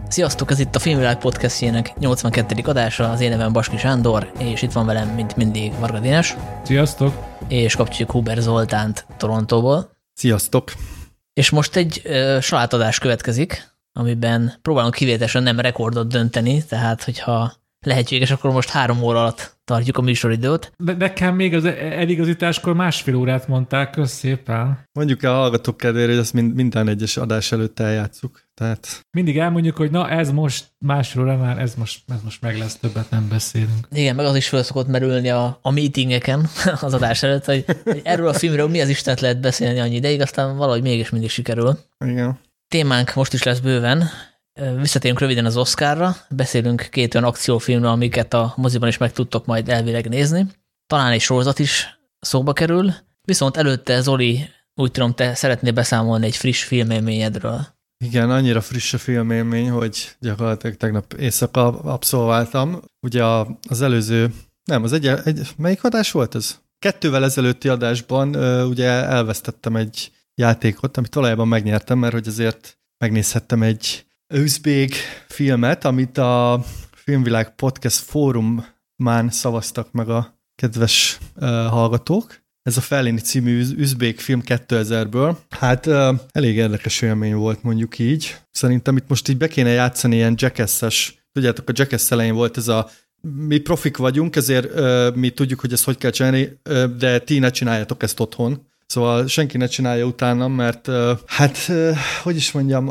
Sziasztok, ez itt a Filmvilág podcastjének 82. adása, az én nevem Baski Sándor, és itt van velem, mint mindig, Varga Dénes. Sziasztok! És kapcsoljuk Huber Zoltánt Torontóból. Sziasztok! És most egy salátadás következik, amiben próbálunk kivételesen nem rekordot dönteni, tehát hogyha lehetséges, akkor most 3 óra alatt tartjuk a műsoridőt. De nekem még az eligazításkor 1,5 órát mondták, kösz szépen. Mondjuk a hallgatók kedvére, hogy ezt minden egyes adás előtt eljátszuk. Tehát... Mindig elmondjuk, hogy na ez most 1,5 óra már, ez most meg lesz, többet nem beszélünk. Igen, meg az is föl szokott merülni a meetingeken az adás előtt, hogy erről a filmről mi az Istent lehet beszélni annyi ideig, aztán valahogy mégis mindig sikerül. Igen. Témánk most is lesz bőven. Visszatérünk röviden az Oscarra, beszélünk 2 olyan akciófilmről, amiket a moziban is meg tudtok majd elvileg nézni. Talán egy sorozat is szóba kerül, viszont előtte Zoli, úgy tudom, te szeretnél beszámolni egy friss filmélményedről. Igen, annyira friss a filmélmény, hogy gyakorlatilag tegnap éjszaka abszolváltam. Ugye az előző, nem, melyik adás volt ez? 2-vel ezelőtti adásban ugye elvesztettem egy játékot, amit valójában megnyertem, mert hogy azért megnézhettem egy üzbég filmet, amit a Filmvilág Podcast fórumán szavaztak meg a kedves hallgatók. Ez a Fellini című üzbég film 2000-ből. Hát elég érdekes élmény volt, mondjuk így. Szerintem itt most így be kéne játszani ilyen Jackass-es. Tudjátok, a Jackass elején volt ez a mi profik vagyunk, ezért mi tudjuk, hogy ezt hogy kell csinálni, de ti ne csináljátok ezt otthon. Szóval senki ne csinálja utána, mert hogy is mondjam,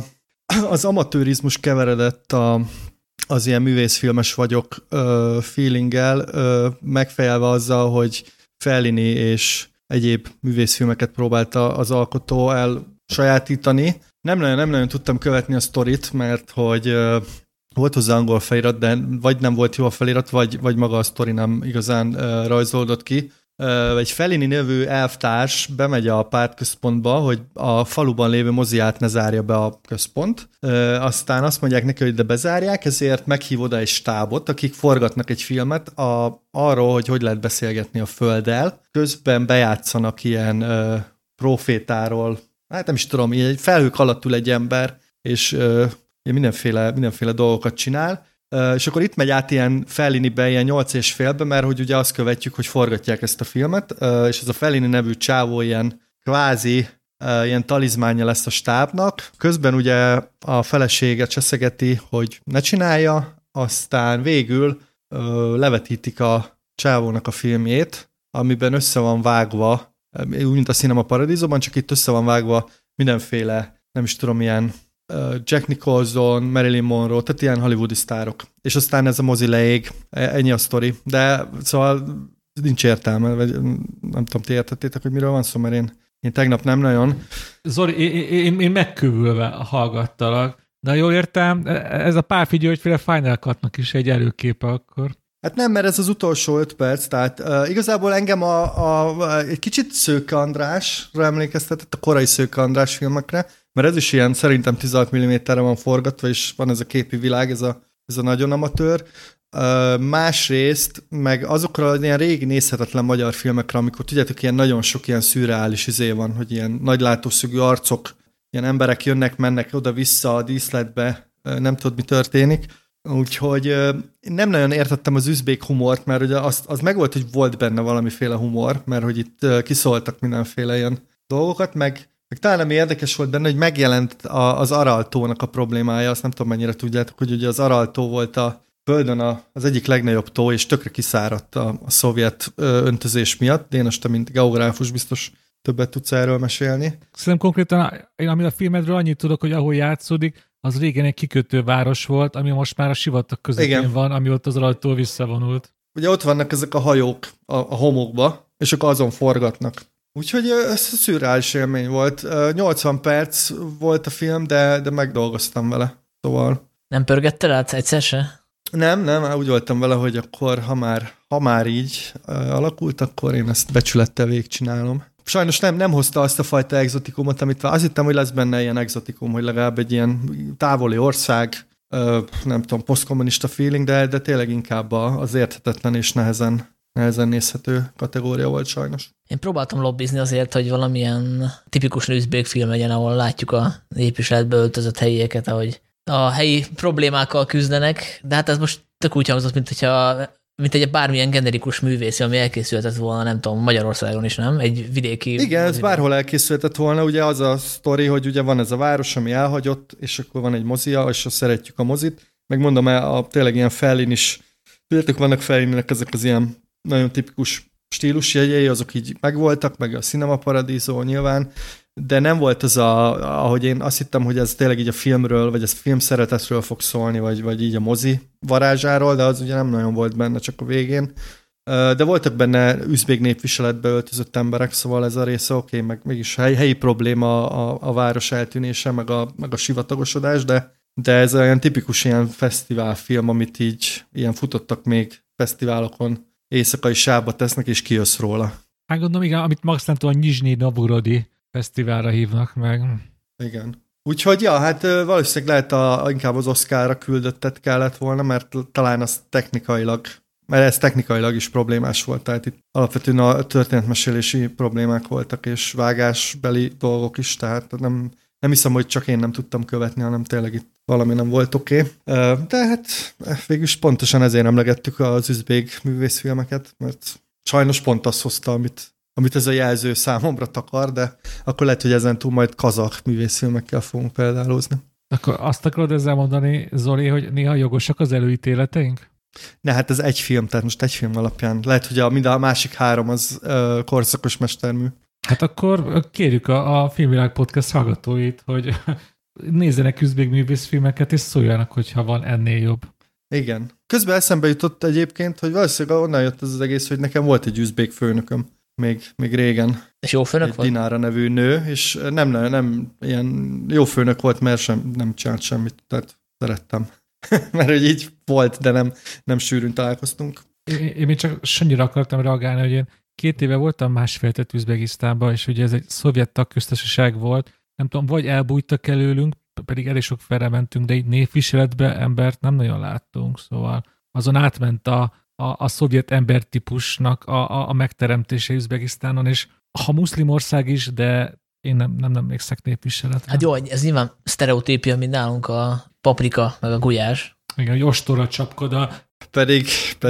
az amatőrizmus keveredett az ilyen művészfilmes vagyok feelinggel, megfejelve azzal, hogy Fellini és egyéb művészfilmeket próbálta az alkotó elsajátítani. Nem nagyon tudtam követni a sztorit, mert hogy volt hozzá angol felirat, de vagy nem volt jó a felirat, vagy maga a sztori nem igazán rajzolódott ki. Egy Fellini nevű elvtárs bemegy a pártközpontba, hogy a faluban lévő moziát ne zárja be a központ. Aztán azt mondják neki, hogy de bezárják, ezért meghív oda egy stábot, akik forgatnak egy filmet arról, hogy lehet beszélgetni a Földdel. Közben bejátszanak ilyen profétáról, hát nem is tudom, egy felhők alatt ül egy ember, és mindenféle dolgokat csinál. És akkor itt megy át ilyen Fellinibe, ilyen 8,5-be, mert hogy ugye azt követjük, hogy forgatják ezt a filmet, és ez a Fellini nevű csávó ilyen kvázi ilyen talizmánja lesz a stábnak. Közben ugye a felesége cseszegeti, hogy ne csinálja, aztán végül levetítik a csávónak a filmjét, amiben össze van vágva, úgy, mint a Cinema Paradisoban, csak itt össze van vágva mindenféle, nem is tudom, ilyen Jack Nicholson, Marilyn Monroe, tehát ilyen hollywoodi sztárok. És aztán ez a mozi leég, ennyi a sztori. De szóval nincs értelme, vagy nem tudom, ti értettétek, hogy miről van szó, mert én tegnap nem nagyon. Zoli, én megkövülve hallgattalak, de jól értem, ez a Pálfi Györgyféle Final Cut-nak is egy előképe akkor. Hát nem, mert ez az utolsó 5 perc, tehát igazából engem egy kicsit Szőke Andrásra emlékeztetett, a korai Szőke András filmekre, mert ez is ilyen szerintem 16 mm-re van forgatva, és van ez a képi világ, ez a nagyon amatőr. Másrészt, meg azokra ilyen régi nézhetetlen magyar filmekre, amikor tudjátok, ilyen nagyon sok ilyen szürreális van, hogy ilyen nagy látószögű arcok, ilyen emberek jönnek, mennek oda-vissza a díszletbe, nem tudod, mi történik. Úgyhogy nem nagyon értettem az üzbék humort, mert ugye az megvolt, hogy volt benne valamiféle humor, mert hogy itt kiszóltak mindenféle ilyen dolgokat, meg talán ami érdekes volt benne, hogy megjelent az Araltónak a problémája, azt nem tudom mennyire tudjátok, hogy ugye az Araltó volt a Földön az egyik legnagyobb tó, és tökre kiszáradt a szovjet öntözés miatt. Dénes, te mint geográfus biztos többet tudsz erről mesélni. Szerintem konkrétan, én ami a filmedről annyit tudok, hogy ahol játszódik, az régen egy kikötőváros volt, ami most már a sivatag közepén van, ami ott az Araltó visszavonult. Ugye ott vannak ezek a hajók a homokba, és akkor azon forgatnak. Úgyhogy ez szürreális élmény volt. 80 perc volt a film, de megdolgoztam vele. Szóval... Nem pörgetted át egyszer se? Nem, úgy voltam vele, hogy akkor, ha már így alakult, akkor én ezt becsülettel végigcsinálom. Sajnos nem hozta azt a fajta egzotikumot, amit azt hittem, hogy lesz benne ilyen egzotikum, hogy legalább egy ilyen távoli ország, nem tudom, posztkommunista feeling, de tényleg inkább az érthetetlen és nehezen nézhető kategória volt sajnos. Én próbáltam lobbizni azért, hogy valamilyen tipikus üzbék film legyen, ahol látjuk a népviseletbe öltözött helyieket, ahogy a helyi problémákkal küzdenek, de hát ez most tök úgy hangzott, mint egy bármilyen generikus művész, ami elkészülhetett volna, nem tudom, Magyarországon is, nem? Egy vidéki... Igen, ez bárhol elkészülhetett volna, ugye az a sztori, hogy ugye van ez a város, ami elhagyott, és akkor van egy mozia, és azt szeretjük a mozit. Megmondom, tényleg ilyen Fellin is, tudjátok, vannak Fellinnek ezek az ilyen nagyon tipikus stílusjegyei, azok így megvoltak, meg a Cinema Paradiso nyilván, de nem volt az ahogy én azt hittem, hogy ez tényleg így a filmről, vagy ez film szeretetről fog szólni, vagy így a mozi varázsáról, de az ugye nem nagyon volt benne, csak a végén. De voltak benne üzbég népviseletbe öltözött emberek, szóval ez a része oké, meg mégis helyi probléma a város eltűnése, meg a sivatagosodás, de ez olyan tipikus ilyen fesztiválfilm, amit így ilyen futottak még fesztiválokon, éjszakai sávba tesznek, és kijössz róla. Hát gondolom, igen, amit Max nem tudom, a Nizsnyi Novgorodi fesztiválra hívnak meg. Igen. Úgyhogy, ja, hát valószínűleg lehet inkább az Oscarra küldöttet kellett volna, mert talán az technikailag is problémás volt, tehát itt alapvetően a történetmesélési problémák voltak, és vágásbeli dolgok is, tehát nem hiszem, hogy csak én nem tudtam követni, hanem tényleg itt valami nem volt oké. De hát végülis pontosan ezért emlegettük az üzbég művészfilmeket, mert sajnos pont azt hozta, amit ez a jelző számomra takar, de akkor lehet, hogy ezen túl majd kazakh művészfilmekkel fogunk példálózni. Akkor azt akarod ezzel mondani, Zoli, hogy néha jogosak az előítéleteink? Ne, hát ez egy film, tehát most egy film alapján. Lehet, hogy mind a másik három az korszakos mestermű. Hát akkor kérjük a Filmvilág Podcast hallgatóit, hogy nézzenek üzbég művészfilmeket, és szóljanak, hogyha van ennél jobb. Igen. Közben eszembe jutott egyébként, hogy valószínűleg onnan jött ez az egész, hogy nekem volt egy üzbég főnököm. Még régen. És jó főnök volt? Dinára nevű nő, és nem ilyen jó főnök volt, mert nem csinált semmit, tehát szerettem. Mert hogy így volt, de nem sűrűn találkoztunk. Én még csak annyira akartam reagálni, hogy én 2 éve voltam 1,5 Üzbegisztánban, és ugye ez egy szovjet tagköztársaság volt, nem tudom, vagy elbújtak előlünk, pedig elég sok felre mentünk, de így névviseletbe embert nem nagyon láttunk, szóval azon átment a szovjet embertípusnak a megteremtése Üzbegisztánon, és ha muszlim ország is, de én nem emlékszek népviseletre. Hát jó, ez nyilván sztereotípia, mint nálunk a paprika, meg a gulyás. Igen, hogy ostora csapkoda. Pedig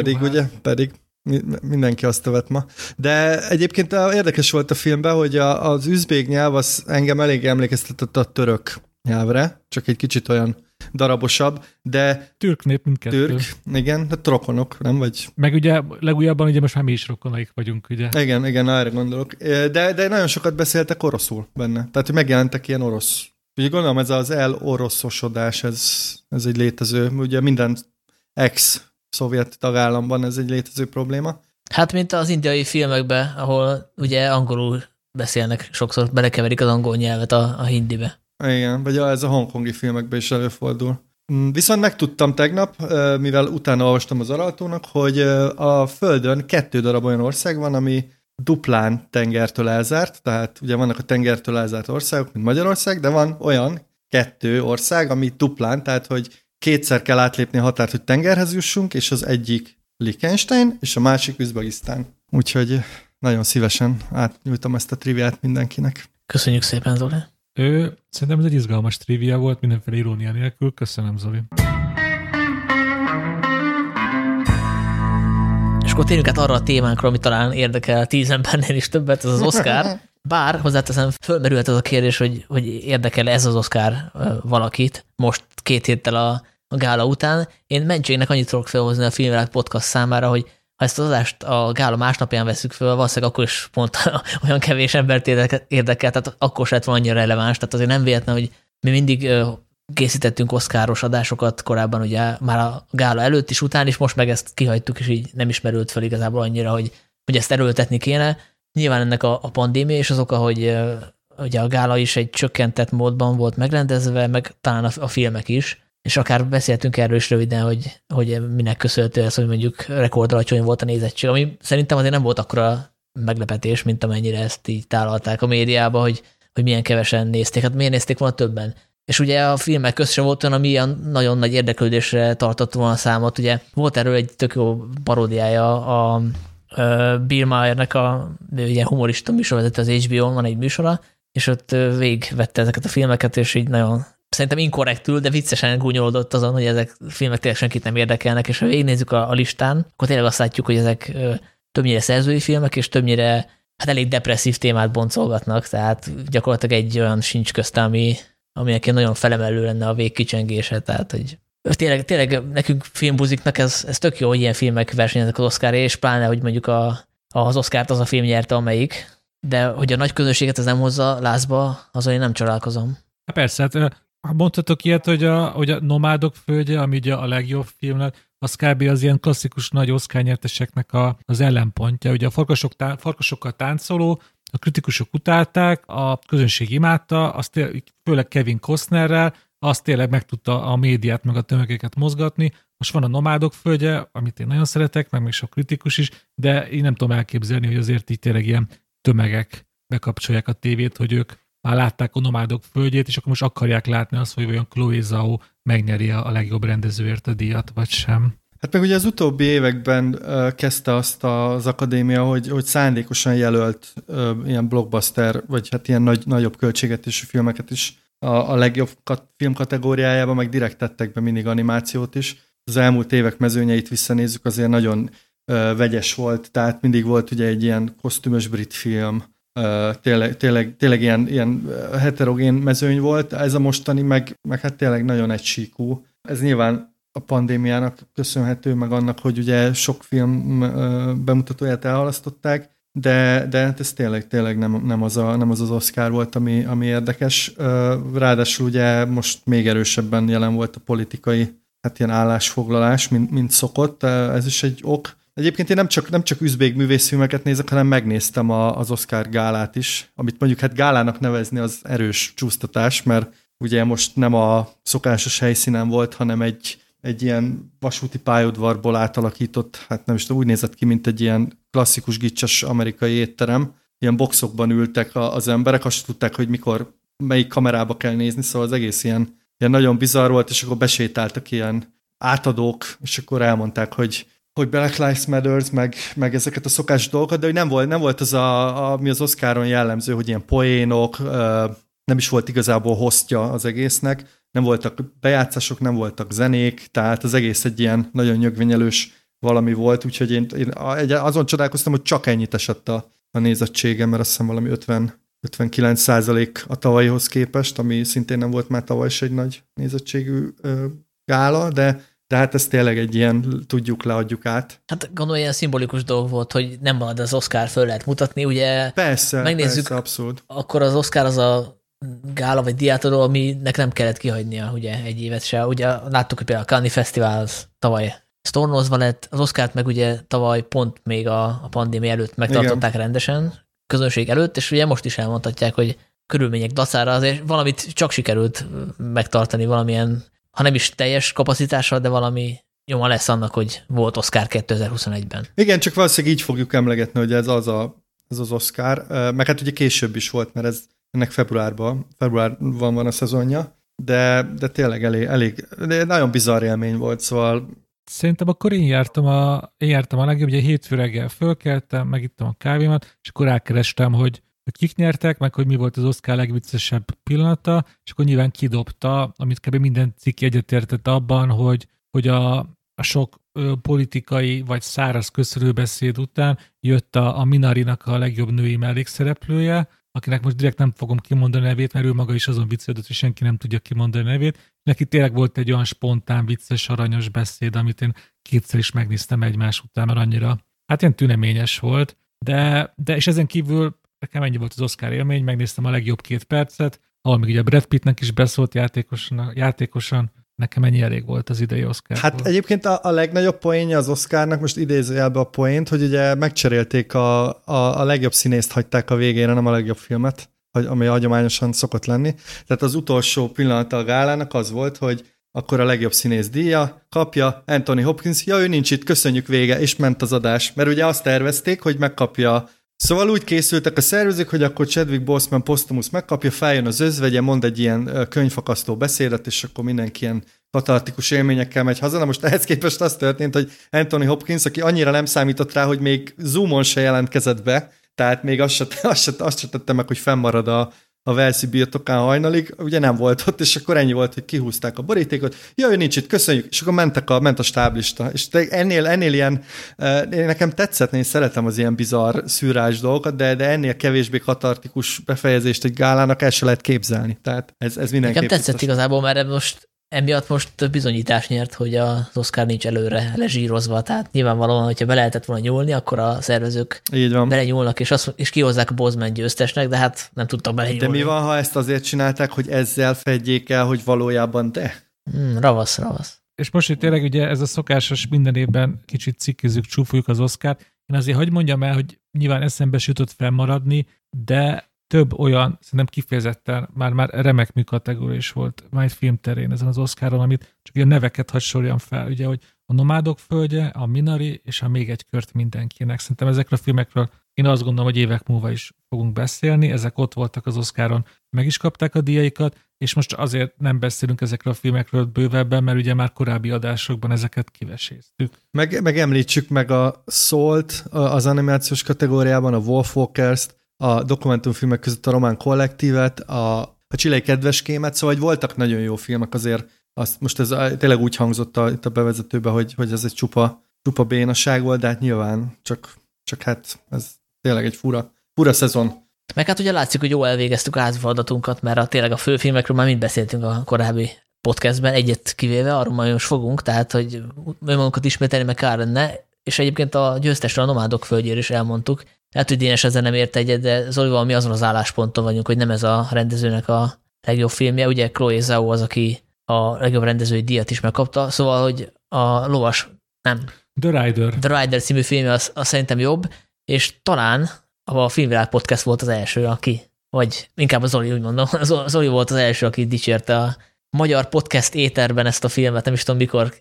mindenki azt tövet ma. De egyébként érdekes volt a filmben, hogy az üzbég nyelv az engem elég emlékeztetett a török nyelvre, csak egy kicsit olyan darabosabb, de... Türk nép mindkettő. Türk, igen, de rokonok, nem vagy? Meg ugye legújabban ugye most már mi is rokonaik vagyunk, ugye? Igen, erre gondolok. De nagyon sokat beszéltek oroszul benne. Tehát, hogy megjelentek ilyen orosz. Ugye gondolom ez az eloroszosodás, ez egy létező, ugye minden ex-szovjet tagállamban ez egy létező probléma. Hát, mint az indiai filmekben, ahol ugye angolul beszélnek, sokszor belekeverik az angol nyelvet a hindibe. Igen, vagy ez a hongkongi filmekben is előfordul. Viszont megtudtam tegnap, mivel utána olvastam az Araltónak, hogy a Földön 2 darab olyan ország van, ami duplán tengertől elzárt, tehát ugye vannak a tengertől elzárt országok, mint Magyarország, de van olyan 2 ország, ami duplán, tehát hogy 2-szer kell átlépni a határt, hogy tengerhez jussunk, és az egyik Liechtenstein, és a másik Üzbegisztán. Úgyhogy nagyon szívesen átnyújtom ezt a triviát mindenkinek. Köszönjük szépen, Zoli. Szerintem ez egy izgalmas trivia volt, mindenféle irónia nélkül. Köszönöm, Zoli. És akkor térjünk át arra a témánkra, ami talán érdekel 10 embernél is többet, ez az Oscar. Bár hozzáteszem, fölmerült az a kérdés, hogy érdekel ez az Oscar valakit most 2 héttel a gála után. Én mentségnek annyit tudok felhozni a Filmvilág Podcast számára, hogy ha ezt az adást a gála másnapján veszük föl, valószínűleg akkor is pont olyan kevés embert érdekel, tehát akkor se lett volna annyira releváns. Tehát azért nem véletlen, hogy mi mindig készítettünk oszkáros adásokat korábban, ugye már a gála előtt is, után is, most meg ezt kihagytuk, és így nem is merült fel igazából annyira, hogy ezt erőltetni kéne. Nyilván ennek a pandémia és az oka, hogy ugye a gála is egy csökkentett módban volt megrendezve, meg talán a filmek is, és akár beszéltünk erről is röviden, hogy minek köszönhető ez, hogy mondjuk rekordalacsony volt a nézettség, ami szerintem azért nem volt akkora meglepetés, mint amennyire ezt így tálalták a médiában, hogy milyen kevesen nézték. Hát miért nézték volna többen? És ugye a filmek közt sem volt olyan, ami ilyen nagyon nagy érdeklődésre tartott volna számot. Ugye volt erről egy tök jó paródiája a Bill Mahernek a ilyen humorista műsorvezető az HBO-n, van egy műsora, és ott végigvette ezeket a filmeket, és így nagyon szerintem inkorrektül, de viccesen gúnyolódott azon, hogy ezek filmek tényleg senkit nem érdekelnek, és ha végignézzük a listán, akkor tényleg azt látjuk, hogy ezek többnyire szerzői filmek, és többnyire hát elég depresszív témát boncolgatnak, tehát gyakorlatilag egy olyan sincs közt, aminek nagyon felemelő lenne a végkicsengése, tehát hogy tényleg nekünk filmbuziknak ez tök jó, hogy ilyen filmek versenyeznek az Oscarra, és pláne, hogy mondjuk az Oscart az a film nyerte, amelyik, de hogy a nagy közönséget ez nem hozza lázba, azon én nem csodálkozom. Hát persze, hát mondhatok ilyet, hogy a Nomádok földje, ami ugye a legjobb filmnek, az kb. Az ilyen klasszikus nagy Oscar nyerteseknek az ellenpontja. Ugye a farkasokkal táncoló, a kritikusok utálták, a közönség imádta, azt főleg Kevin Costnerrel, azt tényleg meg tudta a médiát, meg a tömegeket mozgatni. Most van a Nomádok földje, amit én nagyon szeretek, meg még sok kritikus is, de én nem tudom elképzelni, hogy azért így tényleg ilyen tömegek bekapcsolják a tévét, hogy ők már látták a Nomádok földjét, és akkor most akarják látni azt, hogy olyan Chloe Zhao megnyeri a legjobb rendezőért a díjat, vagy sem. Hát meg ugye az utóbbi években kezdte azt az akadémia, hogy szándékosan jelölt ilyen blockbuster, vagy hát ilyen nagyobb költségvetésű filmeket is a legjobb film kategóriájában, meg direkt tettek be mindig animációt is. Az elmúlt évek mezőnyeit visszanézzük, azért nagyon vegyes volt, tehát mindig volt ugye egy ilyen kosztümös brit film, tényleg ilyen heterogén mezőny volt. Ez a mostani meg hát tényleg nagyon egysíkú. Ez nyilván a pandémiának köszönhető, meg annak, hogy ugye sok film bemutatóját elhalasztották, de hát ez tényleg nem az Oscar volt, ami érdekes. Ráadásul ugye most még erősebben jelen volt a politikai hát ilyen állásfoglalás, mint szokott. Ez is egy ok. Egyébként én nem csak üzbég művészfilmeket nézek, hanem megnéztem az Oscar gálát is, amit mondjuk hát gálának nevezni az erős csúsztatás, mert ugye most nem a szokásos helyszínen volt, hanem egy ilyen vasúti pályaudvarból átalakított, hát nem is tudom, úgy nézett ki, mint egy ilyen klasszikus gicses amerikai étterem. Ilyen boxokban ültek az emberek, azt tudták, hogy melyik kamerába kell nézni, szóval az egész ilyen nagyon bizarr volt, és akkor besétáltak ilyen átadók, és akkor elmondták, hogy Black Lives Matters, meg ezeket a szokás dolgokat, de hogy nem volt az ami az Oscaron jellemző, hogy ilyen poénok, nem is volt igazából hostja az egésznek, nem voltak bejátszások, nem voltak zenék, tehát az egész egy ilyen nagyon nyögvenyelős valami volt, úgyhogy én azon csodálkoztam, hogy csak ennyit esett a nézettségem, mert azt hiszem valami 59% a tavalyihoz képest, ami szintén nem volt már tavaly is egy nagy nézettségű gála, de hát ez tényleg egy ilyen tudjuk, leadjuk át. Hát gondolom, ilyen szimbolikus dolog volt, hogy nem marad az Oscar, föl lehet mutatni, ugye megnézzük, persze, abszolút. Akkor az Oscar az a gála vagy diátadó, aminek nem kellett kihagynia ugye egy évet se. Ugye láttuk, hogy például a Cannes Fesztivál az tavaly sztornozva lett, az Oscart meg ugye tavaly pont még a pandémia előtt megtartották igen. Rendesen, közönség előtt, és ugye most is elmondhatják, hogy körülmények dacára azért valamit csak sikerült megtartani valamilyen, ha nem is teljes kapacitással, de valami nyoma lesz annak, hogy volt Oscar 2021-ben. Igen, csak valószínűleg így fogjuk emlegetni, hogy ez az Oscar, meg hát ugye később is volt, mert ennek februárban van a szezonja, de tényleg elég de nagyon bizarr élmény volt, szóval... Szerintem akkor én jártam a legjobb, ugye hétfő reggel fölkeltem, megittem a kávémat, és akkor rákerestem, hogy kik nyertek, meg hogy mi volt az Oscar legviccesebb pillanata, és akkor nyilván kidobta, amit kb. Minden cikk egyetértett abban, hogy a sok politikai vagy száraz köszönőbeszéd után jött a Minarinak a legjobb női mellékszereplője, akinek most direkt nem fogom kimondani a nevét, mert ő maga is azon viccelődött, hogy senki nem tudja kimondani a nevét. Neki tényleg volt egy olyan spontán, vicces, aranyos beszéd, amit én kétszer is megnéztem egymás után, mert annyira, hát ilyen tüneményes volt, de és ezen kívül nekem ennyi volt az Oscar élmény, megnéztem a legjobb 2 percet, ahol még ugye Brad Pittnek is beszólt játékosan, nekem ennyi elég volt az idei Oscar. Hát egyébként a legnagyobb poénja az Oscarnak, most idézőjelbe a poént, hogy ugye megcserélték a legjobb színészt, hagyták a végére, nem a legjobb filmet, ami hagyományosan szokott lenni. Tehát az utolsó pillanata a gálának az volt, hogy akkor a legjobb színész díja kapja Anthony Hopkins, ő nincs itt, köszönjük, vége, és ment az adás. Mert ugye azt tervezték, hogy megkapja. Szóval úgy készültek a szervezők, hogy akkor Chadwick Boseman posztumusz megkapja, feljön az özvegye, mond egy ilyen könyvfakasztó beszédet, és akkor mindenki ilyen katartikus élményekkel megy haza. Na most ehhez képest az történt, hogy Anthony Hopkins, aki annyira nem számított rá, hogy még Zoomon se jelentkezett be, tehát még azt se tette meg, hogy fennmarad a Velszi birtokán hajnalig, ugye nem volt ott, és akkor ennyi volt, hogy kihúzták a borítékot, jaj, nincs itt, köszönjük, és akkor ment a stáblista. És ennél ilyen, nekem tetszett, én szeretem az ilyen bizarr, szürreális dolgokat, de ennél kevésbé katartikus befejezést egy gálának el se lehet képzelni. Tehát ez mindenképp. Nekem tetszett igazából, mert emiatt most bizonyítás nyert, hogy az Oscar nincs előre lezsírozva, tehát nyilvánvalóan, hogyha be lehetett volna nyúlni, akkor a szervezők belenyúlnak, és kihozzák a Boseman győztesnek, de hát nem tudtak belenyúlni. De mi van, ha ezt azért csinálták, hogy ezzel fedjék el, hogy valójában Ravasz. És most itt tényleg ugye ez a szokásos minden évben kicsit cikkizzük, csúfoljuk az Oscart. Én azért hadd mondjam el, hogy nyilván eszembe jutott fennmaradni, de több olyan, szerintem kifejezetten már remek műkategória is volt majd filmterén ezen az Oscaron, amit csak ilyen neveket hadd sorjam fel, ugye, hogy a Nomádok földje, a Minari és a Még egy kört mindenkinek. Szerintem ezekről a filmekről én azt gondolom, hogy évek múlva is fogunk beszélni, ezek ott voltak az Oscaron, meg is kapták a díjaikat, és most azért nem beszélünk ezekről a filmekről bővebben, mert ugye már korábbi adásokban ezeket kiveséztük. Meg említsük meg a Salt az animációs kategóriában, a Wolfwalkers-t, a dokumentumfilmek között a Román Kollektívet, a Chilei Kedveskémet, szóval voltak nagyon jó filmek azért. Most ez tényleg úgy hangzott itt a bevezetőben, hogy ez egy csupa bénaság volt, de hát nyilván csak hát ez tényleg egy fura szezon. Meg hát ugye látszik, hogy jól elvégeztük a házi feladatunkat, mert tényleg a főfilmekről már mind beszéltünk a korábbi podcastben, egyet kivéve, arról majd most fogunk, tehát hogy önmagunkat ismételni meg kár lenne, és egyébként a győztesre, a Nomádok földjéről is elmondtuk. Lehet, hogy Dénes ezzel nem ért egyet, de Zolival mi azon az állásponton vagyunk, hogy nem ez a rendezőnek a legjobb filmje. Ugye Chloe Zhao az, aki a legjobb rendezői díjat is megkapta, szóval, hogy a lovas, nem. The Rider című filmje az szerintem jobb, és talán a Filmvilág Podcast volt az első, aki, vagy inkább a Zoli, úgy mondom, Zoli volt az első, aki dicsérte a magyar podcast éterben ezt a filmet, nem is tudom mikor,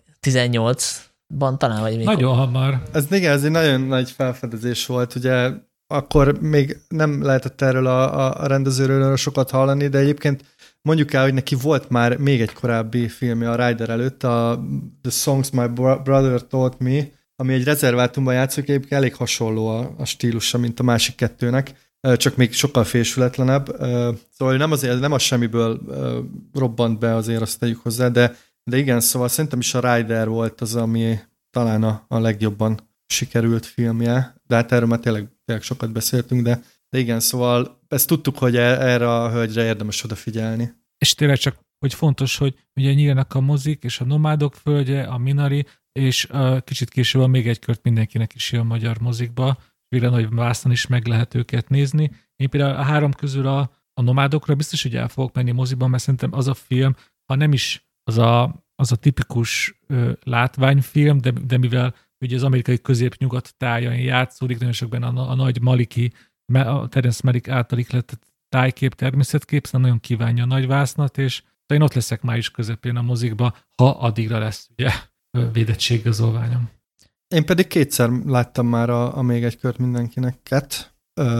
18-ban talán, vagy mikor. Nagyon hamar. Ez egy nagyon nagy felfedezés volt, ugye akkor még nem lehetett erről a rendezőről sokat hallani, de egyébként mondjuk el, hogy neki volt már még egy korábbi filmje a Rider előtt, a The Songs My Brother Taught Me, ami egy rezervátumban játszik, egyébként elég hasonló a stílusa, mint a másik kettőnek, csak még sokkal fésületlenebb. Szóval nem a semmiből robbant be, azért azt tegyük hozzá, de igen, szóval szerintem is a Rider volt az, ami talán a legjobban sikerült filmje, de hát erről már tényleg sokat beszéltünk, de igen, szóval ezt tudtuk, hogy erre a hölgyre érdemes odafigyelni. És tényleg csak, hogy fontos, hogy ugye nyílnak a mozik, és a Nomádok földje, a Minari, és kicsit később még egy kört mindenkinek is jön magyar mozikba, Villanói Vásznon is meg lehet őket nézni. Én például a három közül a Nomádokra biztos, hogy el fogok menni moziban, mert szerintem az a film, ha nem is az a tipikus látványfilm, de mivel ugye az amerikai középnyugat táján játszódik, nagyon sokban a nagy Maliki, a Terence Malick által ihletett tájkép, természetkép, szóval nagyon kívánja a nagy vásznat, és én ott leszek május közepén a mozikba, ha addigra lesz ugye védettségigazolványom. Én pedig kétszer láttam már a Még egy kört mindenkinek,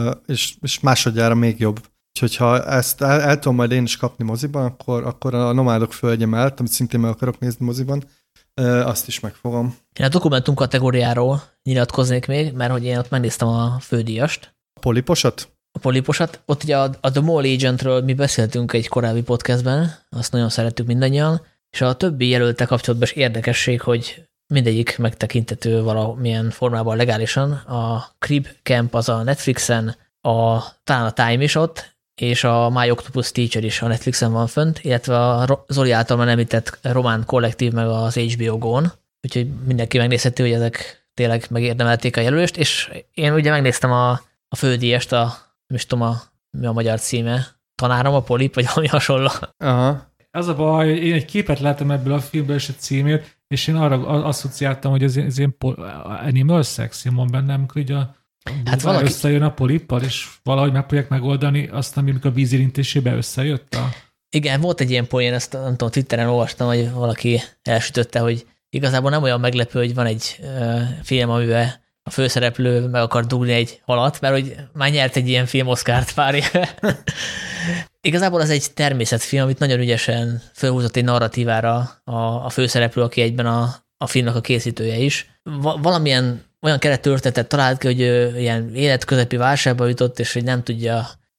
és másodjára még jobb. Úgyhogy ha ezt el tudom majd én is kapni moziban, akkor a Nomádok földje mellett, amit szintén meg akarok nézni moziban, azt is megfogom. Én a dokumentum kategóriáról nyilatkoznék még, mert hogy én ott megnéztem a fődíjast. A Poliposat? A Poliposat. Ott ugye a The Mole Agentről mi beszéltünk egy korábbi podcastben, azt nagyon szerettük mindannyian, és a többi jelöltel kapcsolatban is érdekesség, hogy mindegyik megtekintető valamilyen formában legálisan. A Crib Camp az a Netflixen, talán a Time is ott, és a My Octopus Teacher is a Netflixen van fönt, illetve a Zoli által már említett Román Kollektív meg az HBO Go-n, úgyhogy mindenki megnézheti, hogy ezek tényleg megérdemelték a jelölést, és én ugye megnéztem a fődíjast, nem is tudom, mi a magyar címe, Tanárom a Polip, vagy valami hasonló. Aha. Az a baj, hogy én egy képet láttam ebből a filmből és a címét, és én arra asszociáltam, hogy ez ilyen animal sex van bennem, amikor így hát valaki összejön a polippal, és valahogy megpróbálják megoldani azt, amikor a vízirintésébe összejött Igen, volt egy ilyen poén, ezt nem tudom, Twitteren olvastam, hogy valaki elsütötte, hogy igazából nem olyan meglepő, hogy van egy film, amiben a főszereplő meg akar dugni egy halat, mert hogy már nyert egy ilyen film Oscart pár éve. Igazából ez egy természetfilm, amit nagyon ügyesen felhúzott egy narratívára a főszereplő, aki egyben a filmnek a készítője is. Valamilyen olyan kerettörténetet talált ki, hogy ilyen életközepi válságba jutott, és hogy nem tudja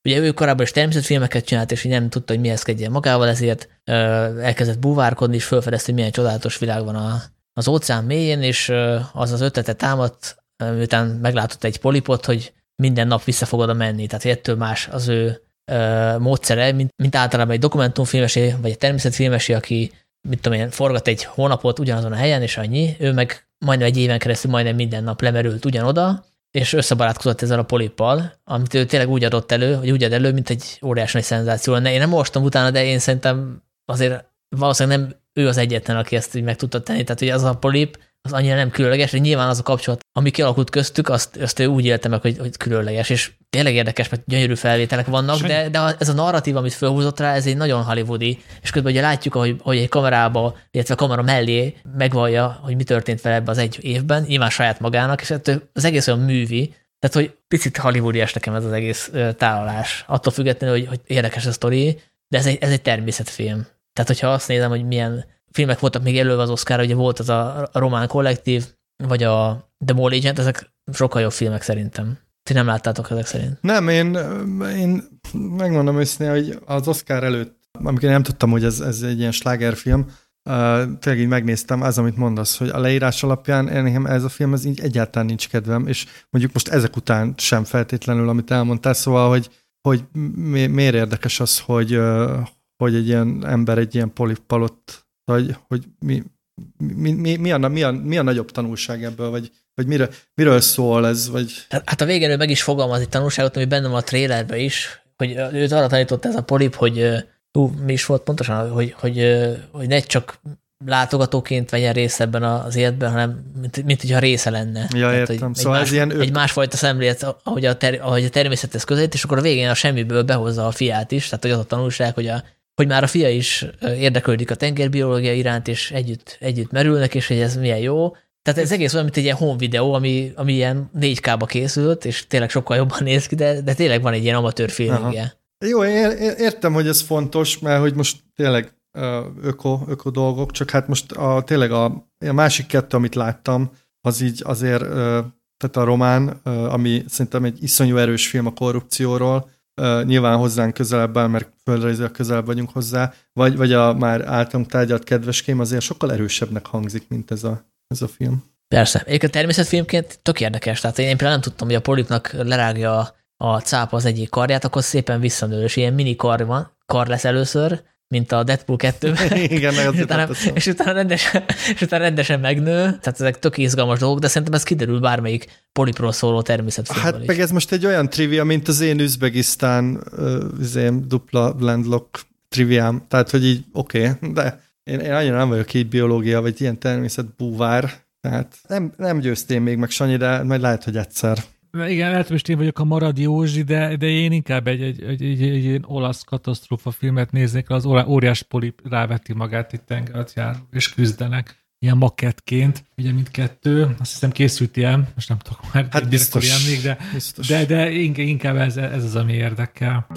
Ugye ő korábban is természetfilmeket csinált, és így nem tudta, hogy mihez kezdjen magával, ezért elkezdett búvárkodni, és felfedezte, hogy milyen csodálatos világ van az óceán mélyén, és az ötlete támadt, miután meglátott egy polipot, hogy minden nap vissza fog oda menni. Tehát ettől más az ő módszere, mint általában egy dokumentumfilmesé, vagy egy természetfilmesé, aki mit tudom én, forgat egy hónapot ugyanazon a helyen, és annyi. Ő meg majdnem egy éven keresztül majdnem minden nap lemerült ugyanoda, és összebarátkozott ezzel a polippal, amit ő tényleg úgy adott elő, vagy úgy ad elő, mint egy óriási nagy szenzáció lenne. Én nem olvastam utána, de én szerintem azért valószínűleg nem ő az egyetlen, aki ezt így meg tudta tenni. Tehát, hogy az a polip, az annyira nem különleges, hogy nyilván az a kapcsolat, ami kialakult köztük, azt ő úgy élte meg, hogy különleges, és tényleg érdekes, mert gyönyörű felvételek vannak, de ez a narratív, amit felhúzott rá, ez egy nagyon hollywoodi, és közben ugye látjuk, hogy egy kamerába, illetve a kamera mellé megvallja, hogy mi történt vele ebben az egy évben, nyilván saját magának, és az egész olyan művi, tehát, hogy picit hollywoodies nekem ez az egész tálalás. Attól függetlenül, hogy érdekes a sztori, de ez egy természetfilm. Tehát, hogyha azt nézem, hogy milyen filmek voltak még jelölve az Oscarra, ugye volt az a Román Kollektív, vagy a The Mole Agent, ezek sokkal jobb filmek szerintem. Ti nem láttátok ezek szerint? Nem, én megmondom őszintén, hogy az Oscar előtt, amikor nem tudtam, hogy ez egy ilyen slágerfilm, tényleg így megnéztem, az, amit mondasz, hogy a leírás alapján nekem ez a film ez így egyáltalán nincs kedvem, és mondjuk most ezek után sem feltétlenül, amit elmondtál, szóval, hogy miért érdekes az, hogy egy ilyen ember egy ilyen polippal ott, hogy mi a nagyobb tanulság ebből, vagy miről szól ez, vagy... Hát a végén ő meg is fogalmaz egy tanulságot, ami benne van a trailerben is, hogy őt arra tanított ez a polip, hogy mi is volt pontosan, hogy ne csak látogatóként vegyen részt ebben az életben, hanem mint hogyha része lenne. Ja, értem. Szóval egy másfajta szemlélet, ahogy a természethez közelít, és akkor a végén a semmiből behozza a fiát is, tehát hogy az a tanulság, hogy már a fia is érdeklődik a tengerbiológia iránt, és együtt merülnek, és hogy ez milyen jó. Tehát ez egész olyan, mint egy ilyen home videó, ami ilyen 4K-ba készült, és tényleg sokkal jobban néz ki, de tényleg van egy ilyen amatőr filmje. Jó, értem, hogy ez fontos, mert hogy most tényleg öko dolgok, csak hát most tényleg a másik kettő, amit láttam, az így azért, tehát a Román, ami szerintem egy iszonyú erős film a korrupcióról, nyilván hozzánk közelebben, mert földrajzilag közelebb vagyunk hozzá, vagy a már általunk tárgyalt Kedveském azért sokkal erősebbnek hangzik, mint ez a film. Persze. Egyébként természetfilmként tök érdekes. Tehát én például nem tudtam, hogy a polipnak lerágja a cápa az egyik karját, akkor szépen visszanő, és ilyen mini kar lesz először, mint a Deadpool 2-ben. Igen, és utána rendesen megnő. Tehát ezek tök izgalmas dolgok, de szerintem ez kiderül bármelyik polipról szóló természetfilmből is. Hát meg ez most egy olyan trivia, mint az én Üzbegisztán dupla blendlock triviám. Tehát, hogy így oké, de én annyira nem vagyok így biológia, vagy ilyen természetbúvár. Tehát nem győztém még meg, Sanyi, de majd lehet, hogy egyszer. Igen, lehet, hogy én vagyok a Marad Józsi, de én inkább egy olasz katasztrófa filmet néznék, az óriás polip ráveti magát itt tengeralattjáró, és küzdenek ilyen makettként, ugye mindkettő. Azt hiszem készült ilyen, most nem tudok már hát biztos, még, de inkább ez az, ami érdekel.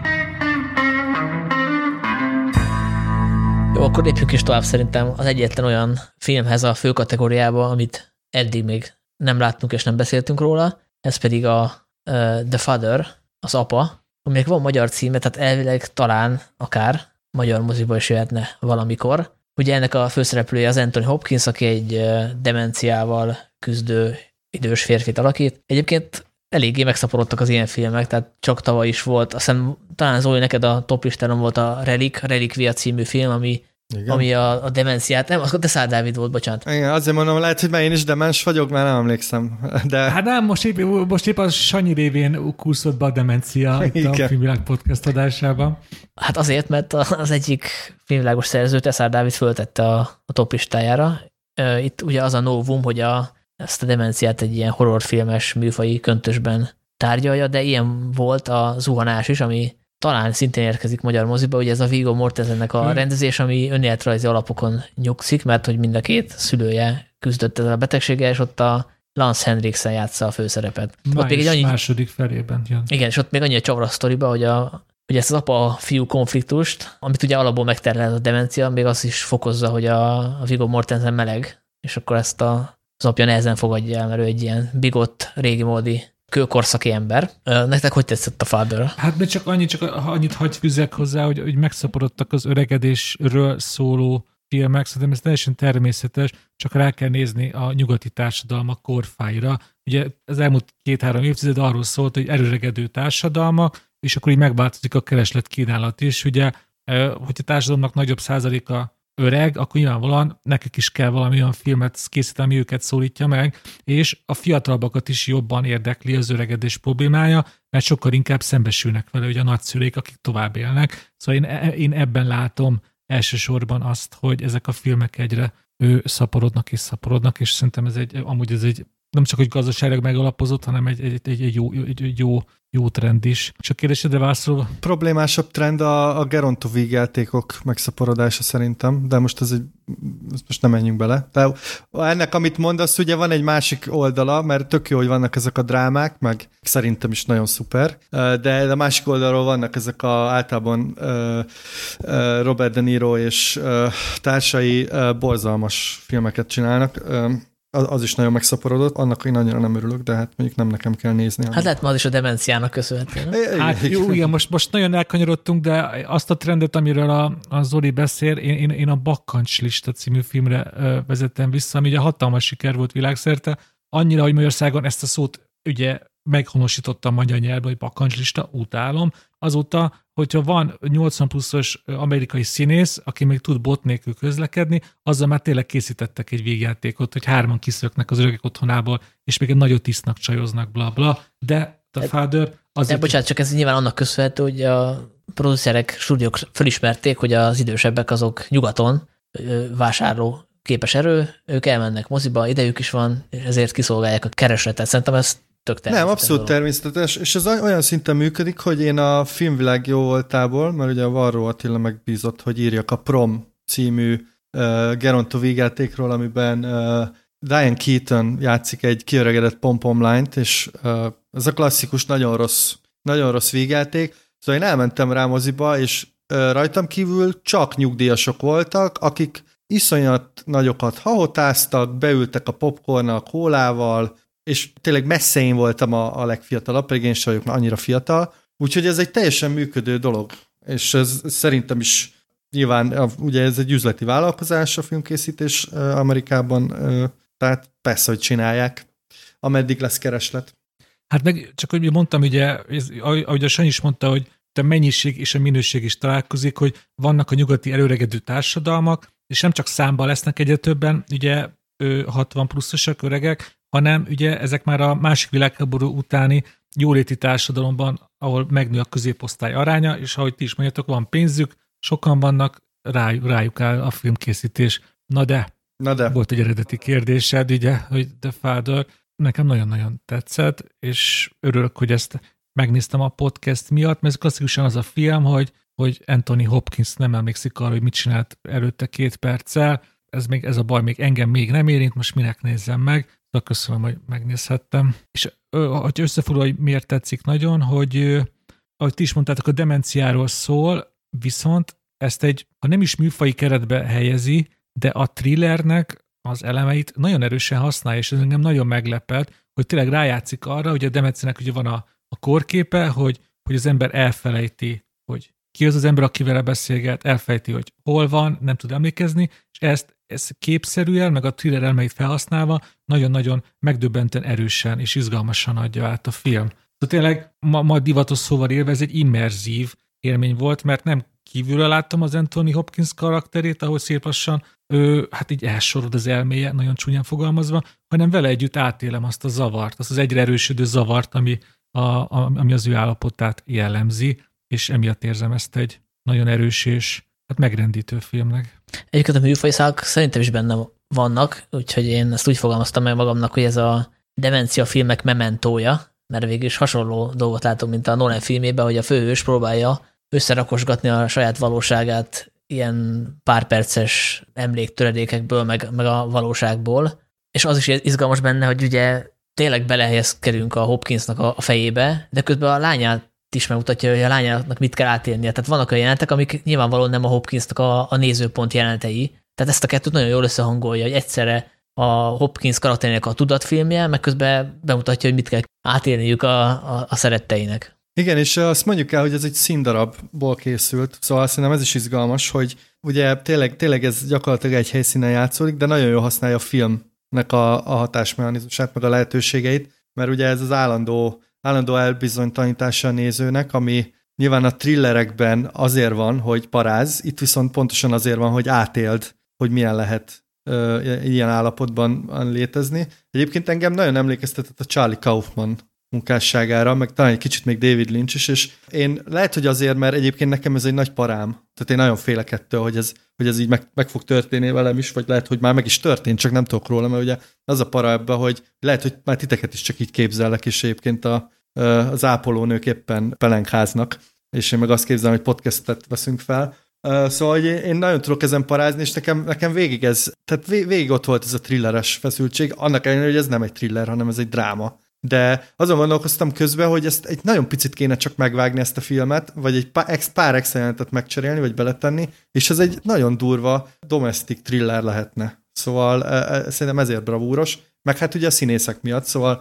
Jó, akkor lépjünk is tovább szerintem az egyetlen olyan filmhez a fő kategóriába, amit eddig még nem láttunk és nem beszéltünk róla. Ez pedig a The Father, az apa, aminek van magyar címe, tehát elvileg talán akár magyar moziba is jöhetne valamikor. Ugye ennek a főszereplője az Anthony Hopkins, aki egy demenciával küzdő idős férfit alakít. Egyébként eléggé megszaporodtak az ilyen filmek, tehát csak tavaly is volt. Azt hiszem, talán Zoli, neked a top listáron volt a Relikvia című film, ami a demenciát, nem, akkor te Szár Dávid volt, bocsánat. Igen, azért mondom, lehet, hogy már én is demens vagyok, már nem emlékszem. De... Hát nem, most épp a Sanyi révén kúszott be a demencia itt a Filmvilág podcast adásában. Hát azért, mert az egyik filmvilágos szerző, Szár Dávid föltette a top listájára. Itt ugye az a novum, hogy ezt a demenciát egy ilyen horrorfilmes műfaji köntösben tárgyalja, de ilyen volt a Zuhanás is, ami talán szintén érkezik magyar moziba, ugye ez a Viggo Mortensennek a rendezés, ami önéletrajzi alapokon nyugszik, mert hogy mind a két szülője küzdött ezzel a betegséggel, és ott a Lance Henriksen játsza a főszerepet. Második felében jön. Igen, és ott még annyi a csavar a sztoriba, hogy ezt az apa-fiú konfliktust, amit ugye alapból megterhel a demencia, még az is fokozza, hogy a Viggo Mortensen meleg, és akkor ezt az apja nehezen fogadja el, mert ő egy ilyen bigott, régi módi kőkorszaki ember. Nektek hogy tetszett a Father? Hát még csak annyit hagy fűzzek hozzá, hogy megszaporodtak az öregedésről szóló filmek, szerintem ez teljesen természetes, csak rá kell nézni a nyugati társadalmak korfáira. Ugye az elmúlt 2-3 évtized arról szólt, hogy előregedő társadalmak, és akkor így megváltozik a kereslet-kínálat is. Ugye, hogyha a társadalomnak nagyobb százaléka öreg, akkor nyilvánvalóan nekik is kell valami olyan filmet készíteni, ami őket szólítja meg, és a fiatalabbakat is jobban érdekli az öregedés problémája, mert sokkal inkább szembesülnek vele, hogy a nagyszüleik, akik tovább élnek. Szóval én ebben látom elsősorban azt, hogy ezek a filmek egyre szaporodnak, és szerintem ez egy nem csak hogy gazdaságilag megalapozott, hanem egy jó trend is. Csak kérdésedre válaszolva. Problémásabb trend a gerontovíg játékok megszaporodása szerintem, de most most nem menjünk bele. De ennek, amit mondasz, ugye van egy másik oldala, mert tök jó, hogy vannak ezek a drámák, meg szerintem is nagyon szuper, de a másik oldalról vannak ezek általában Robert De Niro és társai borzalmas filmeket csinálnak. Az is nagyon megszaporodott, annak én annyira nem örülök, de hát mondjuk nem nekem kell nézni. Hát lehet ma az is a demenciának köszönhető. Hát jó, igen, most nagyon elkanyarodtunk, de azt a trendet, amiről a Zoli beszél, én a Bakkancs lista című filmre vezettem vissza, ami ugye hatalmas siker volt világszerte, annyira, hogy Magyarországon ezt a szót ugye meghonosítottam magyar nyelvben, hogy bakkantslista, utálom. Azóta, hogyha van 80 pluszos amerikai színész, aki még tud bot nélkül közlekedni, azzal már tényleg készítettek egy végjátékot, hogy 3 kiszöknek az öregek otthonából, és még egy nagyot isznak, csajoznak, bla bla. De a Father azért... De bocsánat, csak ez nyilván annak köszönhető, hogy a producerek, stúdiók felismerték, hogy az idősebbek azok nyugaton vásárló képes erő, ők elmennek moziba, idejük is van, és ezért kiszolgálják a keresletet. Szerintem ez tök természetes. Nem, abszolút természetes, és ez olyan szinten működik, hogy én a Filmvilág jó voltából, mert ugye a Varró Attila megbízott, hogy írjak a Prom című gerontovíg játékról, amiben Diane Keaton játszik egy kiöregedett pom-pom lányt, és ez a klasszikus, nagyon rossz vígjáték. Szóval én elmentem rá moziba, és rajtam kívül csak nyugdíjasok voltak, akik iszonyat nagyokat hahotáztak, beültek a popcornnal, kólával, és tényleg messze én voltam a legfiatalabb, pedig én sem vagyok már annyira fiatal. Úgyhogy ez egy teljesen működő dolog. És ez szerintem is nyilván, ugye ez egy üzleti vállalkozás a filmkészítés Amerikában, tehát persze, hogy csinálják, ameddig lesz kereslet. Hát meg csak, hogy mondtam, ugye, ahogy a Sanyi is mondta, hogy a mennyiség és a minőség is találkozik, hogy vannak a nyugati előregedő társadalmak, és nem csak számban lesznek egyre többen, ugye 60 pluszosak öregek, hanem ugye ezek már a második világháború utáni jóléti társadalomban, ahol megnő a középosztály aránya, és ahogy ti is mondjátok, van pénzük, sokan vannak, rájuk áll a filmkészítés. Na de, volt egy eredeti kérdésed, ugye, hogy The Father, nekem nagyon-nagyon tetszett, és örülök, hogy ezt megnéztem a podcast miatt, mert ez klasszikusan az a film, hogy Anthony Hopkins nem emlékszik arra, hogy mit csinált előtte 2 perccel, ez a baj még engem még nem érint, most minek nézzem meg, de köszönöm, hogy megnézhettem. És hogy összefoglalva, hogy miért tetszik nagyon, hogy ahogy ti is mondtátok, a demenciáról szól, viszont ezt ha nem is műfaji keretbe helyezi, de a thrillernek az elemeit nagyon erősen használja, és ez engem nagyon meglepett, hogy tényleg rájátszik arra, hogy a demenciának ugye van a korképe, hogy az ember elfelejti, hogy ki az ember, aki vele beszélget, elfelejti, hogy hol van, nem tud emlékezni, és ezt képszerűen, meg a thriller elemeit felhasználva nagyon-nagyon megdöbbentően erősen és izgalmasan adja át a film. Tehát tényleg ma divatos szóval élve ez egy immerzív élmény volt, mert nem kívülről láttam az Anthony Hopkins karakterét, ahol szép lassan hát így elsorod az elméje, nagyon csúnyán fogalmazva, hanem vele együtt átélem azt a zavart, azt az egyre erősödő zavart, ami az ő állapotát jellemzi, és emiatt érzem ezt egy nagyon erős és hát megrendítő filmnek. Egyébként a műfaj szálak szerintem is benne vannak, úgyhogy én ezt úgy fogalmaztam meg magamnak, hogy ez a demencia filmek mementója, mert végül is hasonló dolgot látom, mint a Nolan filmében, hogy a főhős próbálja összerakosgatni a saját valóságát ilyen pár perces emléktöredékekből, meg a valóságból, és az is izgalmas benne, hogy ugye tényleg belehelyezkedünk a Hopkinsnak a fejébe, de közben a lányát is megmutatja, hogy a lányának mit kell átélnie. Tehát vannak olyan jelenetek, amik nyilvánvalóan nem a Hopkinsnak a nézőpont jelenetei. Tehát ezt a kettőt nagyon jól összehangolja, hogy egyszerre a Hopkins karakterének a tudatfilmje, meg közben bemutatja, hogy mit kell átélniük a szeretteinek. Igen, és azt mondjuk el, hogy ez egy színdarabból készült, szóval szerintem ez is izgalmas, hogy ugye tényleg ez gyakorlatilag egy helyszínen játszódik, de nagyon jól használja a filmnek a hatásmechanizmusát, meg a lehetőségeit, mert ugye ez az állandó elbizonytalanítása a nézőnek, ami nyilván a thrillerekben azért van, hogy paráz, itt viszont pontosan azért van, hogy átéld, hogy milyen lehet ilyen állapotban létezni. Egyébként engem nagyon emlékeztetett a Charlie Kaufman munkásságára, meg talán egy kicsit még David Lynch is, és én lehet, hogy azért, mert egyébként nekem ez egy nagy parám. Tehát én nagyon félek ettől, hogy ez így meg fog történni velem is, vagy lehet, hogy már meg is történt, csak nem tudok róla, mert ugye az a para ebben, hogy lehet, hogy már titeket is csak így képzellek, és egyébként az ápolónők éppen pelenkháznak, és én meg azt képzelem, hogy podcastet veszünk fel. Szóval én nagyon tudok ezen parázni, és nekem végig ott volt ez a thrilleres feszültség, annak ellenére, hogy ez nem egy thriller, hanem ez egy dráma. De azon gondolkoztam közben, hogy ezt egy nagyon picit kéne csak megvágni ezt a filmet, vagy egy pár extra jelenetet megcserélni, vagy beletenni, és ez egy nagyon durva domestic thriller lehetne. Szóval szerintem ezért bravúros, meg hát ugye a színészek miatt, szóval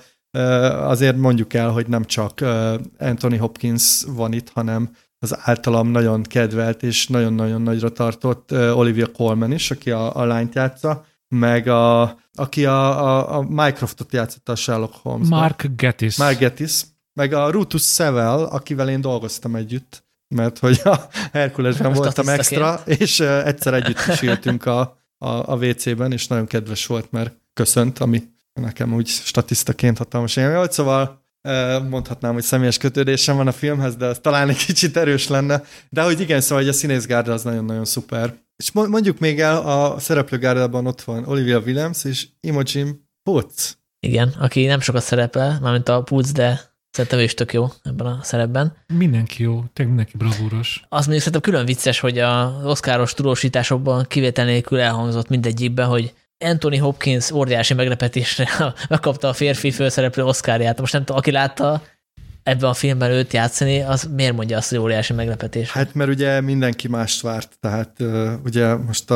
azért mondjuk el, hogy nem csak Anthony Hopkins van itt, hanem az általam nagyon kedvelt és nagyon-nagyon nagyra tartott Olivia Colman is, aki a lányt játsza, meg aki a Mycroftot játszotta a Sherlock Holmes. Mark Gatiss. Meg a Rutus Sewell, akivel én dolgoztam együtt, mert hogy a Herkulesben voltam extra, és egyszer együtt is ültünk a WC-ben, és nagyon kedves volt, mert köszönt, ami nekem úgy statisztaként hatalmas élmény volt, szóval mondhatnám, hogy személyes kötődésem van a filmhez, de az talán egy kicsit erős lenne. De hogy igen, szóval hogy a színészgárda az nagyon-nagyon szuper. És mondjuk még el, a szereplőgárdában ott van Olivia Williams és Imogen Poots. Igen, aki nem sokat szerepel, mármint a Poots, de szerintem ő is tök jó ebben a szerepben. Mindenki jó, tényleg mindenki bravúros. Az mondjuk szerintem külön vicces, hogy az Oscaros tudósításokban kivétel nélkül elhangzott mindegyikben, hogy Anthony Hopkins óriási meglepetésre megkapta a férfi főszereplő Oscarját. Most nem tudom, aki látta ebben a filmben őt játszani, az miért mondja azt, hogy óriási meglepetés? Hát mert ugye mindenki mást várt, tehát ugye most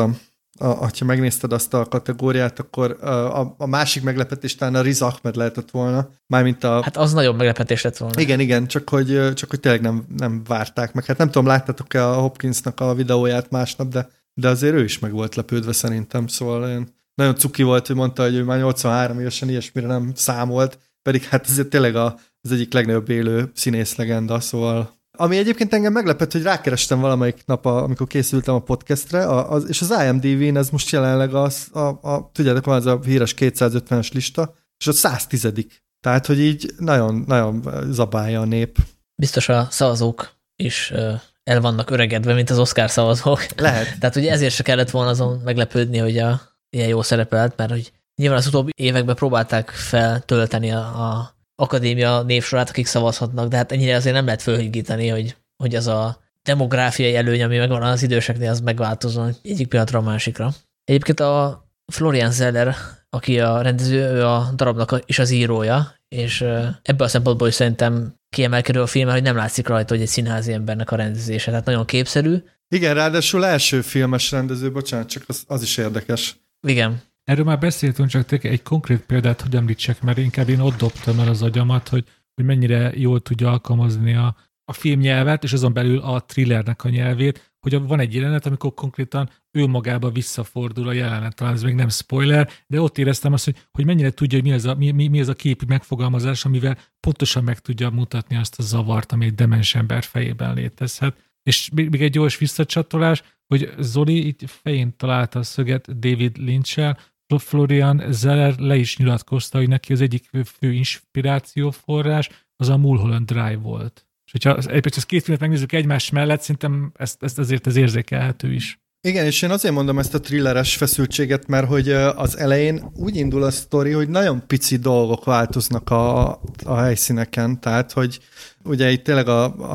ha megnézted azt a kategóriát, akkor a másik meglepetés talán a Riz Ahmed lehetett volna. Mármint hát az nagyon meglepetés lett volna. Igen, csak hogy tényleg nem várták meg. Hát nem tudom, láttátok-e a Hopkinsnak a videóját másnap, de azért ő is meg volt lepődve szerintem, szóval nagyon cuki volt, hogy mondta, hogy ő már 83 évesen ilyesmire nem számolt, pedig hát ez tényleg az egyik legnagyobb élő színész legenda, szóval. Ami egyébként engem meglepett, hogy rákerestem valamelyik nap, amikor készültem a podcastre, és az IMDb-n ez most jelenleg tudjátok, van az a híres 250-es lista, és a 110. Tehát, hogy így nagyon, nagyon zabálja a nép. Biztos a szavazók is el vannak öregedve, mint az Oscar szavazók. Lehet. Tehát ugye ezért se kellett volna azon meglepődni, hogy ilyen jó szerepelt, mert hogy nyilván az utóbbi években próbálták feltölteni a akadémia névsorát, akik szavazhatnak, de hát ennyire azért nem lehet fölhigítani, hogy az a demográfiai előny, ami megvan az időseknél, az megváltozó egyik pillanatra a másikra. Egyébként a Florian Zeller, aki a rendező, ő a darabnak is az írója, és ebből a szempontból is szerintem kiemelkedő a film, hogy nem látszik rajta, hogy egy színházi embernek a rendezése, tehát nagyon képszerű. Igen, ráadásul első filmes rendező, bocsánat, csak az is érdekes. Igen. Erről már beszéltünk, csak egy konkrét példát, hogy említsek, mert inkább én ott dobtam el az agyamat, hogy mennyire jól tudja alkalmazni a filmnyelvet, és azon belül a thrillernek a nyelvét, hogy van egy jelenet, amikor konkrétan ő magába visszafordul a jelenet, talán ez még nem spoiler, de ott éreztem azt, hogy mennyire tudja, hogy mi az a képi megfogalmazás, amivel pontosan meg tudja mutatni azt a zavart, ami egy demens ember fejében létezhet. És még egy gyors visszacsatolás, hogy Zoli itt fején találta a szöget David Lynch-el, Florian Zeller le is nyilatkozta, hogy neki az egyik fő inspirációforrás az a Mulholland Drive volt. És hogyha ezt két filmet megnézzük egymás mellett, szerintem ezért ez érzékelhető is. Igen, és én azért mondom ezt a thrilleres feszültséget, mert hogy az elején úgy indul a sztori, hogy nagyon pici dolgok változnak a helyszíneken, tehát hogy ugye itt tényleg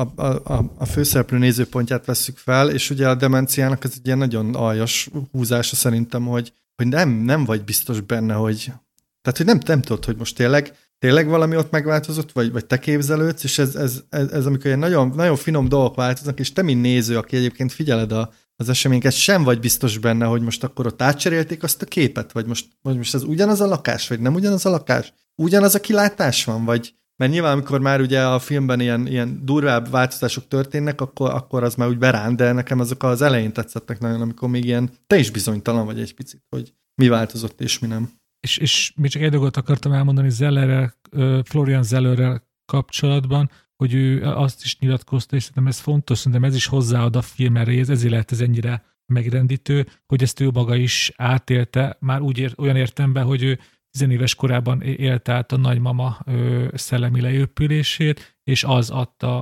a főszereplő nézőpontját vesszük fel, és ugye a demenciának ez egy ilyen nagyon aljas húzása szerintem, hogy nem vagy biztos benne, hogy tehát, hogy nem tudod, hogy most tényleg valami ott megváltozott, vagy te képzelődsz, és ez amikor ilyen nagyon, nagyon finom dolgok változnak, és te, mint néző, aki egyébként figyeled az eseményeket, sem vagy biztos benne, hogy most akkor ott átcserélték azt a képet, vagy most ez ugyanaz a lakás, vagy nem ugyanaz a lakás? Ugyanaz a kilátás van, vagy... Mert nyilván, amikor már ugye a filmben ilyen durvább változások történnek, akkor az már úgy beránt, de nekem azok az elején tetszettek nagyon, amikor még ilyen, te is bizonytalan vagy egy picit, hogy mi változott és mi nem. És még csak egy dolgot akartam elmondani Florian Zellerrel kapcsolatban, hogy ő azt is nyilatkozta, és szerintem ez fontos, szerintem ez is hozzáad a film erejéhez, ezért lehet ez ennyire megrendítő, hogy ezt ő maga is átélte, már olyan értelemben, hogy ő 10 éves korában élt át a nagymama szellemi leépülését, és az adta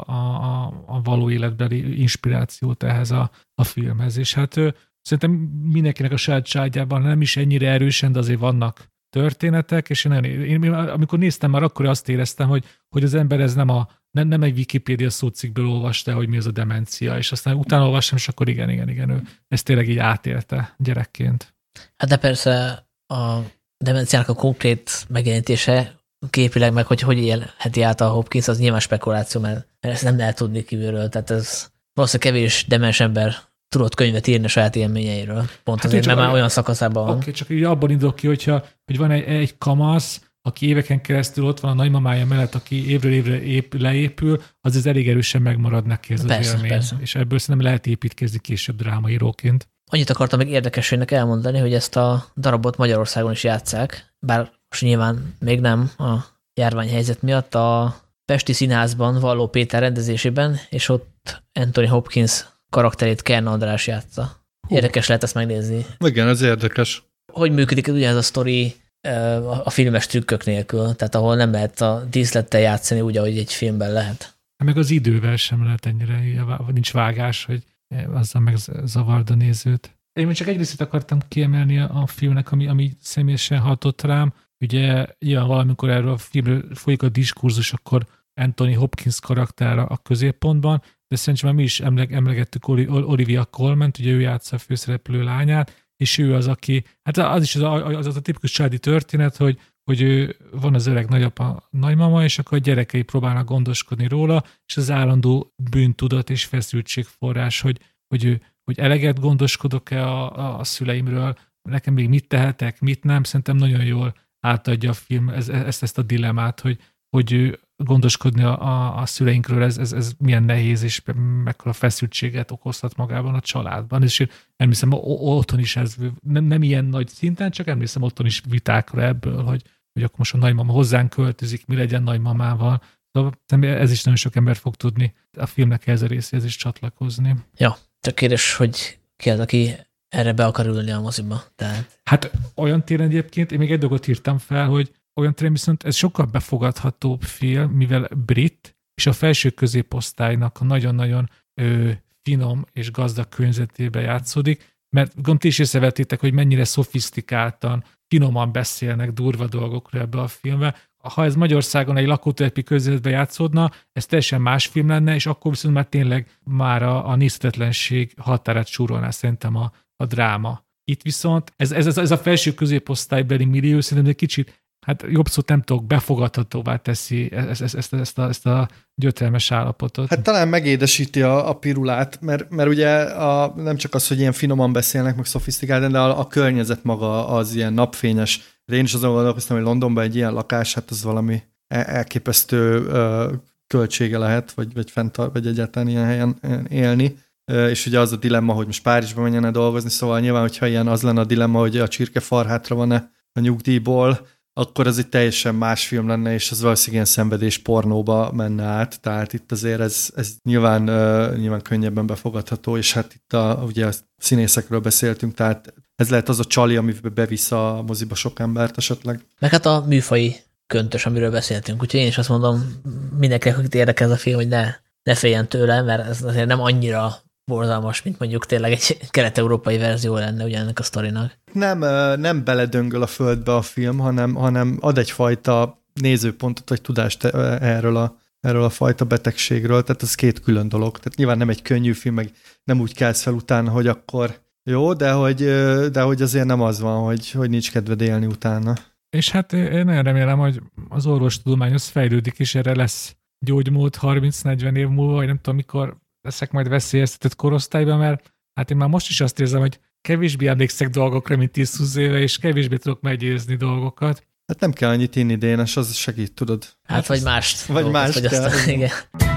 a való életbeli inspirációt ehhez a filmhez. És hát szerintem mindenkinek a saját családjában nem is ennyire erősen, de azért vannak történetek, és én amikor néztem, már akkor azt éreztem, hogy az ember ez nem egy Wikipédia szócikkből olvasta, hogy mi az a demencia, és aztán utána olvastam, és akkor igen, ő ezt tényleg így átélte gyerekként. Hát de persze a demenciának a konkrét megjelenítése képileg meg, hogy élheti át a Hopkins, az nyilván spekuláció, mert ezt nem lehet tudni kívülről, tehát ez valószínűleg kevés demens ember tudott könyvet írni a saját élményeiről. Pont hát azért, mert már olyan szakaszában van. Oké, csak így abban indul ki, hogy van egy kamasz, aki éveken keresztül ott van a nagymamája mellett, aki évről évre leépül, az elég erősen megmarad neki ez az élmény. Persze. És ebből szerintem lehet építkezni később drámaíróként. Annyit akartam még érdekességnek elmondani, hogy ezt a darabot Magyarországon is játsszák, bár most nyilván még nem a járványhelyzet miatt, a Pesti Színházban Valló Péter rendezésében, és ott Anthony Hopkins karakterét Kern András játsza. Érdekes lehet ezt megnézni. Igen, ez érdekes. Hogy működik ugye ez a sztori a filmes trükkök nélkül, tehát ahol nem lehet a díszlettel játszani úgy, ahogy egy filmben lehet. Meg az idővel sem lehet ennyire, nincs vágás, hogy azzal meg zavard a nézőt. Én csak egy részét akartam kiemelni a filmnek, ami személyesen hatott rám. Ugye ilyen valamikor erről a filmről folyik a diskurzus, akkor Anthony Hopkins karaktere a középpontban, de szerintem már mi is emlegettük Olivia Colman-t, ugye ő játsza a főszereplő lányát, és ő az, aki, hát az is az a tipikus családi történet, hogy ő van az öreg nagyapa, nagymama, és akkor a gyerekei próbálnak gondoskodni róla, és az állandó bűntudat és feszültségforrás, hogy eleget gondoskodok-e a szüleimről, nekem még mit tehetek, mit nem, szerintem nagyon jól átadja a film ezt a dilemmát, hogy gondoskodni a szüleinkről, ez milyen nehéz, és mekkora feszültséget okozhat magában a családban. És emlékszem, otthon is ez nem ilyen nagy szinten, csak emlékszem otthon is vitákra ebből, hogy akkor most a nagymama hozzánk költözik, mi legyen nagymamával. Szóval ez is nagyon sok ember fog tudni a filmnek ez a részéhez is csatlakozni. Ja, csak kérdés, hogy ki az, aki erre be akar ülni a moziba. Tehát... Hát olyan téren egyébként, én még egy dolgot írtam fel, hogy olyan téren viszont ez sokkal befogadhatóbb film, mivel brit, és a felső középosztálynak a nagyon-nagyon finom és gazdag környezetében játszódik, mert ti is észrevettétek, hogy mennyire szofisztikáltan, finoman beszélnek durva dolgokról ebbe a filmbe. Ha ez Magyarországon egy lakótelepi környezetben játszódna, ez teljesen más film lenne, és akkor viszont már tényleg a nézhetetlenség határát súrolná szerintem a dráma. Itt viszont ez a felső középosztálybeli millió szerintem egy kicsit, hát jobb szót nem tudok, befogadhatóvá teszi ezt a gyötrelmes állapotot. Hát talán megédesíti a pirulát, mert ugye nem csak az, hogy ilyen finoman beszélnek, meg szofisztikáltan, de a környezet maga az ilyen napfényes. De én is azon gondolkoztam, hogy Londonban egy ilyen lakás, hát az valami elképesztő költsége lehet, vagy egyáltalán ilyen helyen élni. És ugye az a dilemma, hogy most Párizsba menjen dolgozni, szóval nyilván, hogyha ilyen az lenne a dilemma, hogy a csirkefarhátra van-e a nyugdíjból, akkor ez egy teljesen más film lenne, és az valószínűleg ilyen szenvedés pornóba menne át, tehát itt azért ez nyilván könnyebben befogadható, és hát itt ugye a színészekről beszéltünk, tehát ez lehet az a csali, amiben bevisz a moziba sok embert esetleg. Meg hát a műfai köntös, amiről beszéltünk, úgyhogy én is azt mondom, mindenkinek, akit érdekel ez a film, hogy ne féljen tőle, mert ez azért nem annyira borzalmas, mint mondjuk tényleg egy kelet-európai verzió lenne ugyanennek a sztorinak. Nem beledöngöl a földbe a film, hanem ad egyfajta nézőpontot, vagy tudást erről a fajta betegségről, tehát ez két külön dolog. Tehát nyilván nem egy könnyű film, meg nem úgy kelsz fel utána, hogy akkor jó, de hogy azért nem az van, hogy nincs kedved élni utána. És hát én nagyon remélem, hogy az orvostudomány az fejlődik, és erre lesz gyógymód 30-40 év múlva, vagy nem tudom, mikor leszek majd veszélyeztetett korosztályban, mert Hát én már most is azt érzem, hogy kevésbé emlékszek dolgokra, mint 10-20 éve, és kevésbé tudok meggyőzni dolgokat. Hát nem kell annyit inni, Dénes, az segít, tudod. Hát vagy mást. Vagy mást vagy kell. Aztán, igen.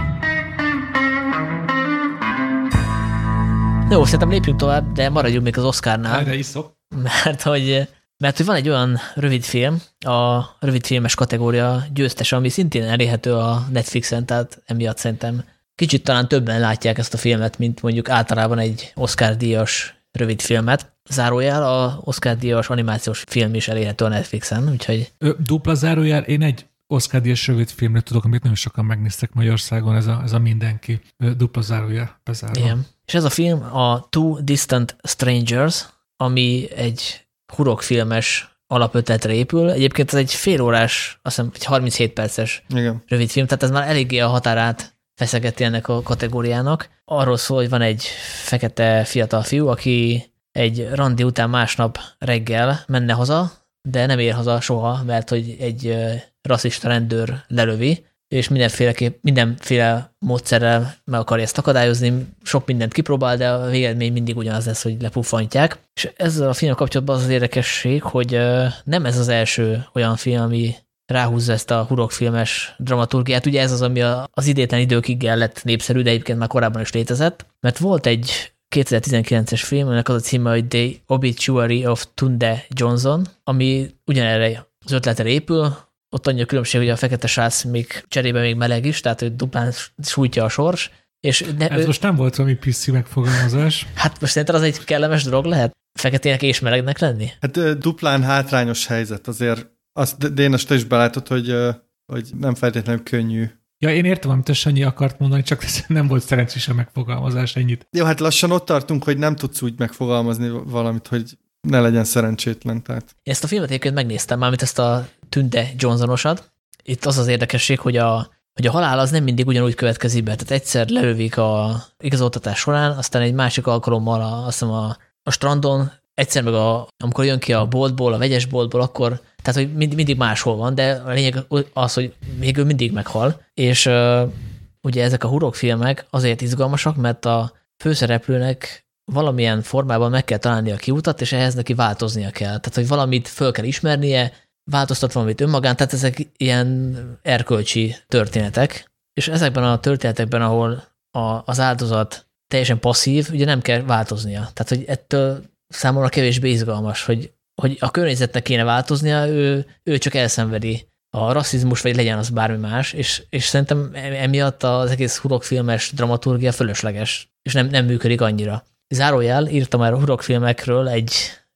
Jó, szerintem lépjünk tovább, de maradjunk még az Oscarnál. Erre iszok. Mert hogy van egy olyan rövidfilm, a rövidfilmes kategória győztes, ami szintén elérhető a Netflixen, tehát emiatt szerintem kicsit talán többen látják ezt a filmet, mint mondjuk általában egy Oscar-díjas rövidfilmet. Zárójel, a Oscar-díjas animációs film is elérhető a Netflixen, úgyhogy... Dupla zárójel, én egy Oscar-díjas rövidfilmre tudok, amit nagyon sokan megnéztek Magyarországon, ez a Mindenki. Dupla zárójel bezárva. Igen. És ez a film a Two Distant Strangers, ami egy hurokfilmes alapötletre épül. Egyébként ez egy fél órás, azt hiszem, egy 37 perces rövidfilm, tehát ez már eléggé a határát feszegeti ennek a kategóriának. Arról szól, hogy van egy fekete fiatal fiú, aki egy randi után másnap reggel menne haza, de nem ér haza soha, mert hogy egy rasszista rendőr lelövi, és mindenféle módszerrel meg akarja ezt akadályozni, sok mindent kipróbál, de a végeredmény mindig ugyanaz lesz, hogy lepuffantják. És ezzel a filmmel kapcsolatban az az érdekesség, hogy nem ez az első olyan film, ami ráhúzza ezt a hurokfilmes dramaturgiát. Ugye ez az, ami az idétlen időkig lett népszerű, de egyébként már korábban is létezett, mert volt egy 2019-es film, ennek az a címe, hogy The Obituary of Tunde Johnson, ami ugyanerre az ötletre épül. Ott annyi a különbség, hogy a fekete srác még cserébe még meleg is, tehát hogy duplán sújtja a sors. És most nem volt valami piszi megfogalmazás. Hát most szerintem az egy kellemes dolog lehet? Feketének és melegnek lenni? Hát duplán hátrányos helyzet. Azért azt Dénes, te is belátod, hogy nem feltétlenül könnyű. Ja, én értem, amit a Sanyi akart mondani, csak nem volt szerencsés a megfogalmazás, ennyit. Jó, hát lassan ott tartunk, hogy nem tudsz úgy megfogalmazni valamit, hogy ne legyen szerencsétlen. Tehát. Ezt a filmet egyébként megnéztem, mármint ezt a Tunde Johnsonosat. Itt az az érdekesség, hogy a halál az nem mindig ugyanúgy következik be. Tehát egyszer lelövik a igazoltatás során, aztán egy másik alkalommal azt hiszem a strandon, egyszer meg amikor jön ki a boltból, a vegyes boltból, akkor, tehát hogy mindig máshol van, de a lényeg az, hogy végül mindig meghal. És ugye ezek a hurokfilmek azért izgalmasak, mert a főszereplőnek valamilyen formában meg kell találnia a kiutat, és ehhez neki változnia kell. Tehát, hogy valamit föl kell ismernie, változtat valamit önmagán, tehát ezek ilyen erkölcsi történetek. És ezekben a történetekben, ahol az áldozat teljesen passzív, ugye nem kell változnia. Tehát, hogy ettől számomra kevésbé izgalmas, hogy a környezetnek kéne változnia, ő csak elszenvedi a rasszizmus, vagy legyen az bármi más, és szerintem emiatt az egész hurokfilmes dramaturgia fölösleges, és nem működik annyira. Zárójel, írtam már a hurokfilmekről egy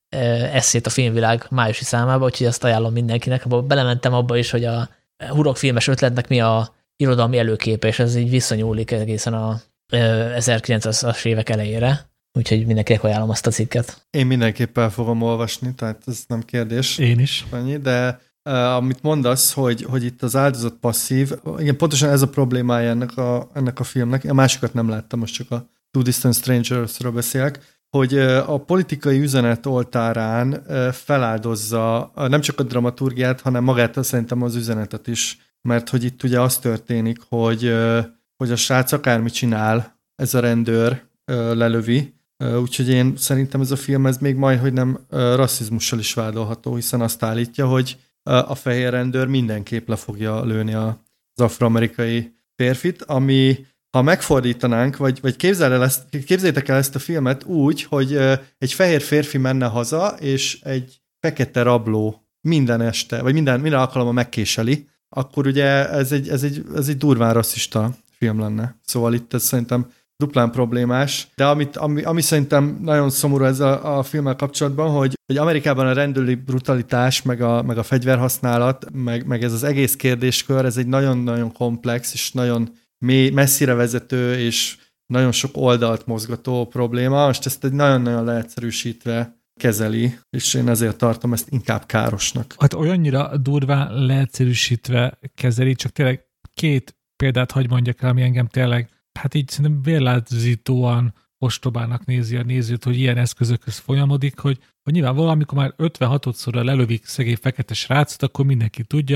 esszét a Filmvilág májusi számába, úgyhogy azt ajánlom mindenkinek. Belementem abba is, hogy a hurokfilmes ötletnek mi a irodalmi előképe, és ez így visszanyúlik egészen a 1900-as évek elejére. Úgyhogy mindenkinek ajánlom azt a cikket. Én mindenképpen fogom olvasni, tehát ez nem kérdés. Én is. Annyi, de amit mondasz, hogy itt az áldozat passzív, igen, pontosan ez a problémája ennek a filmnek. A másikat nem láttam, most csak a Two Distant Strangers-ről beszélek, hogy a politikai üzenet oltárán feláldozza nem csak a dramaturgiát, hanem magát szerintem az üzenetet is. Mert hogy itt ugye az történik, hogy a srác akármit csinál, ez a rendőr lelövi, úgyhogy én szerintem ez a film ez még majd, hogy nem rasszizmussal is vádolható, hiszen azt állítja, hogy a fehér rendőr mindenképp le fogja lőni az afroamerikai férfit, ami ha megfordítanánk, vagy képzeljétek el ezt a filmet úgy, hogy egy fehér férfi menne haza, és egy fekete rabló minden este, vagy minden alkalommal megkéseli, akkor ugye ez egy durván rasszista film lenne. Szóval itt ez szerintem duplán problémás, de ami szerintem nagyon szomorú ez a filmmel kapcsolatban, hogy Amerikában a rendőri brutalitás, meg a fegyverhasználat, meg ez az egész kérdéskör, ez egy nagyon-nagyon komplex, és nagyon messzire vezető, és nagyon sok oldalt mozgató probléma. Most ezt egy nagyon-nagyon leegyszerűsítve kezeli, és én ezért tartom ezt inkább károsnak. Hát olyannyira durván leegyszerűsítve kezeli, csak tényleg két példát hagy mondjak el, ami engem tényleg hát így szerintem vérlázítóan ostobának nézi a nézőt, hogy ilyen eszközökhöz folyamodik, hogy nyilván valamikor már 56-szorra lelövik szegény fekete srácot, akkor mindenki tudja,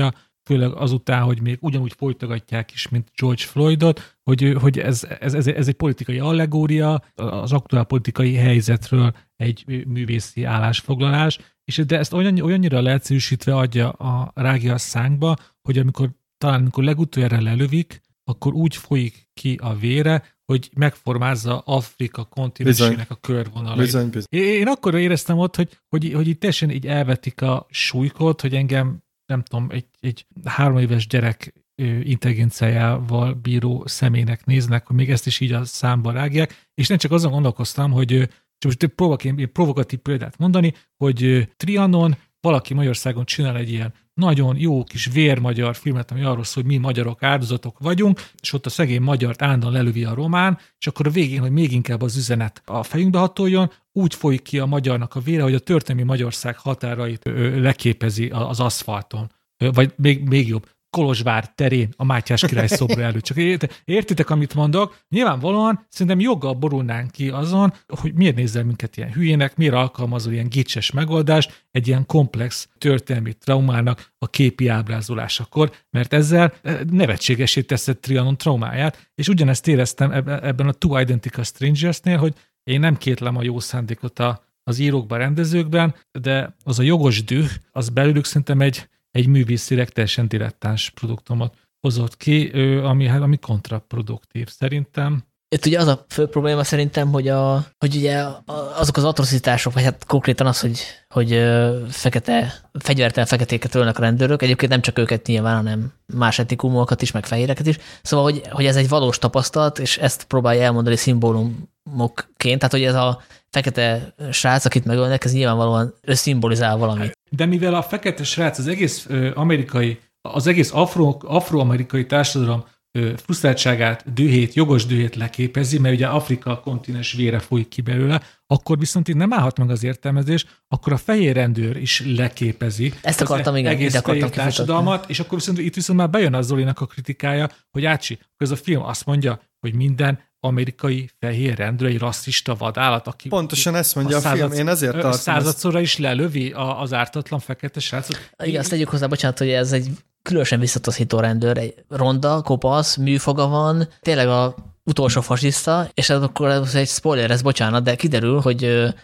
főleg azután, hogy még ugyanúgy folytogatják is, mint George Floydot, hogy ez egy politikai allegória, az aktuál politikai helyzetről egy művészi állásfoglalás, de ezt olyannyira leegyszerűsítve rágja a szánkba, hogy amikor legutoljára lelövik, akkor úgy folyik ki a vére, hogy megformázza Afrika kontinensének a körvonalait. Bizony. Én akkor éreztem ott, hogy itt teljesen így elvetik a súlykot, hogy engem, nem tudom, egy 3 éves gyerek intelligenciájával bíró személynek néznek, hogy még ezt is így a számba rágják, és nem csak azon gondolkoztam, hogy most próbálok egy provokatív példát mondani, hogy Trianon valaki Magyarországon csinál egy ilyen nagyon jó kis vérmagyar filmet, ami arról szól, hogy mi magyarok áldozatok vagyunk, és ott a szegény magyart állandóan lelövi a román, és akkor a végén, hogy még inkább az üzenet a fejünkbe hatoljon, úgy folyik ki a magyarnak a vére, hogy a történelmi Magyarország határait leképezi az aszfalton. Vagy még jobb, Kolozsvár terén a Mátyás király szobra előtt. Csak értitek, amit mondok? Nyilvánvalóan szerintem joggal borulnánk ki azon, hogy miért nézzel minket ilyen hülyének, miért alkalmazol ilyen gicses megoldást egy ilyen komplex történelmi traumának a képi ábrázolásakor, mert ezzel nevetségesé teszed Trianon traumáját, és ugyanezt éreztem ebben a Two Identical Strangers-nél, hogy én nem kétlem a jó szándékot az írókban, rendezőkben, de az a jogos düh, az belőlük szerintem egy művészileg teljesen dilettáns produktumot hozott ki, ami kontraproduktív szerintem. Itt ugye az a fő probléma szerintem, hogy ugye azok az atrocitások, vagy hát konkrétan az, hogy fegyvertelen feketéket ölnek a rendőrök, egyébként nem csak őket nyilván, hanem más etnikumokat is, meg fehéreket is. Szóval, hogy ez egy valós tapasztalat, és ezt próbálja elmondani szimbólumokként, tehát hogy ez a fekete srác, akit megölnek, ez nyilvánvalóan szimbolizál valamit. De mivel a fekete srác az egész afroamerikai társadalom frusztráltságát, dühét, jogos dühét leképezi, mert ugye Afrika kontinens vére folyik ki belőle, akkor viszont itt nem állhat meg az értelmezés, akkor a fehér rendőr is leképezi ezt akartam, igen, egész fehér társadalmat, és akkor itt már bejön a Zolinak a kritikája, hogy ez a film azt mondja, hogy minden amerikai fehér rendőr egy rasszista vadállat, aki pontosan ezt mondja a film, én ezért tartom. Századszorra is lelövi az ártatlan fekete srácot. Igen, azt tegyük hozzá, bocsánat, hogy ez egy különösen visszataszító rendőr, egy ronda, kopasz, műfoga van, tényleg a utolsó fasiszta, és akkor ez egy spoiler, ez bocsánat, de kiderül, hogy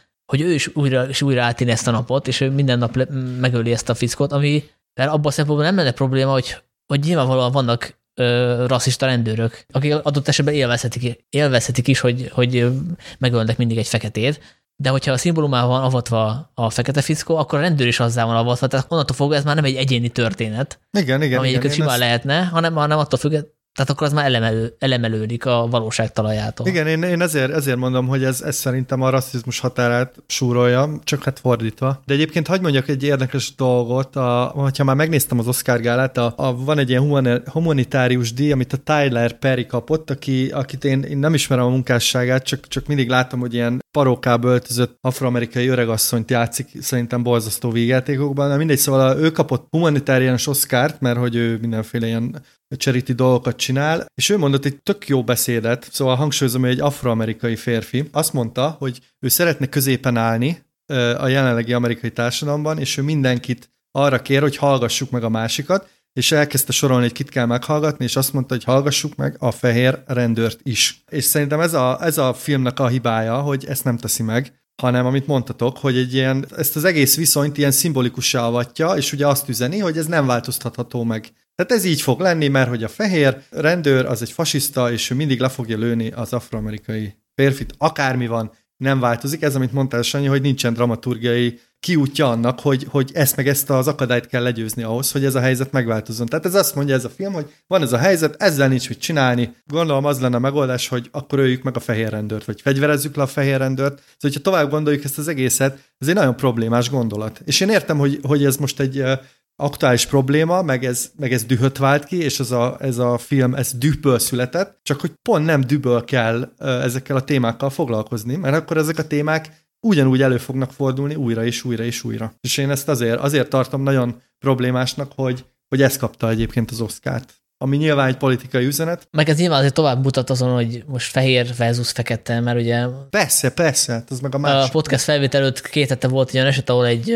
ő is újra átéli ezt a napot, és ő minden nap megöli ezt a fickót, ami abban a szempontból nem lenne probléma, hogy nyilvánvalóan vannak rasszista rendőrök, akik adott esetben élvezhetik is, hogy megölnek mindig egy feketét, de hogyha a szimbólumával van avatva a fekete fickó, akkor a rendőr is azzal van avatva, tehát onnantól fogva ez már nem egy egyéni történet, igen, ami egyébként simán lehetne, hanem attól függ, tehát akkor az már elemelődik a valóság talajától. Igen, én ezért mondom, hogy ez szerintem a rasszizmus határát súrolja, csak hát fordítva. De egyébként hadd mondjak egy érdekes dolgot, hogyha már megnéztem az Oscar gálát, van egy ilyen humanitárius díj, amit a Tyler Perry kapott, akit én nem ismerem a munkásságát, csak mindig látom, hogy ilyen parókába öltözött afroamerikai öregasszonyt játszik szerintem borzasztó vígjátékokban, de mindegy, szóval ő kapott humanitárius Oscart, mert hogy ő mindenféle ilyen charity dolgokat csinál, és ő mondott egy tök jó beszédet, szóval hangsúlyozom, hogy egy afroamerikai férfi azt mondta, hogy ő szeretne középen állni a jelenlegi amerikai társadalomban, és ő mindenkit arra kér, hogy hallgassuk meg a másikat, és elkezdte sorolni, hogy kit kell meghallgatni, és azt mondta, hogy hallgassuk meg a fehér rendőrt is. És szerintem ez a filmnek a hibája, hogy ezt nem teszi meg, hanem amit mondtatok, hogy ezt az egész viszonyt ilyen szimbolikussá avatja, és ugye azt üzeni, hogy ez nem változtatható meg. Tehát ez így fog lenni, mert hogy a fehér rendőr az egy fasiszta, és ő mindig le fogja lőni az afroamerikai férfit. Akármi van, nem változik. Ez, amit mondtál, Sanyi, hogy nincsen dramaturgiai kiútja annak, hogy ezt az akadályt kell legyőzni ahhoz, hogy ez a helyzet megváltozzon. Tehát ez azt mondja ez a film, hogy van ez a helyzet, ezzel nincs mit csinálni. Gondolom az lenne a megoldás, hogy akkor öljük meg a fehér rendőrt, vagy fegyverezzük le a fehér rendőrt. Szóval, hogyha tovább gondoljuk ezt az egészet, ez egy nagyon problémás gondolat. És én értem, hogy ez most egy aktuális probléma, meg ez dühöt vált ki, és ez a film, ez dühből született, csak hogy pont nem dühből kell ezekkel a témákkal foglalkozni, mert akkor ezek a témák ugyanúgy elő fognak fordulni újra és újra és újra. És én ezt azért tartom nagyon problémásnak, hogy ez kapta egyébként az Oscart. ami nyilván egy politikai üzenet. Meg ez nyilván azért tovább mutat azon, hogy most fehér versus fekete, mert ugye Persze, hát az meg a másik. A podcast felvétel előtt 2 hete volt egy olyan eset, ahol egy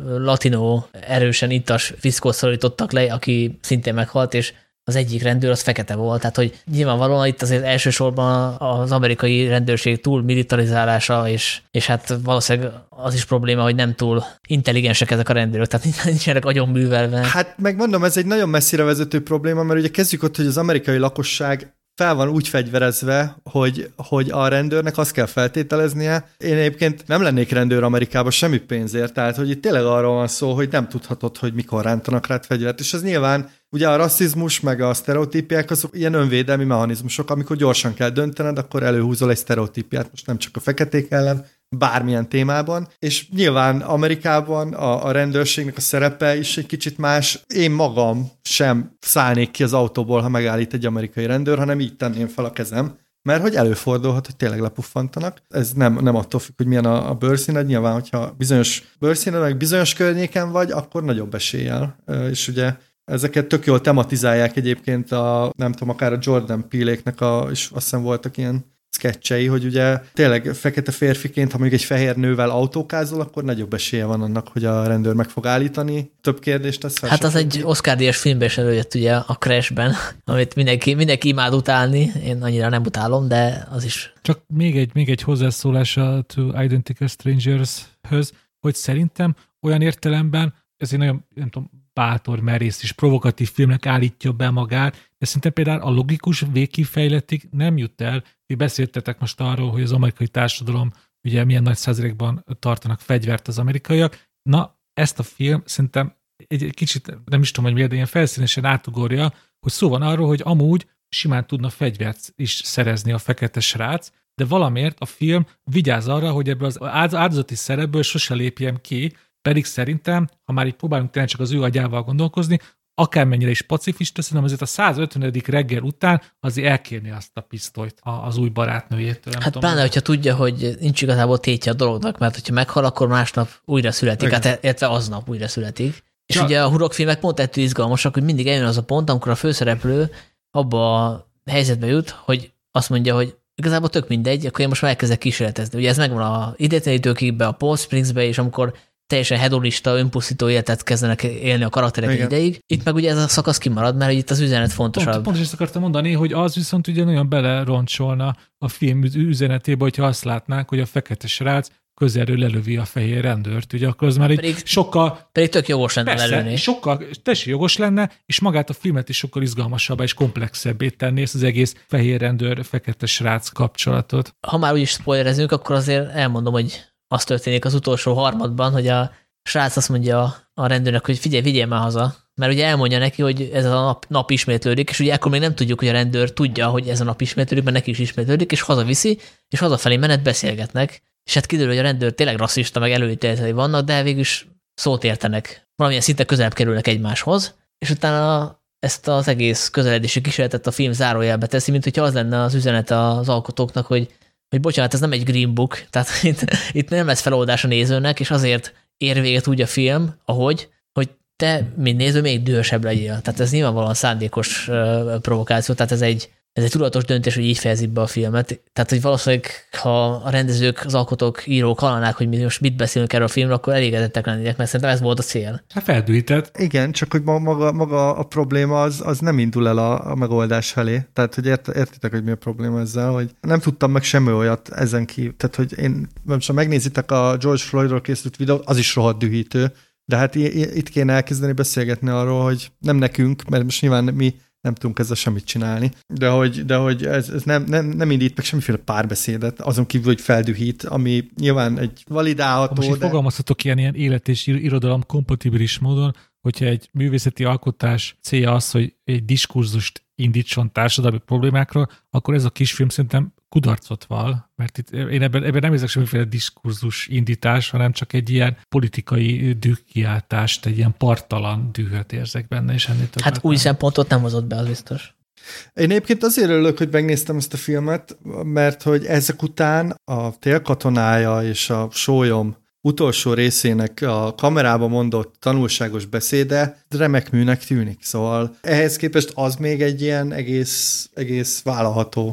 latino erősen ittas fiszkót szorítottak le, aki szintén meghalt, és az egyik rendőr az fekete volt. Tehát, hogy nyilvánvalóan itt azért elsősorban az amerikai rendőrség túl militarizálása, és hát valószínűleg az is probléma, hogy nem túl intelligensek ezek a rendőrök, tehát nincsenek agyonművelve. Hát megmondom, ez egy nagyon messzire vezető probléma, mert ugye kezdjük ott, hogy az amerikai lakosság fel van úgy fegyverezve, hogy a rendőrnek azt kell feltételeznie. Én egyébként nem lennék rendőr Amerikában semmi pénzért, tehát hogy itt tényleg arról van szó, hogy nem tudhatod, hogy mikor rántanak rád fegyvert, és ez nyilván ugye a rasszizmus meg a sztereotípiák azok ilyen önvédelmi mechanizmusok, amikor gyorsan kell döntened, akkor előhúzol egy sztereotípiát, most nem csak a feketék ellen, bármilyen témában, és nyilván Amerikában a rendőrségnek a szerepe is egy kicsit más. Én magam sem szállnék ki az autóból, ha megállít egy amerikai rendőr, hanem így tenném fel a kezem, mert hogy előfordulhat, hogy tényleg lepuffantanak. Ez nem attól függ, hogy milyen a bőrszíned, nyilván, hogyha bizonyos bőrszíned, meg bizonyos környéken vagy, akkor nagyobb eséllyel. És ugye ezeket tök jól tematizálják egyébként nem tudom, akár a Jordan Peele-éknek és azt hiszem voltak ilyen sketchei, hogy ugye tényleg fekete férfiként, ha mondjuk egy fehér nővel autókázol, akkor nagyobb esélye van annak, hogy a rendőr meg fog állítani. Több kérdést tesz fel. Hát az egy Oscar-díjas filmben is előjött ugye a Crashben, amit mindenki imád utálni. Én annyira nem utálom, de az is. Csak még egy hozzászólás a To Identical Strangers-höz, hogy szerintem olyan értelemben ez egy nagyon, nem tudom, bátor, merész és provokatív filmnek állítja be magát, de szerintem például a logikus végkifejletig nem jut el. Ti beszéltetek most arról, hogy az amerikai társadalom ugye milyen nagy százalékban tartanak fegyvert az amerikaiak. Na, ezt a film szerintem egy kicsit, nem is tudom, hogy miért, de ilyen felszínesen átugorja, hogy szó van arról, hogy amúgy simán tudna fegyvert is szerezni a fekete srác, de valamiért a film vigyáz arra, hogy ebből az áldozati szerepből sose lépjen ki, pedig szerintem, ha már így próbálunk tényleg csak az ő agyával gondolkozni, akármennyire is pacifista, szerintem azért a 150. reggel után azért elkérni azt a pisztolyt az új barátnőjétől. Hát pláne, hogyha tudja, hogy nincs igazából tétje a dolognak, mert hogyha meghal, akkor másnap újra születik, hát illetve aznap újra születik. És ugye a hurokfilmek pont ettől izgalmasak, hogy mindig eljön az a pont, amikor a főszereplő abba a helyzetbe jut, hogy azt mondja, hogy igazából tök mindegy, akkor én most már elkezdek kísérletezni. Ugye ez megvan a Idétlenítőkigbe, a Palm Springsbe, és amikor teljesen hedonista, önpusztító életet kezdenek élni a karakterek egy ideig. Itt meg ugye ez a szakasz kimarad, mert itt az üzenet fontosabb. Pont ezt akartam mondani, hogy az viszont ugye nagyon beleroncsolna a film üzenetébe, hogyha azt látnák, hogy a fekete srác közelről lelövi a fehér rendőrt. Ugye akkor az már pedig tök jogos lenne lelőni. Sokkal teljesen jogos lenne, és magát a filmet is sokkal izgalmasabbá és komplexebbé tenni ezt az egész fehér rendőr, fekete srác kapcsolatot. Ha már úgyis spoilerezünk, akkor azért elmondom, hogy az történik az utolsó harmadban, hogy a srác azt mondja a rendőrnek, hogy vigyél már haza, mert ugye elmondja neki, hogy ez a nap ismétlődik, és ugye akkor még nem tudjuk, hogy a rendőr tudja, hogy ez a nap ismétlődik, mert neki is ismétlődik, és hazaviszi, és hazafelé menet beszélgetnek, és hát kiderül, hogy a rendőr tényleg rasszista, meg előítéletei vannak, de végülis szót értenek. Valamilyen szinte közelebb kerülnek egymáshoz, és utána ezt az egész közeledési kísérletet a film zárójelbe teszi, mint hogyha az lenne az üzenet az alkotóknak, hogy bocsánat, ez nem egy Green Book, tehát itt nem lesz feloldás a nézőnek, és azért ér véget úgy a film, hogy te, mint néző, még dühösebb legyél. Tehát ez nyilvánvalóan szándékos provokáció, tehát ez egy tudatos döntés, hogy így fejezik be a filmet. Tehát, hogy valószínűleg, ha a rendezők, az alkotók, írók hallanák, hogy mi most mit beszélünk erről a filmről, akkor elégedettek lennének, mert szerintem ez volt a cél. Hát feldűített. Igen, csak hogy maga a probléma az nem indul el a megoldás felé. Tehát, hogy értitek, hogy mi a probléma ezzel, hogy nem tudtam meg semmi olyat ezen kívül. Tehát, hogy én, most ha megnézitek a George Floydról készült videót, az is rohadt dühítő. De hát itt kéne elkezdeni beszélgetni arról, hogy nem nekünk, mert most nyilván mi nem tudunk ezzel semmit csinálni, de hogy ez nem indít meg semmiféle párbeszédet, azon kívül, hogy feldühít, ami nyilván egy validálható. Most fogalmazhatok ilyen élet és irodalom kompatibilis módon, hogyha egy művészeti alkotás célja az, hogy egy diskurzust indítson társadalmi problémákról, akkor ez a kisfilm szerintem kudarcot val, mert itt én ebben nem érzek semmiféle diskurzus indítás, hanem csak egy ilyen politikai dühkiáltást, egy ilyen parttalan dühöt érzek benne, és ennél többet. Hát új szempontot nem hozott be, az biztos. Én egyébként azért örülök, hogy megnéztem ezt a filmet, mert hogy ezek után a Tél katonája és a Sólyom utolsó részének a kamerába mondott tanulságos beszéde remek műnek tűnik. Szóval ehhez képest az még egy ilyen egész vállalható.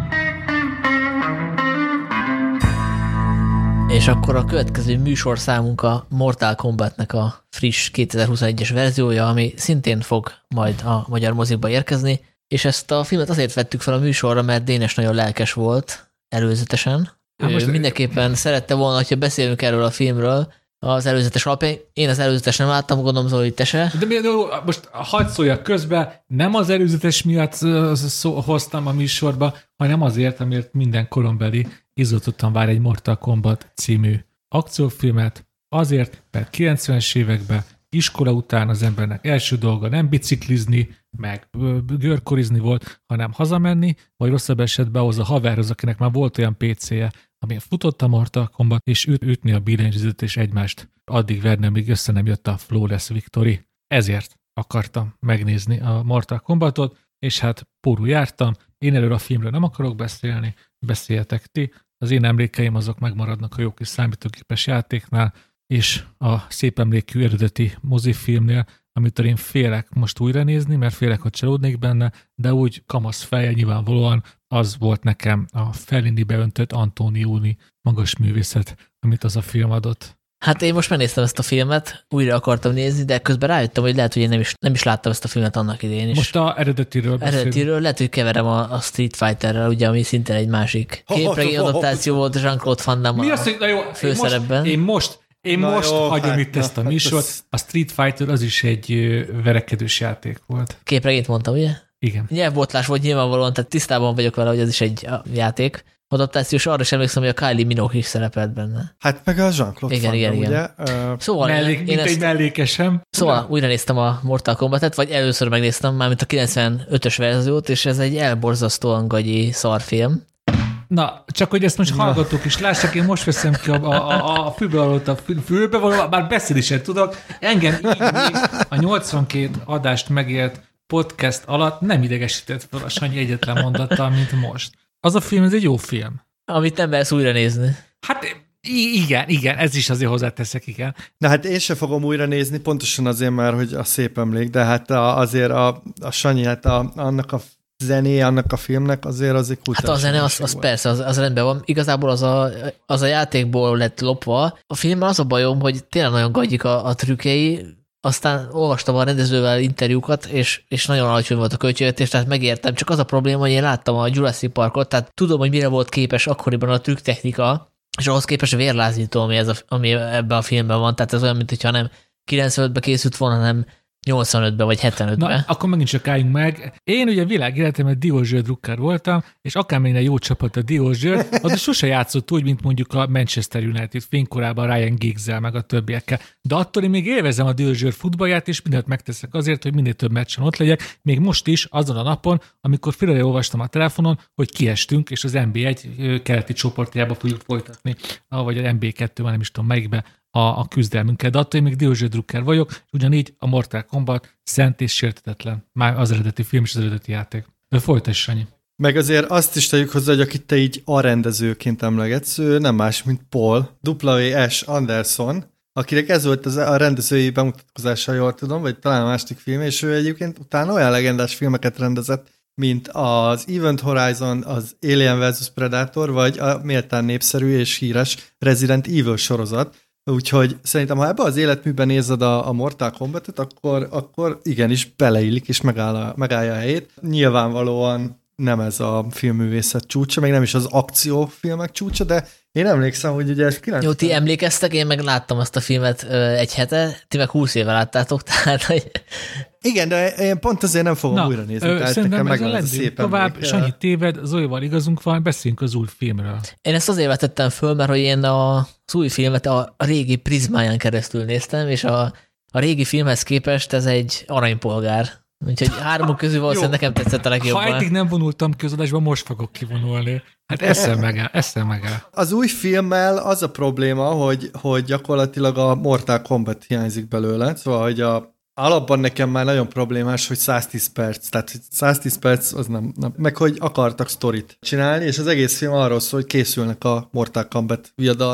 És akkor a következő műsorszámunk a Mortal Kombatnek a friss 2021-es verziója, ami szintén fog majd a magyar mozikba érkezni, és ezt a filmet azért vettük fel a műsorra, mert Dénes nagyon lelkes volt előzetesen. Ő mindenképpen szerette volna, hogyha beszélünk erről a filmről az előzetes alapján. Én az előzetes nem láttam, gondolom Zoli, te se. De most hadd szóljak közben, nem az előzetes miatt hoztam a műsorba, hanem azért, amiért minden korombeli izgatottan vár egy Mortal Kombat című akciófilmet, azért, mert 90-es években iskola után az embernek első dolga nem biciklizni, meg görkorizni volt, hanem hazamenni, vagy rosszabb esetben ahhoz a haverhoz, akinek már volt olyan PC-je, amilyen futott a Mortal Kombat, és ütni a billentyűzetet és egymást addig verni, amíg össze nem jött a Flawless Victory. Ezért akartam megnézni a Mortal Kombatot, és hát pórul jártam. Én előre a filmről nem akarok beszélni, beszéljetek ti. Az én emlékeim azok megmaradnak a jó kis számítógépes játéknál, és a szép emlékű eredeti mozifilmnél, amit én félek most újra nézni, mert félek, hogy csalódnék benne, de úgy kamasz feje nyilvánvalóan az volt nekem a Fellini beöntött Antonioni magas művészet, amit az a film adott. Hát én most megnéztem ezt a filmet, újra akartam nézni, de közben rájöttem, hogy lehet, hogy én nem is láttam ezt a filmet annak idején is. Most a eredetiről beszélünk. Eredetiről lehet, hogy keverem a Street Fighterrel, ugye, ami szintén egy másik képregény adaptáció volt, Jean-Claude Van Damme a főszerepben. Én most hagyom itt ezt a műsort. A Street Fighter az is egy verekedős játék volt. Képregényt mondtam, ugye? Igen. Nyelvbotlás volt nyilvánvalóan, tehát tisztában vagyok vele, hogy ez is egy játék. Adaptáció, és arra sem emlékszem, hogy a Kylie Minogue is szerepelt benne. Hát meg a Jean-Claude Van Damme, ugye? Szóval egy mellékesem. Szóval újra néztem a Mortal Kombatet, vagy először megnéztem már, mint a 95-ös verziót, és ez egy elborzasztóan gagyi szarfilm. Na, csak hogy ezt most hallgatók is lássák, én most veszem ki a fülbevalót, bár beszélni sem tudok. Engem így még a 82 adást megélt podcast alatt nem idegesített fel a Sanyi egyetlen mondattal, mint most. Az a film, ez egy jó film. Amit nem mersz újra nézni. Hát igen, ez is azért hozzáteszek, igen. Na hát én sem fogom újra nézni, pontosan azért már, hogy a szép emlék, de hát azért a Sanyi, hát annak a zené, annak a filmnek azért az egy kultúrás. Hát a zene, az persze, az rendben van. Igazából az a játékból lett lopva. A filmben az a bajom, hogy tényleg nagyon gagyik a trükkei, aztán olvastam a rendezővel interjúkat, és nagyon alacsony volt a költségvetés, tehát megértem. Csak az a probléma, hogy én láttam a Jurassic Parkot, tehát tudom, hogy mire volt képes akkoriban a trükktechnika, és ahhoz képest vérlázító, ami ebben a filmben van. Tehát ez olyan, mintha nem 95-ben készült volna, hanem 85-ben vagy 75-ben. Na, akkor megint csak álljunk meg. Én ugye világéletemben Diózsőr drukker voltam, és akármennyire jó csapat a Diózsőr, az sose játszott úgy, mint mondjuk a Manchester United fénykorában Ryan Giggs-el, meg a többiekkel. De attól én még élvezem a Diózsőr futballját, és mindent megteszek azért, hogy minél több meccsen ott legyek. Még most is, azon a napon, amikor félre olvastam a telefonon, hogy kiestünk, és az NB1 keleti csoportjába fogjuk folytatni, vagy a NB2, már nem is tudom melyikbe, a küzdelmünket, de attól én még Diózsőr drukker vagyok, és ugyanígy a Mortal Kombat szent és sértetetlen. Már az eredeti film és az eredeti játék. Folytass, Sanyi. Meg azért azt is tegyük hozzá, hogy akit te így a rendezőként emlegetsz, ő nem más, mint Paul W.S. Anderson, akinek ez volt a rendezői bemutatkozása, jól tudom, vagy talán a második film, és ő egyébként utána olyan legendás filmeket rendezett, mint az Event Horizon, az Alien vs. Predator, vagy a méltán népszerű és híres Resident Evil sorozat. Úgyhogy szerintem, ha ebbe az életműben nézed a Mortal Kombatot, akkor igenis beleillik és megállja a helyét. Nyilvánvalóan nem ez a filmművészet csúcsa, még nem is az akciófilmek csúcsa, de én emlékszem, hogy ugye ez 90... Jó, ti emlékeztek, én meg láttam azt a filmet egy hete, ti meg 20 éve láttátok, tehát hogy... Igen, de én pont azért nem fogom újra nézni, tehát nekem megvan ez a szép tovább, emlék. Sanyi téved, Zolival igazunk van, beszéljünk az új filmről. Én ezt azért vetettem föl, mert hogy én az új filmet a régi prizmáján keresztül néztem, és a régi filmhez képest ez egy aranypolgár. Úgyhogy hármuk közül valószínűleg nekem tetszett a legjobban. Ha eddig nem vonultam közadásban, most fogok kivonulni. Hát eszem megáll. Az új filmmel az a probléma, hogy gyakorlatilag a Mortal Kombat hiányzik belőle, szóval, hogy alapban nekem már nagyon problémás, hogy 110 perc, tehát 110 perc az nem, meg hogy akartak sztorit csinálni, és az egész film arról szól, hogy készülnek a Mortal Kombat viadalra,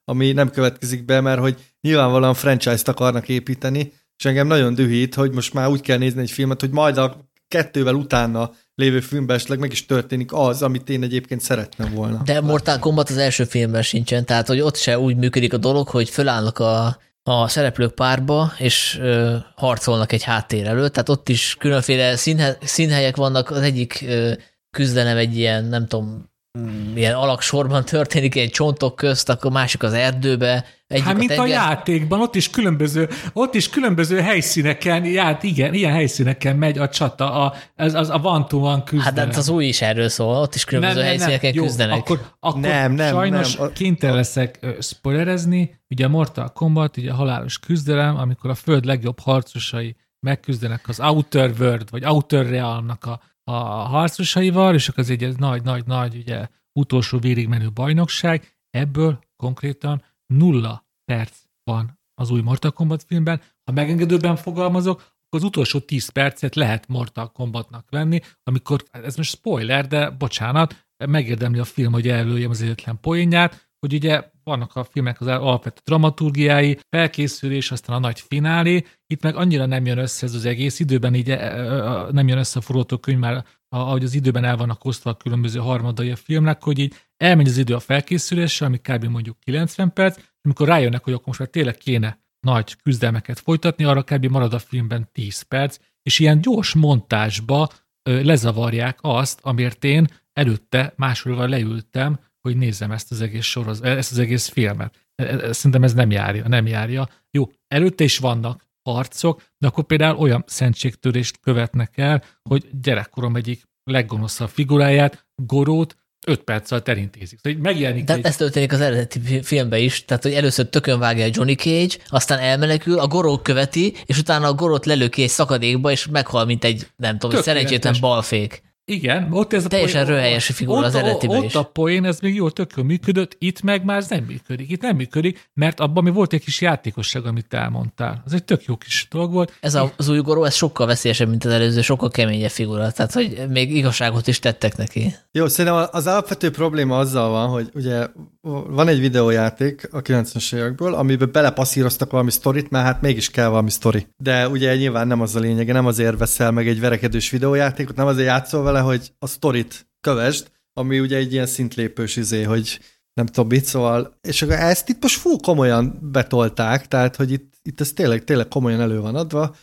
ami nem következik be, mert hogy nyilvánvalóan franchise-t akarnak építeni, és engem nagyon dühít, hogy most már úgy kell nézni egy filmet, hogy majd a 2-vel utána lévő filmben esetleg meg is történik az, amit én egyébként szerettem volna. De Mortal Kombat az első filmben sincsen, tehát hogy ott se úgy működik a dolog, hogy fölállnak a szereplők párba, és harcolnak egy háttér előtt, tehát ott is különféle színhelyek vannak, az egyik küzdelem egy ilyen, nem tudom, ilyen alaksorban történik egy csontok közt, akkor másik az erdőbe. Hát mint a játékban, ott is különböző helyszíneken, igen, ilyen helyszíneken megy a csata, az a one-to-one küzdelem. Hát az új is erről szól, ott is különböző helyszíneken küzdenek. Akkor sajnos kénytelen leszek spoilerezni, ugye a Mortal Kombat, ugye a halálos küzdelem, amikor a föld legjobb harcosai megküzdenek az Outer World, vagy Outer Realmnak a harcosaival, és akkor az egy nagy, ugye utolsó végigmenő bajnokság, ebből konkrétan 0 perc van az új Mortal Kombat filmben. Ha megengedőben fogalmazok, akkor az utolsó 10 percet lehet Mortal Kombatnak venni, amikor, ez most spoiler, de bocsánat, megérdemli a film, hogy előjem az egyetlen poénját, hogy ugye vannak a filmek az alapvető dramaturgiái, felkészülés, aztán a nagy finálé, itt meg annyira nem jön össze ez az egész időben, így nem jön össze a forgatókönyv már, ahogy az időben el vannak osztva a különböző harmadai a filmnek, hogy így elmegy az idő a felkészülésre, ami kb. Mondjuk 90 perc, és amikor rájönnek, hogy akkor most már tényleg kéne nagy küzdelmeket folytatni, arra kb. Marad a filmben 10 perc, és ilyen gyors montázsba lezavarják azt, amiért én előtte másolva leültem, hogy nézzem ezt az egész filmet. Szerintem ez nem járja. Jó, előtte is vannak harcok, de akkor például olyan szentségtörést követnek el, hogy gyerekkorom egyik leggonoszabb figuráját, Gorót 5 perccel terintézik. Szóval megjelenik de ez történik az eredeti filmben is, tehát hogy először tökön vágja Johnny Cage, aztán elmenekül, a Goró követi, és utána a Gorót lelöki egy szakadékba, és meghal, mint egy, nem tudom, egy szerencsétlen balfék. Igen, ott ez a teljesen röhelyes figura az eredetiben is. Ott a poén, ez még jól tök jól működött, itt meg már ez nem működik. Itt nem működik, mert abban mi volt egy kis játékosság, amit elmondtál. Az egy tök jó kis dolog volt. Ez az új Goró, ez sokkal veszélyesebb, mint az előző, sokkal keményebb figura, tehát hogy még igazságot is tettek neki. Jó, szerintem az alapvető probléma azzal van, hogy ugye van egy videójáték a 90-es évekből, amiben belepasszíroztak valami sztorit, mert hát mégis kell valami sztori. De ugye nyilván nem az a lényege, nem azért veszel meg egy verekedős videójátékot, nem azért játszol vele, hogy a sztorit kövesd, ami ugye egy ilyen szintlépős hogy nem tudom mit, szóval, és akkor ezt itt most komolyan betolták, tehát, hogy itt ez tényleg komolyan elő van adva.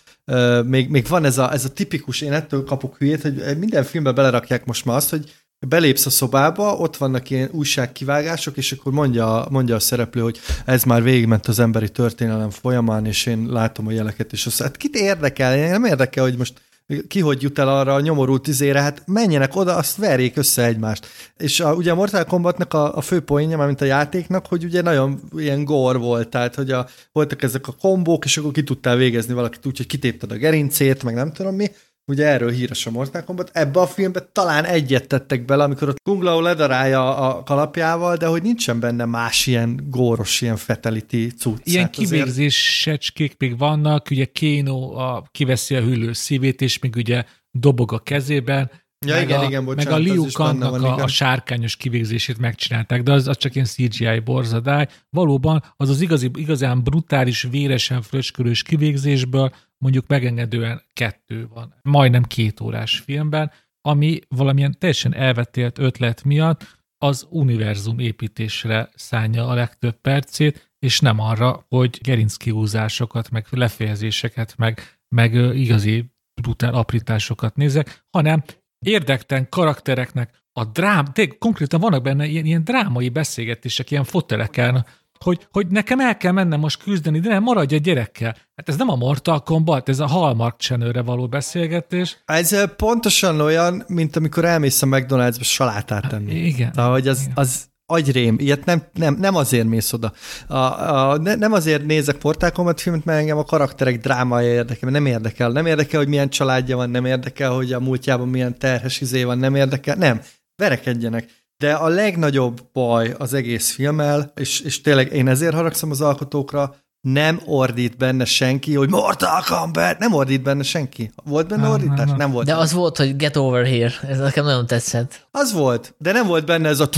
Még van ez a tipikus, én ettől kapok hülyét, hogy minden filmbe belerakják most már azt, hogy belépsz a szobába, ott vannak ilyen újságkivágások, és akkor mondja a szereplő, hogy ez már végigment az emberi történelem folyamán, és én látom a jeleket, és azt, hát kit érdekel? Nem érdekel, hogy most ki hogy jut el arra a nyomorult izére, hát menjenek oda, azt verjék össze egymást. És ugye a Mortal Kombatnak a fő poénja, mármint a játéknak, hogy ugye nagyon ilyen gore volt, tehát hogy voltak ezek a kombók, és akkor ki tudtál végezni valakit úgy, hogy kitépted a gerincét, meg nem tudom mi. Ugye erről híres a Mortal Kombat. Ebbe a filmbe talán egyet tettek bele, amikor ott Kung Lao ledarálja a kalapjával, de hogy nincsen benne más ilyen góros, ilyen fatality cucc. Ilyen kivégzésecskék még vannak, ugye Kano kiveszi a hüllő szívét, és még ugye dobog a kezében. Ja, igen, bocsánat, meg a Liu Kangnak a sárkányos kivégzését megcsinálták, de az csak ilyen CGI borzadály. Valóban az igazán brutális, véresen fröcskölős kivégzésből mondjuk megengedően 2 van, majdnem 2 órás filmben, ami valamilyen teljesen elvetélt ötlet miatt az univerzum építésre szánja a legtöbb percét, és nem arra, hogy gerinckiúzásokat, meg lefejezéseket, meg igazi brutál aprításokat nézek, hanem érdektelen karaktereknek konkrétan vannak benne ilyen drámai beszélgetések, ilyen foteleken, hogy nekem el kell mennem most küzdeni, de nem, maradj a gyerekkel. Hát ez nem a Mortal Kombat, ez a Hallmark Channelre való beszélgetés. Ez pontosan olyan, mint amikor elmész a McDonald'sba salátát tenni. Igen. Tehát, hogy az agyrém, ilyet nem azért mész oda. Nem azért nézek Mortal Kombat filmet, mert engem a karakterek drámája érdekel, nem érdekel. Nem érdekel, hogy milyen családja van, nem érdekel, hogy a múltjában milyen terhes van, nem érdekel. Nem, verekedjenek. De a legnagyobb baj az egész filmmel, és tényleg én ezért haragszom az alkotókra, nem ordít benne senki, hogy Mortal Kombat, nem ordít benne senki. Volt benne ordítás? Nem volt. De az volt, hogy get over here. Ez nekem nagyon tetszett. Az volt, de nem volt benne ez a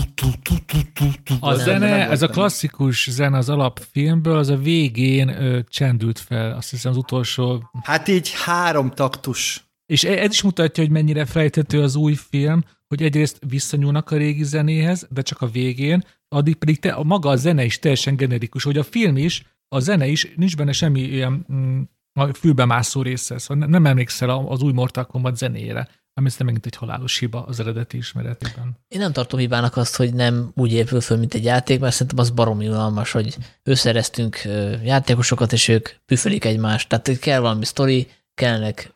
A zene, ez a klasszikus zene az alapfilmből, az a végén csendült fel, azt hiszem az utolsó. Hát így 3 taktus. És ez is mutatja, hogy mennyire fejtető az új film, hogy egyrészt visszanyúlnak a régi zenéhez, de csak a végén, addig pedig maga a zene is teljesen generikus, hogy a film is, a zene is, nincs benne semmi ilyen fülbemászó része, szóval nem emlékszel az új Mortal Kombat zenéjére, ami aztán megint egy halálos hiba az eredeti ismeretében. Én nem tartom hibának azt, hogy nem úgy épül föl, mint egy játék, mert szerintem az baromi unalmas, hogy összereztünk játékosokat, és ők püfölik egymást. Tehát kell valami sztori, kellnek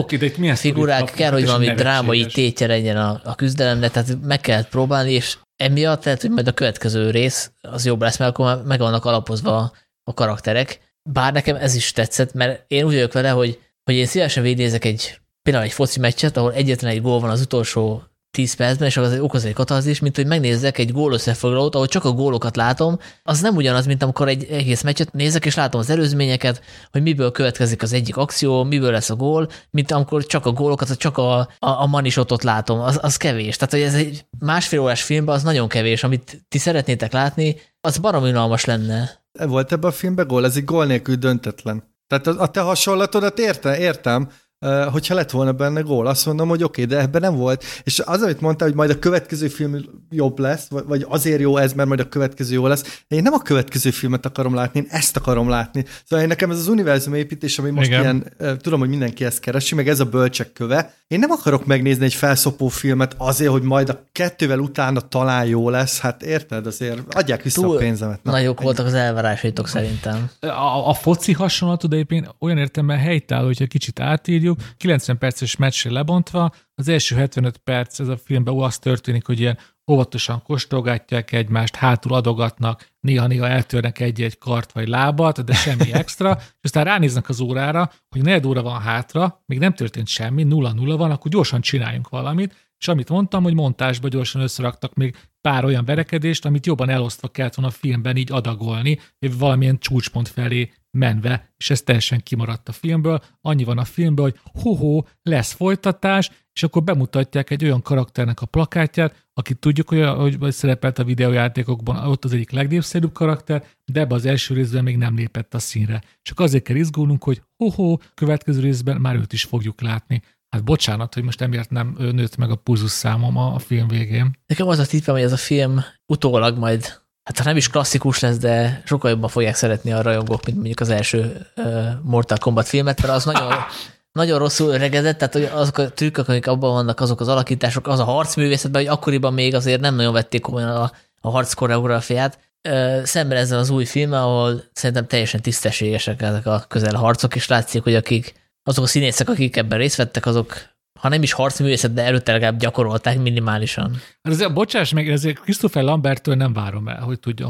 figurák, kell, hogy valami drámai tétje legyen a küzdelemnek, tehát meg kell próbálni, és emiatt lehet, hogy majd a következő rész az jobb lesz, mert akkor meg vannak alapozva a karakterek. Bár nekem ez is tetszett, mert én úgy vagyok vele, hogy én szívesen végignézek például egy foci meccset, ahol egyetlen egy gól van az utolsó 10 percben, és az okoz egy katarzis, mint hogy megnézzek egy gól összefoglalót, ahol csak a gólokat látom, az nem ugyanaz, mint amikor egy egész meccset nézek, és látom az előzményeket, hogy miből következik az egyik akció, miből lesz a gól, mint amikor csak a gólokat, csak a money shotot látom, az kevés. Tehát, hogy ez egy 1,5 órás filmben az nagyon kevés, amit ti szeretnétek látni, az baromi unalmas lenne. Volt ebben a filmben gól? Ez egy gól nélkül döntetlen. Tehát a te hasonlatodat értem, hogyha lett volna benne gól, azt mondom, hogy oké, de ebben nem volt. És az, amit mondtál, hogy majd a következő film jobb lesz, vagy azért jó ez, mert majd a következő jó lesz. Én nem a következő filmet akarom látni, én ezt akarom látni. Szóval én nekem ez az univerzum építés, ami most ilyen, tudom, hogy mindenki ezt keresi, meg ez a bölcsek köve. Én nem akarok megnézni egy felszopó filmet azért, hogy majd a 2-vel utána talán jó lesz. Hát érted, azért adják vissza a pénzemet. Nagyok voltak az elvárásaitok szerintem. A foci hasonlatod egyébként olyan értelemben helytálló, hogyha kicsit átírjuk, 90 perces meccsre lebontva, az első 75 perc ez a filmben az történik, hogy ilyen óvatosan kóstolgatják egymást, hátul adogatnak, néha-néha eltörnek egy-egy kart vagy lábat, de semmi extra, és aztán ránéznek az órára, hogy 4 óra van hátra, még nem történt semmi, 0-0 van, akkor gyorsan csináljunk valamit, és amit mondtam, hogy montásba gyorsan összeraktak még pár olyan verekedést, amit jobban elosztva kellett volna a filmben így adagolni, valamilyen csúcspont felé menve, és ez teljesen kimaradt a filmből. Annyi van a filmben, hogy lesz folytatás, és akkor bemutatják egy olyan karakternek a plakátját, akit tudjuk, hogy szerepelt a videójátékokban, ott az egyik legnépszerűbb karakter, de ebbe az első részben még nem lépett a színre. Csak azért kell izgulnunk, hogy következő részben már őt is fogjuk látni. Hát bocsánat, hogy most emiatt nem nőtt meg a pulzusszámom a film végén. Nekem az a tippem, hogy ez a film utólag majd, hát ha nem is klasszikus lesz, de sokkal jobban fogják szeretni a rajongók, mint mondjuk az első Mortal Kombat filmet, mert az nagyon, nagyon rosszul öregedett, tehát hogy azok a trükkök, amik abban vannak, azok az alakítások, az a harcművészetben, hogy akkoriban még azért nem nagyon vették komolyan a harc koreográfiát. Szemben ezzel az új filmmel, ahol szerintem teljesen tisztességesek ezek a közelharcok, és látszik, hogy azok a színészek, akik ebben részt vettek, azok, ha nem is harcművészet, de előtte legalább gyakorolták minimálisan. Bocsáss meg, ezért Christopher Lamberttől nem várom el, hogy tudja a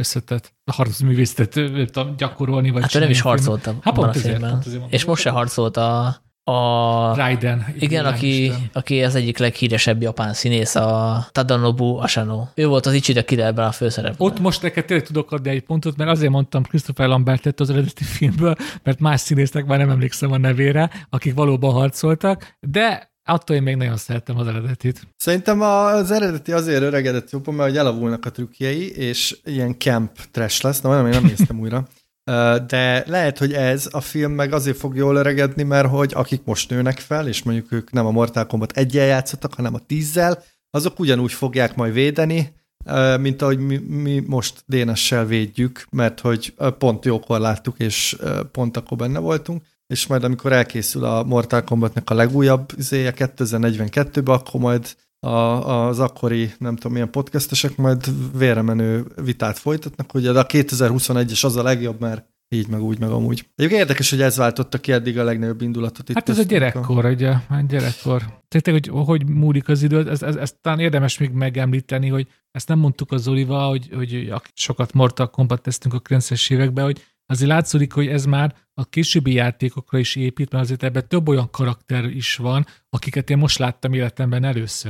harcművészetet gyakorolni, vagy hát ő nem is harcolt abban a filmben. És most se harcolt a Raiden. Igen, aki az egyik leghíresebb japán színész, a Tadanobu Asano. Ő volt az Ichida Killerben a főszereplő. Ott most neked tényleg tudok adni egy pontot, mert azért mondtam Christopher Lambert lett az eredeti filmből, mert más színésznek már nem emlékszem a nevére, akik valóban harcoltak, de attól én még nagyon szerettem az eredetit. Szerintem az eredeti azért öregedett jobban, mert hogy elavulnak a trükkjei, és ilyen camp trash lesz. Na, én nem néztem újra. De lehet, hogy ez a film meg azért fog jól öregedni, mert hogy akik most nőnek fel, és mondjuk ők nem a Mortal Kombat 1-jel játszottak, hanem a 10-zel, azok ugyanúgy fogják majd védeni, mint ahogy mi most DNS-sel védjük, mert hogy pont jókor láttuk, és pont akkor benne voltunk, és majd amikor elkészül a Mortal Kombatnak a legújabb izéje 2042-ben, akkor majd az akkori, nem tudom milyen podcastesek majd vérremenő vitát folytatnak, hogy a 2021-es az a legjobb, mert így meg úgy, meg amúgy. Egyébként érdekes, hogy ez váltotta ki eddig a legnagyobb indulatot itt. Hát ez a gyerekkor, ugye, gyerekkor. Tehát, hogy múlik az idő, ez talán érdemes még megemlíteni, hogy ezt nem mondtuk az Zolival, hogy sokat Mortal Kombat tesztünk a 90-es években, hogy azért látszódik, hogy ez már a későbbi játékokra is épít, mert azért ebben több olyan karakter is van, akiket én most láttam életemben először.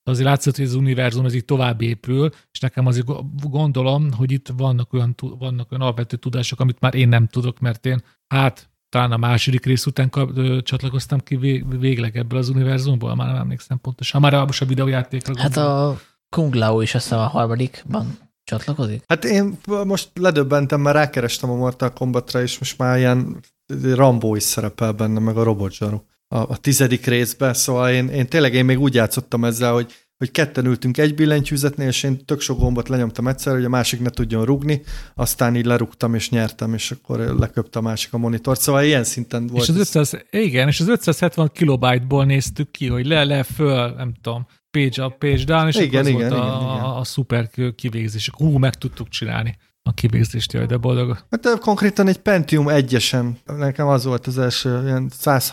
Azért látszott, hogy az univerzum ez így tovább épül, és nekem azért gondolom, hogy itt vannak olyan alapvető tudások, amit már én nem tudok, mert én talán a második rész után csatlakoztam ki végleg ebből az univerzumból, már nem emlékszem pontosan. Már most a videójátékra Hát a Kung Lao is azt a harmadikban csatlakozik? Hát én most ledöbbentem, mert rákerestem a Mortal Kombatra, és most már ilyen Rambo is szerepel benne, meg a Robot Zsaru a 10. részben, szóval én tényleg még úgy játszottam ezzel, hogy ketten ültünk egy billentyűzetnél, és én tök sok gombot lenyomtam egyszer, hogy a másik ne tudjon rugni, aztán így lerúgtam és nyertem, és akkor leköpte a másik a monitort, szóval ilyen szinten volt. És az 570 kilobájtból néztük ki, hogy le, föl, nem tudom, page up, page down, és igen, akkor igen, a szuper kivégzés. Meg tudtuk csinálni a kivégzést, jaj, de boldog. Hát konkrétan egy Pentium 1-esen, nekem az volt az első, ilyen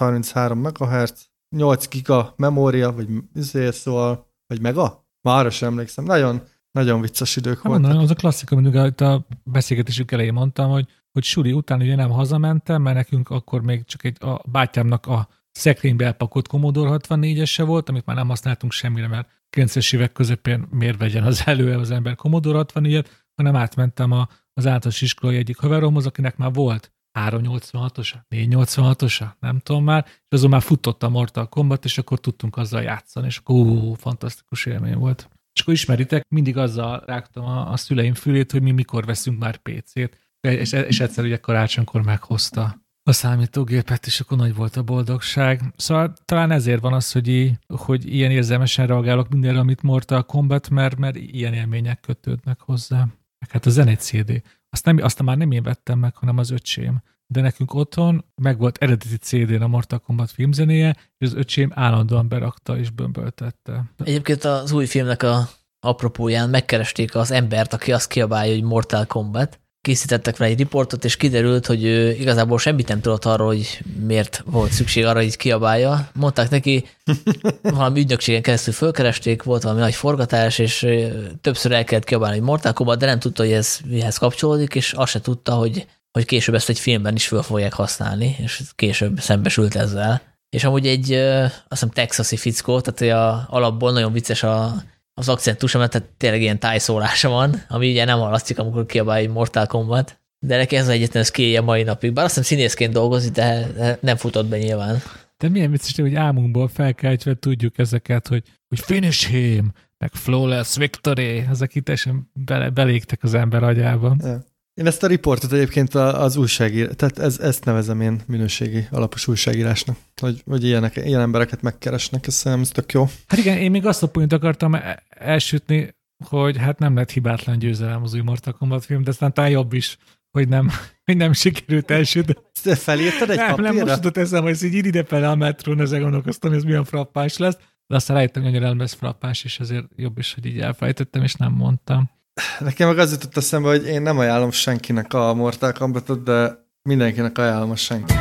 133 MHz, 8 giga memória, vagy szóval, vagy mega? Már arra sem emlékszem. Nagyon, nagyon vicces idők voltak. Az a klasszika, amit a beszélgetésük elején mondtam, hogy suli után ugye nem hazamentem, mert nekünk akkor még csak a bátyámnak a szekrénybe elpakolt Commodore 64-ese volt, amit már nem használtunk semmire, mert 90-es évek közepén miért vegyen az ember Commodore 64-et, hanem átmentem az általános iskolai egyik haveromhoz, akinek már volt 386-osa, 486-osa, nem tudom már, és azon már futott a Mortal Kombat, és akkor tudtunk azzal játszani, és akkor fantasztikus élmény volt. És akkor ismeritek, mindig azzal rágtam a szüleim fülét, hogy mi mikor veszünk már PC-t, és egyszer ugye karácsonykor meghozta a számítógépet, és akkor nagy volt a boldogság. Szóval talán ezért van az, hogy ilyen érzelmesen reagálok mindenre, amit Mortal Kombat, mert ilyen élmények kötődnek hozzá. Hát a zenét CD. Azt már nem én vettem meg, hanem az öcsém. De nekünk otthon meg volt eredeti CD-n a Mortal Kombat filmzenéje, és az öcsém állandóan berakta és bömböltette. Egyébként az új filmnek a apropóján megkeresték az embert, aki azt kiabálja, hogy Mortal Kombat. Készítettek vele egy riportot, és kiderült, hogy ő igazából semmit nem tudott arról, hogy miért volt szükség arra, hogy kiabálja. Mondták neki, valami ügynökségen keresztül fölkeresték, volt valami nagy forgatás, és többször el kellett kiabálni, hogy Mortal Kombat, de nem tudta, hogy ez mihez kapcsolódik, és azt se tudta, hogy később ezt egy filmben is föl fogják használni, és később szembesült ezzel. És amúgy egy, azt hiszem, texasi fickó, tehát alapból nagyon vicces az akcentus, mert tényleg ilyen tájszólása van, ami ugye nem hallatszik, amikor kiabálja egy Mortal Kombat, de neki ez az egyetlen skillje mai napig. Bár azt hiszem színészként dolgozik, de nem futott be nyilván. De milyen vicces, hogy álmunkból felkeltve tudjuk ezeket, hogy finish him, meg flawless victory, ezek itt teljesen belégtek az ember agyába. Ja. Én ezt a riportot egyébként az újságírás, tehát ezt nevezem én minőségi alapos újságírásnak, hogy ilyen embereket megkeresnek, ez tök jó. Hát igen, én még azt a point akartam elsütni, hogy hát nem lett hibátlan győzelem az új Mortal Kombat film, de aztán talán jobb is, hogy nem sikerült elsütni. Felírtad egy papírra? Nem, most jutott eszem, hogy így ide fel a metrón, ezzel gondolkoztam, hogy ez milyen frappás lesz, de aztán rájöttem, hogy annyira nem lesz frappás, és ezért jobb is, hogy így elfelejtettem, és nem mondtam. Nekem meg az jutott eszembe, hogy én nem ajánlom senkinek a Mortal Kombatot, de mindenkinek ajánlom a senki.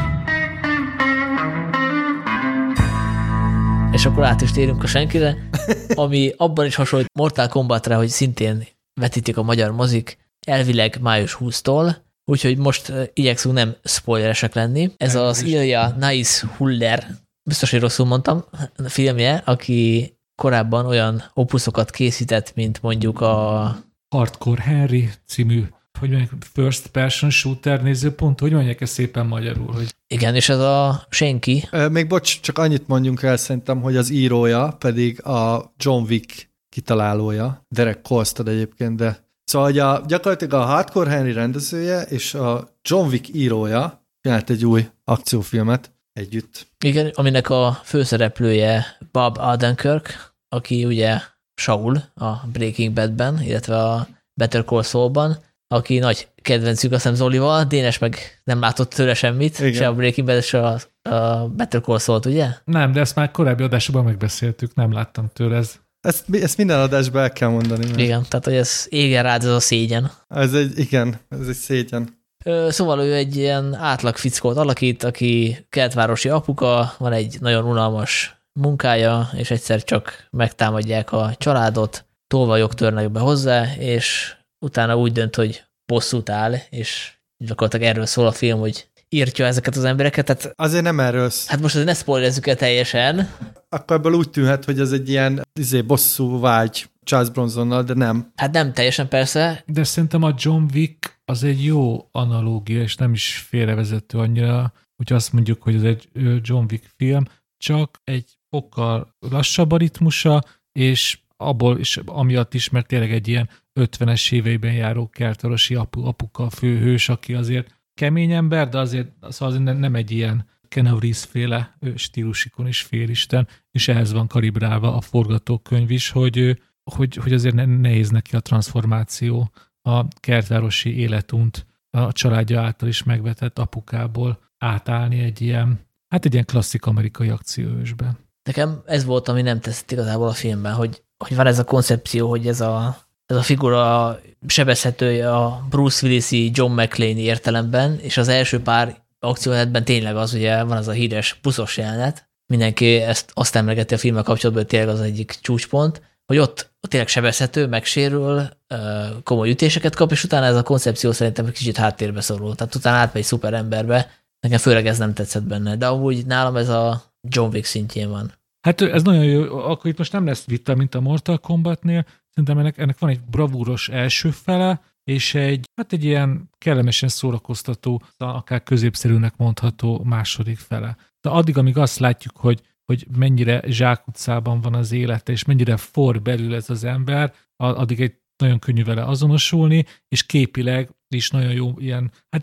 És akkor át is térünk a senkire, ami abban is hasonlít Mortal Kombatra, hogy szintén vetítik a magyar mozik, elvileg május 20-tól, úgyhogy most igyekszünk nem spoileresek lenni. Ez az Ilja Naishuller, biztos, hogy rosszul mondtam, a filmje, aki korábban olyan opuszokat készített, mint mondjuk a Hardcore Henry című, hogy mondják, first person shooter nézőpont, hogy mondják ezt szépen magyarul? Hogy... Igen, és ez a senki. Még bocs, csak annyit mondjunk el szerintem, hogy az írója pedig a John Wick kitalálója, Derek Kolstad egyébként, de szóval gyakorlatilag a Hardcore Henry rendezője és a John Wick írója csinált egy új akciófilmet együtt. Igen, aminek a főszereplője Bob Odenkirk, aki ugye Saul a Breaking Badben, illetve a Better Call Saulban, aki nagy kedvencük, azt hiszem Zolival, Dénes meg nem látott tőle semmit, igen. Se a Breaking Bad, se a Better Call Sault, ugye? Nem, de ezt már korábbi adásban megbeszéltük, nem láttam tőle. Ezt minden adásban el kell mondani. Mert... Igen, tehát hogy ez égen rád, ez a szégyen. Ez egy szégyen. Szóval ő egy ilyen átlag fickót alakít, aki keletvárosi apuka, van egy nagyon unalmas munkája, és egyszer csak megtámadják a családot, tolvajok törnek be hozzá, és utána úgy dönt, hogy bosszút áll, és gyakorlatilag erről szól a film, hogy írtja ezeket az embereket. Tehát, azért nem erről. Hát most ne spoilerezzük el teljesen. akkor ebből úgy tűnhet, hogy ez egy ilyen bosszú vágy Charles Bronsonnal, de nem. Hát nem teljesen persze. De szerintem a John Wick az egy jó analógia, és nem is félrevezető annyira, hogy azt mondjuk, hogy ez egy John Wick film, csak egy fokkal lassabb a ritmusa, és abból is, amiatt is, mert tényleg egy ilyen 50-es éveiben járó kertvarosi apuka a főhős, aki azért kemény ember, de azért nem egy ilyen Keanu Reeves-féle stílusikon is félisten, és ehhez van kalibrálva a forgatókönyv is, hogy azért nehéz neki a transformáció a kertvárosi életunt a családja által is megvetett apukából átállni egy ilyen klasszik amerikai akcióhősbe. Nekem ez volt, ami nem tetszett igazából a filmben, hogy van ez a koncepció, hogy ez a figura sebezhető a Bruce Willis-i John McClane értelemben, és az első pár akciójelenetben tényleg az, ugye van az a híres buszos jelenet, mindenki azt emlegeti a filmmel kapcsolatban, hogy tényleg az egyik csúcspont, hogy ott tényleg sebezhető, megsérül, komoly ütéseket kap, és utána ez a koncepció szerintem kicsit háttérbe szorul. Tehát utána átmegy szuperemberbe, nekem főleg ez nem tetszett benne, de amúgy nálam ez a John Wick szintjén van. Hát ez nagyon jó, akkor itt most nem lesz vita, mint a Mortal Kombatnél, szerintem ennek van egy bravúros első fele, és egy ilyen kellemesen szórakoztató, akár középszerűnek mondható második fele. De addig, amíg azt látjuk, hogy mennyire zsákutcában van az élete, és mennyire forr belül ez az ember, addig egy nagyon könnyű vele azonosulni, és képileg is nagyon jó ilyen, hát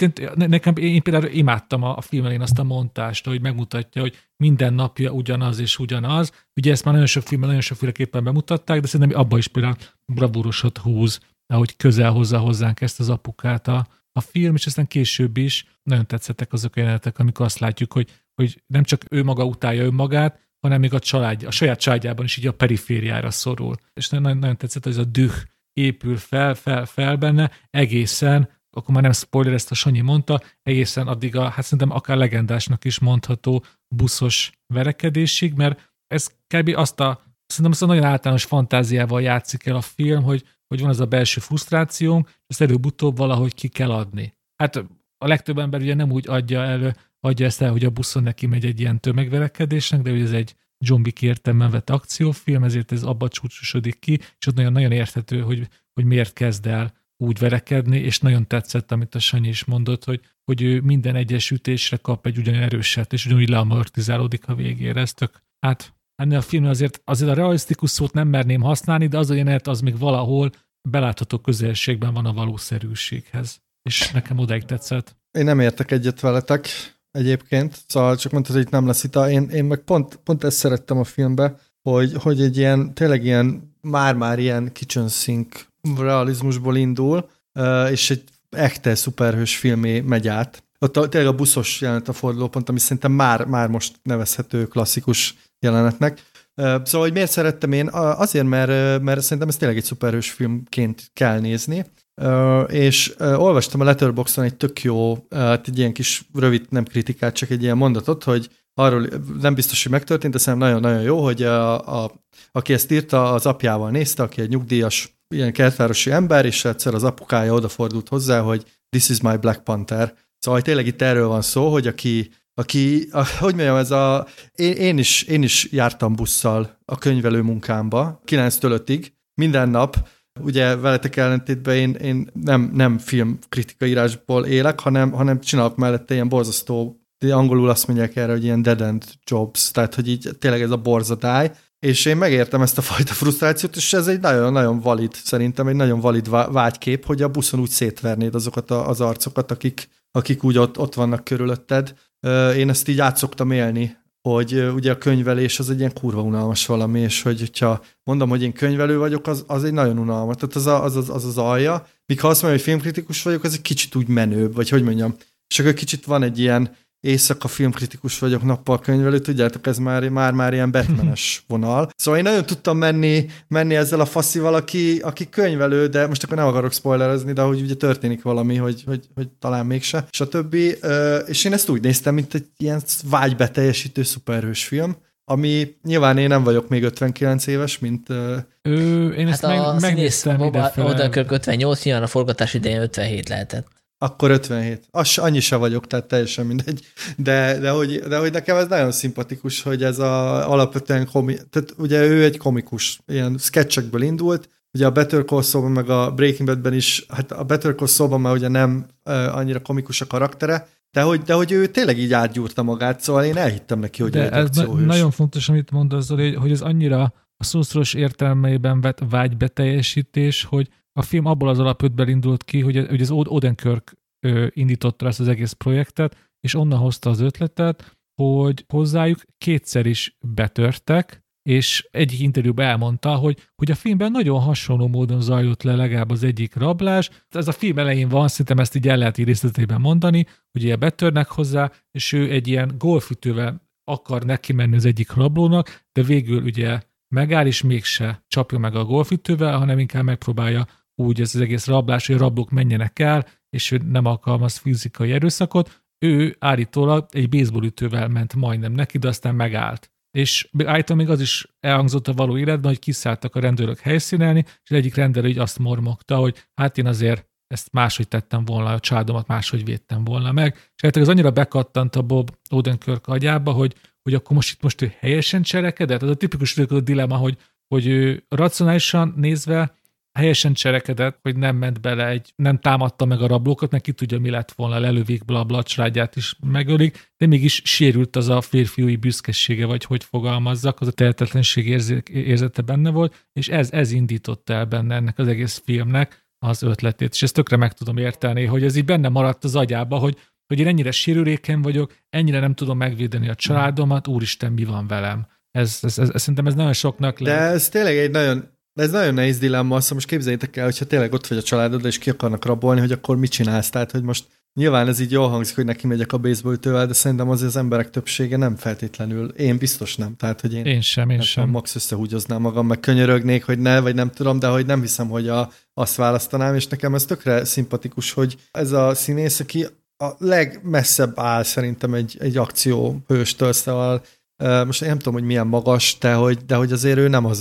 én például imádtam a filmen én azt a montást, hogy megmutatja, hogy minden napja ugyanaz és ugyanaz. Ugye ezt már nagyon sok filmben, nagyon sokféleképpen bemutatták, de szerintem abban is például bravúrosat húz, ahogy közel hozza hozzánk ezt az apukát a film, és aztán később is nagyon tetszettek azok a jelenetek, amikor azt látjuk, hogy nem csak ő maga utálja önmagát, hanem még a saját családjában is így a perifériára szorul. És nagyon tetszett, hogy ez a düh épül fel benne, egészen, akkor már nem spoiler, ezt a Sanyi mondta, egészen addig hát szerintem akár legendásnak is mondható buszos verekedésig, mert ez kb. Szerintem azt a nagyon általános fantáziával játszik el a film, hogy van az a belső frusztrációnk, és ezt előbb-utóbb valahogy ki kell adni. Hát a legtöbb ember ugye nem úgy adja ezt el, hogy a buszon neki megy egy ilyen tömegverekedésnek, de ugye ez egy John Wick értelemben vett akciófilm, ezért ez abba csúcsosodik ki, és ott nagyon érthető, hogy miért kezd el úgy verekedni, és nagyon tetszett, amit a Sanyi is mondott, hogy ő minden egyes ütésre kap egy ugyanilyen erőset, és ugyanúgy leamortizálódik a végére. Ez ennél a filmnél azért a realisztikus szót nem merném használni, de az a jelenet az még valahol belátható közelségben van a valószerűséghez. És nekem odáig tetszett. Én nem értek egyet veletek egyébként, szóval csak mondtad, hogy itt nem lesz itt. Én meg pont ezt szerettem a filmbe, hogy egy ilyen, tényleg ilyen már ilyen kitchen sink realizmusból indul, és egy echte szuperhős filmé megy át. Ott tényleg a buszos jelenet a fordulópont, ami szerintem már most nevezhető klasszikus jelenetnek. Szóval, hogy miért szerettem én? Azért, mert szerintem ez tényleg egy szuperhős filmként kell nézni. És olvastam a Letterboxdon egy tök jó, egy ilyen kis rövid, nem kritikát, csak egy ilyen mondatot, hogy arról nem biztos, hogy megtörtént, de szerintem nagyon-nagyon jó, hogy aki ezt írta, az apjával nézte, aki egy nyugdíjas, ilyen kertvárosi ember, és egyszer az apukája odafordult hozzá, hogy this is my Black Panther. Szóval tényleg itt erről van szó, hogy aki hogy mondjam, én is jártam busszal a könyvelő munkámba, 9-től 5-ig, minden nap. Ugye veletek ellentétben én nem filmkritika írásból élek, hanem csinálok mellette ilyen borzasztó, angolul azt mondják erre, hogy ilyen dead end jobs, tehát hogy így tényleg ez a borzadály, és én megértem ezt a fajta frusztrációt, és ez egy nagyon-nagyon valid, szerintem egy nagyon valid vágykép, hogy a buszon úgy szétvernéd azokat az arcokat, akik úgy ott vannak körülötted. Én ezt így át szoktam élni, hogy ugye a könyvelés az egy ilyen kurva unalmas valami, és hogyha mondom, hogy én könyvelő vagyok, az egy nagyon unalmas. Tehát az alja. Míg ha azt mondom, hogy filmkritikus vagyok, az egy kicsit úgy menőbb, vagy hogy mondjam. És akkor kicsit van egy ilyen éjszaka filmkritikus vagyok, nappal könyvelő, tudjátok, ez már ilyen Batman-es vonal. Szóval én nagyon tudtam menni ezzel a faszival, aki könyvelő, de most akkor nem akarok spoilerezni, de hogy ugye történik valami, hogy talán mégse, stb. És én ezt úgy néztem, mint egy ilyen vágybeteljesítő szuperhős film, ami nyilván én nem vagyok még 59 éves, mint... Én ezt megnéztem idefelé. Odenkirk 58, nyilván a forgatás idején 57 lehetett. Akkor 57. Annyi se vagyok, tehát teljesen mindegy. De hogy nekem ez nagyon szimpatikus, hogy ez alapvetően tehát ugye ő egy komikus, ilyen sketchekből indult, ugye a Better Call Saul-ban meg a Breaking Badben is, hát a Better Call Saul-ban már ugye nem annyira komikus a karaktere, de hogy ő tényleg így átgyúrta magát, szóval én elhittem neki, hogy ő egy akcióhős. Nagyon fontos, amit mondasz, hogy ez annyira a szószoros értelmében vett vágybeteljesítés, hogy a film abból az alapötből indult ki, hogy az Odenkirk indította ezt az egész projektet, és onnan hozta az ötletet, hogy hozzájuk kétszer is betörtek, és egyik interjúban elmondta, hogy a filmben nagyon hasonló módon zajlott le legalább az egyik rablás. Ez a film elején van, szerintem ezt így el lehet így részletében mondani, hogy ilyen betörnek hozzá, és ő egy ilyen golfütővel akar neki menni az egyik rablónak, de végül ugye megáll, és mégse csapja meg a golfütővel, hanem inkább megpróbálja úgy ez az egész rablás, hogy a rablók menjenek el, és ő nem alkalmaz fizikai erőszakot. Ő állítólag egy baseballütővel ment majdnem neki, de aztán megállt. És állítólag még az is elhangzott a való életben, hogy kiszálltak a rendőrök helyszínelni, és az egyik rendőr így azt mormogta, hogy hát én azért ezt máshogy tettem volna, a családomat máshogy védtem volna meg. És állítólag az annyira bekattant a Bob Odenkirk agyába, hogy akkor most ő helyesen cselekedett. Az a tipikus dilemma, hogy ő racionálisan nézve helyesen cselekedett, hogy nem ment bele, nem támadta meg a rablókat, mert ki tudja, mi lett volna, lelövik, blabla, a családját is megölik, de mégis sérült az a férfiúi büszkesége, vagy hogy fogalmazzak, az a tehetetlenség érzete benne volt, és ez indította el benne ennek az egész filmnek az ötletét, és ezt tökre meg tudom érteni, hogy ez így benne maradt az agyába, hogy én ennyire sérülékeny vagyok, ennyire nem tudom megvédeni a családomat, úristen, mi van velem. Szerintem ez nagyon soknak lehet. De ez tényleg egy nagyon nehéz dilemma, szóval most képzeljétek el, hogyha tényleg ott vagy a családod, és ki akarnak rabolni, hogy akkor mit csinálsz? Tehát, hogy most nyilván ez így jól hangzik, hogy neki megyek a baseballütővel, de szerintem azért az emberek többsége nem feltétlenül. Én biztos nem. Tehát, hogy én sem. Max összehúgyoznám magam, meg könyörögnék, hogy ne, vagy nem tudom, de hogy nem hiszem, hogy azt választanám, és nekem ez tökre szimpatikus, hogy ez a színész, aki a legmesszebb áll szerintem egy akcióhőstől, szóval most én nem tudom, hogy milyen magas, de hogy azért ő nem az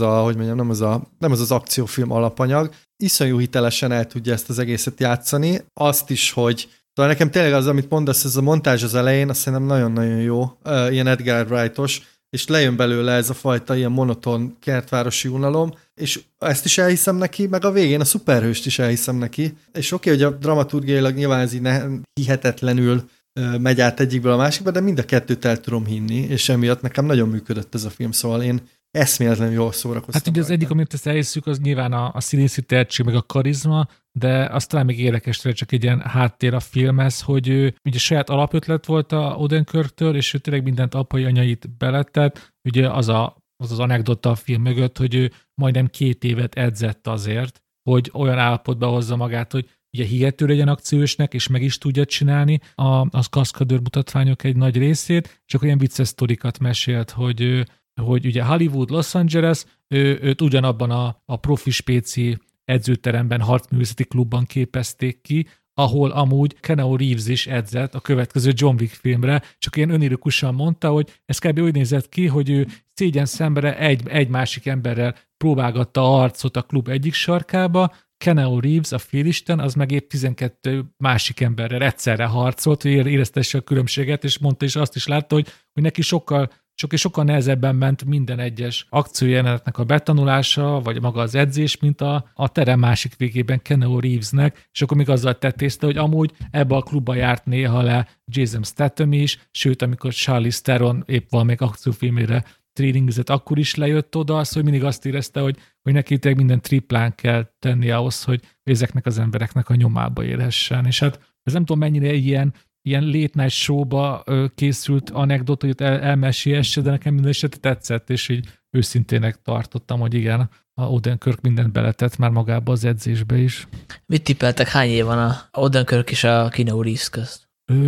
az akciófilm alapanyag. Iszonyú hitelesen el tudja ezt az egészet játszani. Azt is, hogy szóval nekem tényleg az, amit mondasz, ez a montázs az elején, azt szerintem nagyon-nagyon jó, ilyen Edgar Wright-os, és lejön belőle ez a fajta ilyen monoton kertvárosi unalom, és ezt is elhiszem neki, meg a végén a szuperhőst is elhiszem neki. És oké, hogy a dramaturgiailag nyilván ez így hihetetlenül megy át egyikből a másikba, de mind a kettőt el tudom hinni, és emiatt nekem nagyon működött ez a film, szóval én eszméletlenül jól szórakoztam. Hát ugye az egyik, amit ezt elhiszük, az nyilván a színészi tehetség, meg a karizma, de azt talán még érdekes, csak egy ilyen háttér a filmhez, hogy ugye saját alapötlet volt a Odenkirktől, és ő tényleg mindent apai anyait beletett. Ugye az anekdota a film mögött, hogy ő majdnem 2 évet edzett azért, hogy olyan állapotba hozza magát, hogy ugye hihető legyen akciósnek, és meg is tudja csinálni az kaszkadőr mutatványok egy nagy részét, csak olyan vicces sztorikat mesélt, hogy ugye Hollywood, Los Angeles, őt ugyanabban a profi spéci edzőteremben, harcművészeti klubban képezték ki, ahol amúgy Keanu Reeves is edzett a következő John Wick filmre, csak ilyen önirikusan mondta, hogy ez kb. Úgy nézett ki, hogy ő szégyen szemre egy másik emberrel próbálgatta a harcot a klub egyik sarkába, Keanu Reeves, a félisten, az meg épp 12 másik emberrel egyszerre harcolt, hogy éreztesse a különbséget, és mondta, és azt is látta, hogy neki sokkal nehezebben ment minden egyes akciójelenetnek a betanulása, vagy maga az edzés, mint a terem másik végében Keanu Reevesnek, és akkor még azzal tettézte, hogy amúgy ebbe a klubba járt néha le Jason Statham is, sőt, amikor Charlize Theron épp valamelyik akciófilmére tréningezett, akkor is lejött oda az, hogy mindig azt érezte, hogy neki tényleg minden triplán kell tenni ahhoz, hogy ezeknek az embereknek a nyomába érhessen. És hát ez nem tudom mennyire ilyen late night show-ba készült anekdota, hogy elmesélyesse, de nekem minden esetre tetszett, és így őszintének tartottam, hogy igen, a Odenkirk mindent beletett már magába az edzésbe is. Mit tippeltek, hány év van a Odenkirk és a Keanu Reeves közt?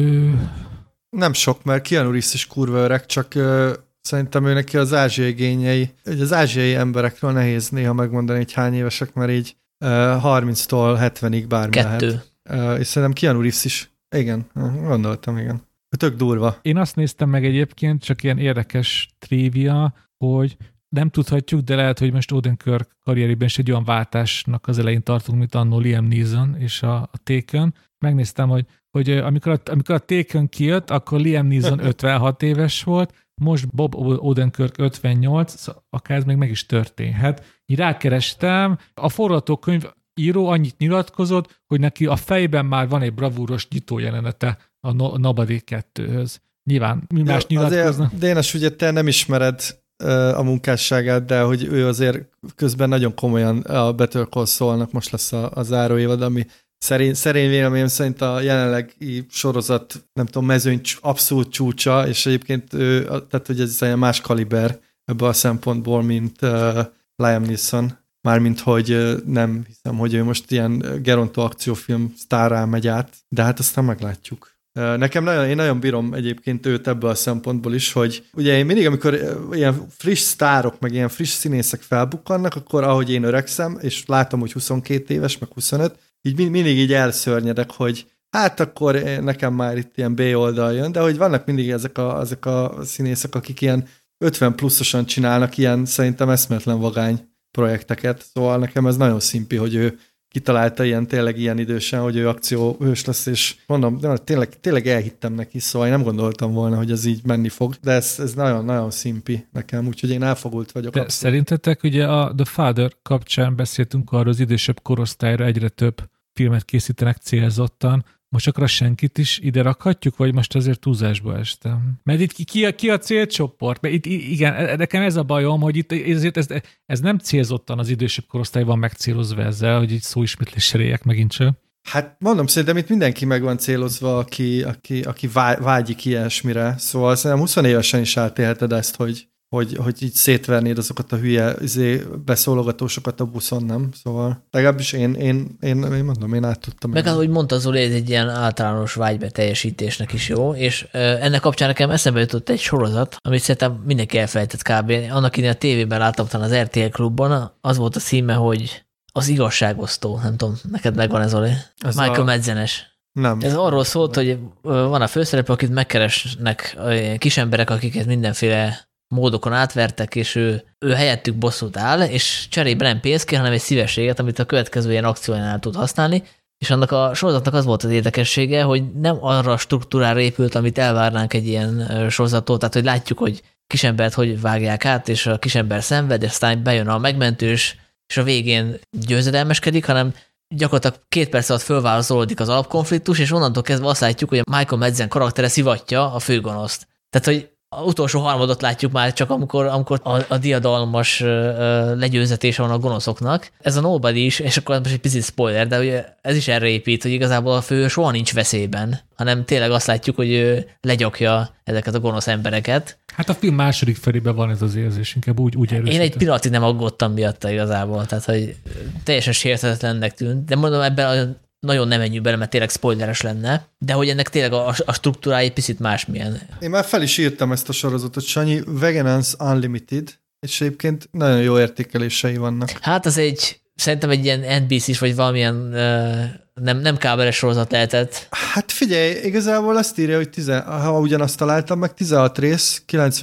Nem sok, mert Keanu Reeves is kurva öreg, csak szerintem ő neki az ázsiai gényei, az ázsiai emberekről nehéz néha megmondani, hogy hány évesek, mert így 30-tól 70-ig bármi 2. lehet. És szerintem Keanu Reeves is. Igen, gondoltam, igen. Tök durva. Én azt néztem meg egyébként, csak ilyen érdekes trivia, hogy nem tudhatjuk, de lehet, hogy most Odenkirk karrierében is egy olyan váltásnak az elején tartunk, mint annó Liam Neeson és a Taken. Megnéztem, hogy amikor a Taken kijött, akkor Liam Neeson 56 éves volt, most Bob Odenkirk 58, akár ez még meg is történhet. Így rákerestem, a forgatókönyv író annyit nyilatkozott, hogy neki a fejben már van egy bravúros nyitójelenete a Nobody 2-höz. Nyilván mi más nyilatkozna? Dénes, ugye te nem ismered a munkásságát, de hogy ő azért közben nagyon komolyan a Better Call Saul-nak most lesz a záróévad, ami szerény véleményem szerint a jelenlegi sorozat, nem tudom, mezőny abszolút csúcsa, és egyébként tehát hogy ez egy más kaliber ebből a szempontból, mint Liam Neeson. Mármint, hogy nem hiszem, hogy ő most ilyen gerontó akciófilm sztárrá megy át, de hát aztán meglátjuk. Én nagyon bírom egyébként őt ebből a szempontból is, hogy ugye én mindig, amikor ilyen friss sztárok, meg ilyen friss színészek felbukkannak, akkor ahogy én öregszem, és látom, hogy 22 éves, meg 25, így mindig így elszörnyedek, hogy hát akkor nekem már itt ilyen B oldal jön, de hogy vannak mindig ezek a színészek, akik ilyen 50 pluszosan csinálnak ilyen szerintem eszméletlen vagány projekteket, szóval nekem ez nagyon szimpi, hogy ő kitalálta tényleg ilyen idősen, hogy ő akcióhős lesz, és mondom, de tényleg elhittem neki, szóval én nem gondoltam volna, hogy ez így menni fog, de ez nagyon-nagyon szimpi nekem, úgyhogy én elfogult vagyok. De szerintetek ugye a The Father kapcsán beszéltünk arról, az idősebb korosztályra egyre több filmet készítenek célzottan, most akkor a senkit is ide rakhatjuk, vagy most azért túlzásba estem? Mert itt ki a célcsoport? Mert itt igen, nekem ez a bajom, hogy itt ez nem célzottan az idősebb korosztály van megcélozva ezzel, hogy így szóismétléssel éljek megint csak. Hát mondom, szerintem itt mindenki meg van célozva, aki vágyik ilyesmire. Szóval szerintem 20 évesen is átélheted ezt, hogy így szétvernéd azokat a hülye beszólogatósokat a buszon, nem? Szóval legalábbis én mondom, én át tudtam. Meg ahogy mondta Zoli, ez egy ilyen általános vágybeteljesítésnek is jó, és ennek kapcsán nekem eszembe jutott egy sorozat, amit szerintem mindenki elfelejtett kb. Annak idején a tévében láttam talán az RTL Klubban, az volt a címe, hogy Az igazságosztó, nem tudom, neked megvan ez, Zoli? Michael Madsenes. Nem. Ez arról szólt, hogy van a főszereplő, akit megkeresnek kis emberek, akiket mindenféle módokon átvertek, és ő helyettük bosszút áll, és cserébe nem pénzt kér, hanem egy szívességet, amit a következő ilyen akciójánál tud használni, és annak a sorozatnak az volt az érdekessége, hogy nem arra a struktúrára épült, amit elvárnánk egy ilyen sorozattól, tehát hogy látjuk, hogy kisembert hogy vágják át, és a kisember szenved, és aztán bejön a megmentős, és a végén győzedelmeskedik, hanem gyakorlatilag 2 perc alatt fölválaszolódik az alapkonfliktus, és onnantól kezdve azt látjuk, hogy a Michael Madsen karaktere szivatja a főgonoszt. Tehát, hogy az utolsó harmadot látjuk már csak, amikor a diadalmas legyőzetése van a gonoszoknak. Ez a Nobody is, és akkor most egy picit spoiler, de ugye ez is erre épít, hogy igazából a fő soha nincs veszélyben, hanem tényleg azt látjuk, hogy ő legyakja ezeket a gonosz embereket. Hát a film második felében van ez az érzés, inkább úgy erősített. Én egy pillanatig nem aggódtam miatta igazából, tehát hogy teljesen sérthetetlennek tűnt, de mondom, ebben nagyon nem menjünk bele, mert tényleg spoileres lenne, de hogy ennek tényleg a struktúrája egy picit másmilyen. Én már fel is írtam ezt a sorozatot, Sanyi, Veganance Unlimited, és egyébként nagyon jó értékelései vannak. Hát az szerintem egy ilyen NBC-s, vagy valamilyen nem kábeles sorozat lehetett. Hát figyelj, igazából azt írja, hogy ha ugyanazt találtam meg, 16 rész,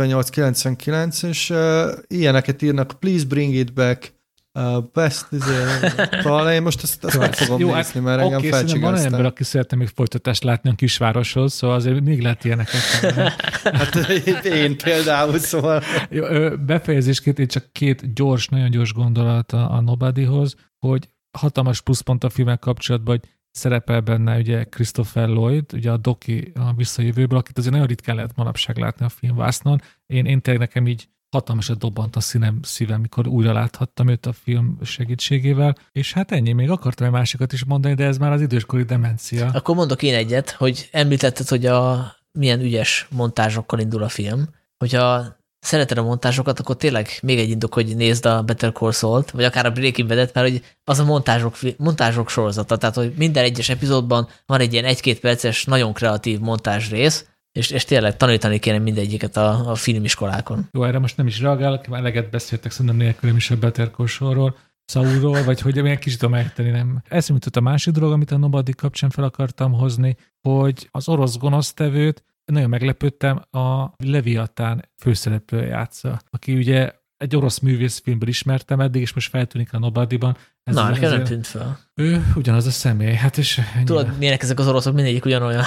98-99, és ilyeneket írnak, please bring it back, best, talán én most ezt nem fogom nézni, mert engem felcsigáztam. Van olyan ember, aki szeretne még folytatást látni a kisvároshoz, szóval azért még lehet ilyeneket. Hát én például, szóval. Befejezésként én csak 2 nagyon gyors gondolat a Nobodyhoz, hogy hatalmas pluszpont a filmek kapcsolatban, hogy szerepel benne ugye Christopher Lloyd, ugye a Doki a Visszajövőből, akit azért nagyon ritkán lehet manapság látni a filmvásznon. Én tényleg nekem így hatalmasat dobbant a szívem, mikor újra láthattam őt a film segítségével, és hát ennyi, még akartam egy másikat is mondani, de ez már az időskori demencia. Akkor mondok én egyet, hogy említetted, hogy milyen ügyes montázsokkal indul a film. Hogyha szereted a montázsokat, akkor tényleg még egy indok, hogy nézd a Better Call Saul-t, vagy akár a Breaking Bad-et, mert hogy az a montázsok sorozata, tehát hogy minden egyes epizódban van egy ilyen 1-2 perces, nagyon kreatív montázs rész, és tényleg tanítani kéne mindegyiket a filmiskolákon. Jó, erre most nem is reagálok, már eleget beszéltek szerintem nélkülem is a Better Call Saulról, Saulról, vagy hogy milyen kicsit megtenni, nem. Eszembe jutott a másik dolog, amit a Nobody kapcsán fel akartam hozni, hogy az orosz gonosztevőt nagyon meglepődtem, a Leviatán főszereplője játsza, aki ugye egy orosz művészfilmből ismertem eddig, és most feltűnik a Nobody-ban. Na, nekem nem tűnt fel. Ő ugyanaz a személy. Hát és tudod, milyenek ezek az oroszok, mindegyik ugyanolyan.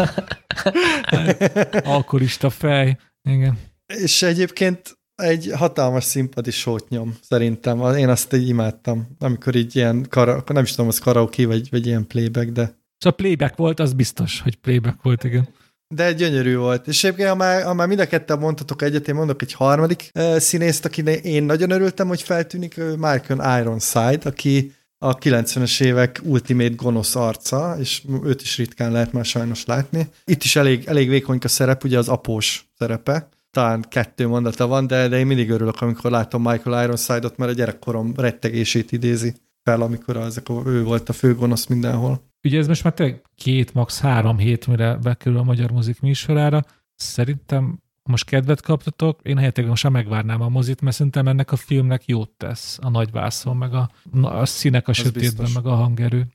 Alkoholista fej. Igen. És egyébként egy hatalmas színpadi sót nyom, szerintem. Én azt így imádtam, amikor így ilyen, nem is tudom, az karaoke, vagy ilyen playback, de... Szóval playback volt, az biztos, hogy playback volt, igen. De gyönyörű volt. És egyébként, ha már mind a ketten mondhatok egyet, én mondok egy harmadik színészt, akinek én nagyon örültem, hogy feltűnik, Michael Ironside, aki a 90-es évek ultimate gonosz arca, és őt is ritkán lehet már sajnos látni. Itt is elég vékony a szerep, ugye az após szerepe. Talán 2 mondata van, de én mindig örülök, amikor látom Michael Ironside-ot, mert a gyerekkorom rettegését idézi fel, amikor ő volt a főgonosz mindenhol. Ugye ez most már tényleg 2, max. 3 hét, mire bekerül a Magyar Mozik műsorára. Szerintem most kedvet kaptatok, én helyetek most megvárnám a mozit, mert szerintem ennek a filmnek jót tesz a nagy vászon, meg a színek a az sötétben, biztos. Meg a hangerő.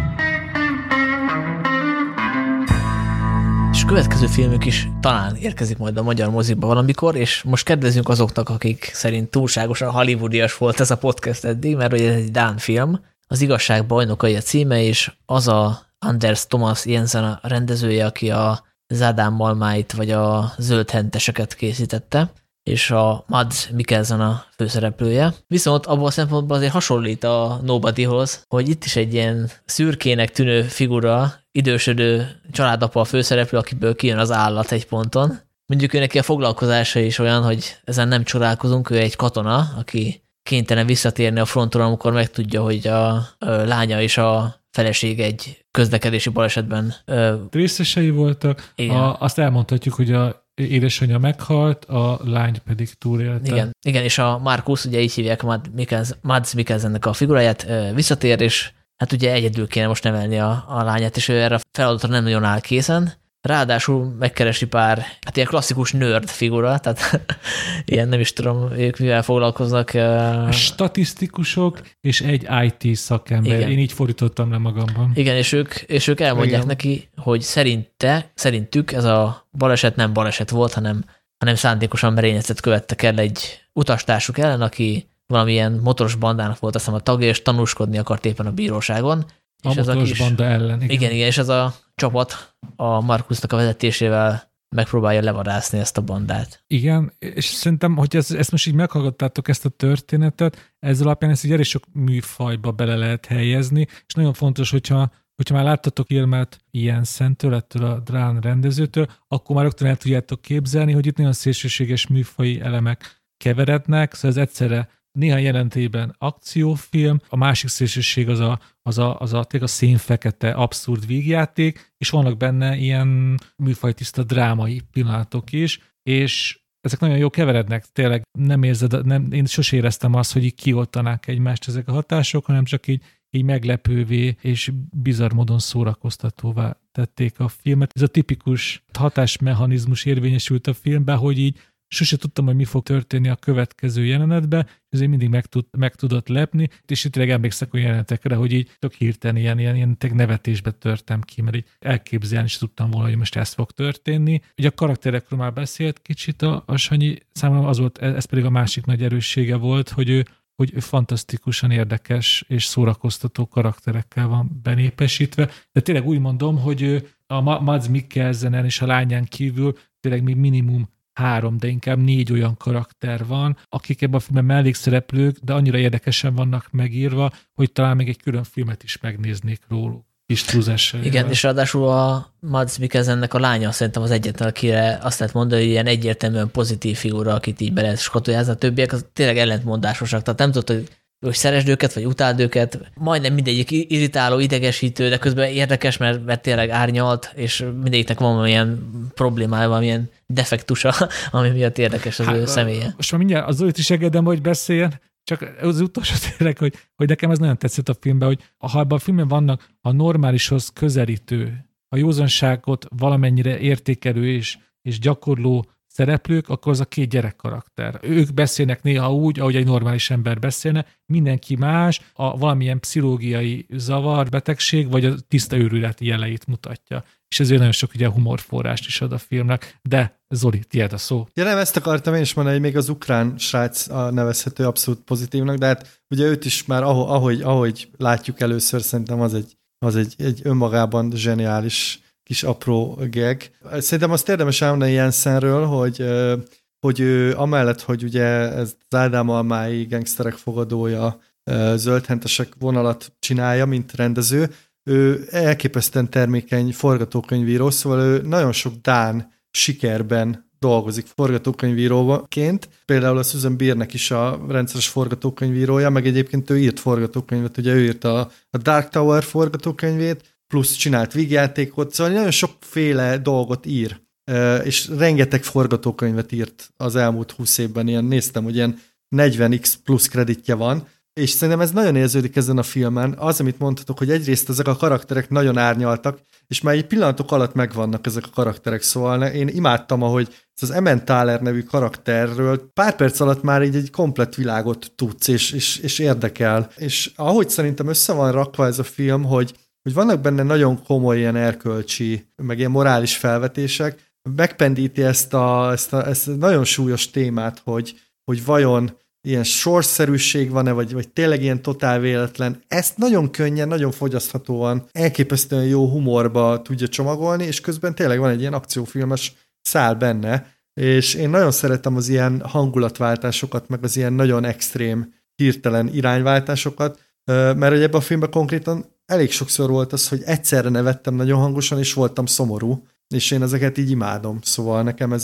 És a következő filmük is talán érkezik majd a magyar moziba valamikor, és most kedvezünk azoknak, akik szerint túlságosan hollywoodias volt ez a podcast eddig, mert ugye ez egy dán film. Az igazság bajnokai a címe, és az a Anders Thomas Jensen a rendezője, aki a Zádám Malmáit vagy a Zöld henteseket készítette, és a Mads Mikkelsen a főszereplője. Viszont abban a szempontból azért hasonlít a Nobodyhoz, hogy itt is egy ilyen szürkének tűnő figura, idősödő családapa a főszereplő, akiből kijön az állat egy ponton. Mondjuk ő neki a foglalkozása is olyan, hogy ezen nem csodálkozunk, ő egy katona, aki kénytelen visszatérni a fronton, amikor megtudja, hogy a lánya és a feleség egy közlekedési balesetben részesei voltak. Azt elmondhatjuk, hogy a édesanyja meghalt, a lány pedig túlélte. Igen, és a Markus, ugye így hívják Mads Mikkelsennek a figuráját, visszatér, és hát ugye egyedül kéne most nevelni a lányát, és ő erre a feladatra nem nagyon áll készen. Ráadásul megkeresi pár, hát ilyen klasszikus nerd figura, tehát ilyen nem is tudom, ők mivel foglalkoznak. Statisztikusok és egy IT szakember. Igen. Én így fordítottam le magamban. Igen, és ők elmondják neki, hogy szerintük ez a baleset nem baleset volt, hanem szándékosan merényletet követtek el egy utastársuk ellen, aki valamilyen motoros bandának volt, azt hiszem a tagja, és tanúskodni akart éppen a bíróságon. A motoros banda ellen. Igen, és ez a csapat a Markusnak a vezetésével megpróbálja levadászni ezt a bandát. Igen, és szerintem, hogy ezt most így meghallgattátok ezt a történetet, ezzel alapján ezt így elég sok műfajba bele lehet helyezni, és nagyon fontos, hogyha már láttatok filmet ilyen szentől, ettől a Drán rendezőtől, akkor már rögtön el tudjátok képzelni, hogy itt nagyon szélsőséges műfaji elemek keverednek, szóval ez egyszerre néha jelentében akciófilm, a másik szélsőség az a szénfekete abszurd vígjáték, és vannak benne ilyen műfajtiszta drámai pillanatok is, és ezek nagyon jó keverednek, tényleg nem érzed, én sosem éreztem azt, hogy így kioltanák egymást ezek a hatások, hanem csak így meglepővé és bizarr módon szórakoztatóvá tették a filmet. Ez a tipikus hatásmechanizmus érvényesült a filmben, hogy így sose tudtam, hogy mi fog történni a következő jelenetben, és azért mindig meg tudott lepni, és itt tényleg emlékszek olyan jelenetekre, hogy így tök hirtelen ilyen nevetésbe törtem ki, mert így elképzelni is tudtam volna, hogy most ez fog történni. Ugye a karakterekről már beszélt kicsit a Sanyi, számomra az volt, ez pedig a másik nagy erőssége volt, hogy ő fantasztikusan érdekes és szórakoztató karakterekkel van benépesítve, de tényleg úgy mondom, hogy a Mads Mikkelsenen és a lányán kívül tényleg még minimum 3, de inkább 4 olyan karakter van, akik ebben a filmben mellékszereplők, de annyira érdekesen vannak megírva, hogy talán még egy külön filmet is megnéznék róluk. Kis túlzással. Igen, és ráadásul a Mads Mikkelsennek a lánya szerintem az egyetlen, akire azt lehet mondani, hogy ilyen egyértelműen pozitív figura, akit így be lehet skatujázni, a többiek az tényleg ellentmondásosak, tehát nem tudod, hogy szeresd őket, vagy utáld őket. Majdnem mindegyik irritáló, idegesítő, de közben érdekes, mert tényleg árnyalt, és mindegyiknek van valamilyen problémája, valamilyen defektusa, ami miatt érdekes az ő személye. Most már mindjárt az Zolit is engedem, hogy beszéljen, csak az utolsó tényleg, hogy nekem ez nagyon tetszett a filmben, hogy ha ebben a filmben vannak a normálishoz közelítő, a józanságot valamennyire értékelő és gyakorló szereplők, akkor az a 2 gyerekkarakter. Ők beszélnek néha úgy, ahogy egy normális ember beszélne, mindenki más, a valamilyen pszichológiai zavar, betegség, vagy a tiszta őrületi jeleit mutatja. és ezért nagyon sok ugye humorforrást is ad a filmnek, de Zoli, tiéd a szó. Ja nem, ezt akartam én is mondani, hogy még az ukrán srác nevezhető abszolút pozitívnak, de hát ugye őt is már ahogy látjuk először, szerintem az egy önmagában zseniális kis apró gag. Szerintem azt érdemes elmondani Jensenről, hogy ő amellett, hogy ugye ez az Ádám Almái gangsterek fogadója, zöldhentesek vonalat csinálja, mint rendező, ő elképesztően termékeny forgatókönyvíró, szóval ő nagyon sok dán sikerben dolgozik forgatókönyvíróként. Például a Susan Beernek is a rendszeres forgatókönyvírója, meg egyébként ő írt forgatókönyvet, ugye ő írta a Dark Tower forgatókönyvét, plusz csinált vígjátékot, szóval nagyon sokféle dolgot ír, és rengeteg forgatókönyvet írt az elmúlt 20 évben, néztem, hogy ilyen 40x plusz kreditje van, és szerintem ez nagyon érződik ezen a filmen. Az, amit mondhatok, hogy egyrészt ezek a karakterek nagyon árnyaltak, és már egy pillanatok alatt megvannak ezek a karakterek, szóval én imádtam, ahogy ez az Emmentaler nevű karakterről pár perc alatt már így egy komplett világot tudsz, és érdekel. És ahogy szerintem össze van rakva ez a film, hogy vannak benne nagyon komoly ilyen erkölcsi, meg ilyen morális felvetések, megpendíti ezt a nagyon súlyos témát, hogy vajon ilyen sorsszerűség van-e, vagy tényleg ilyen totál véletlen. Ezt nagyon könnyen, nagyon fogyaszthatóan, elképesztően jó humorba tudja csomagolni, és közben tényleg van egy ilyen akciófilmes szál benne, és én nagyon szeretem az ilyen hangulatváltásokat, meg az ilyen nagyon extrém, hirtelen irányváltásokat, mert hogy ebben a filmben konkrétan elég sokszor volt az, hogy egyszerre nevettem nagyon hangosan, és voltam szomorú, és én ezeket így imádom. Szóval nekem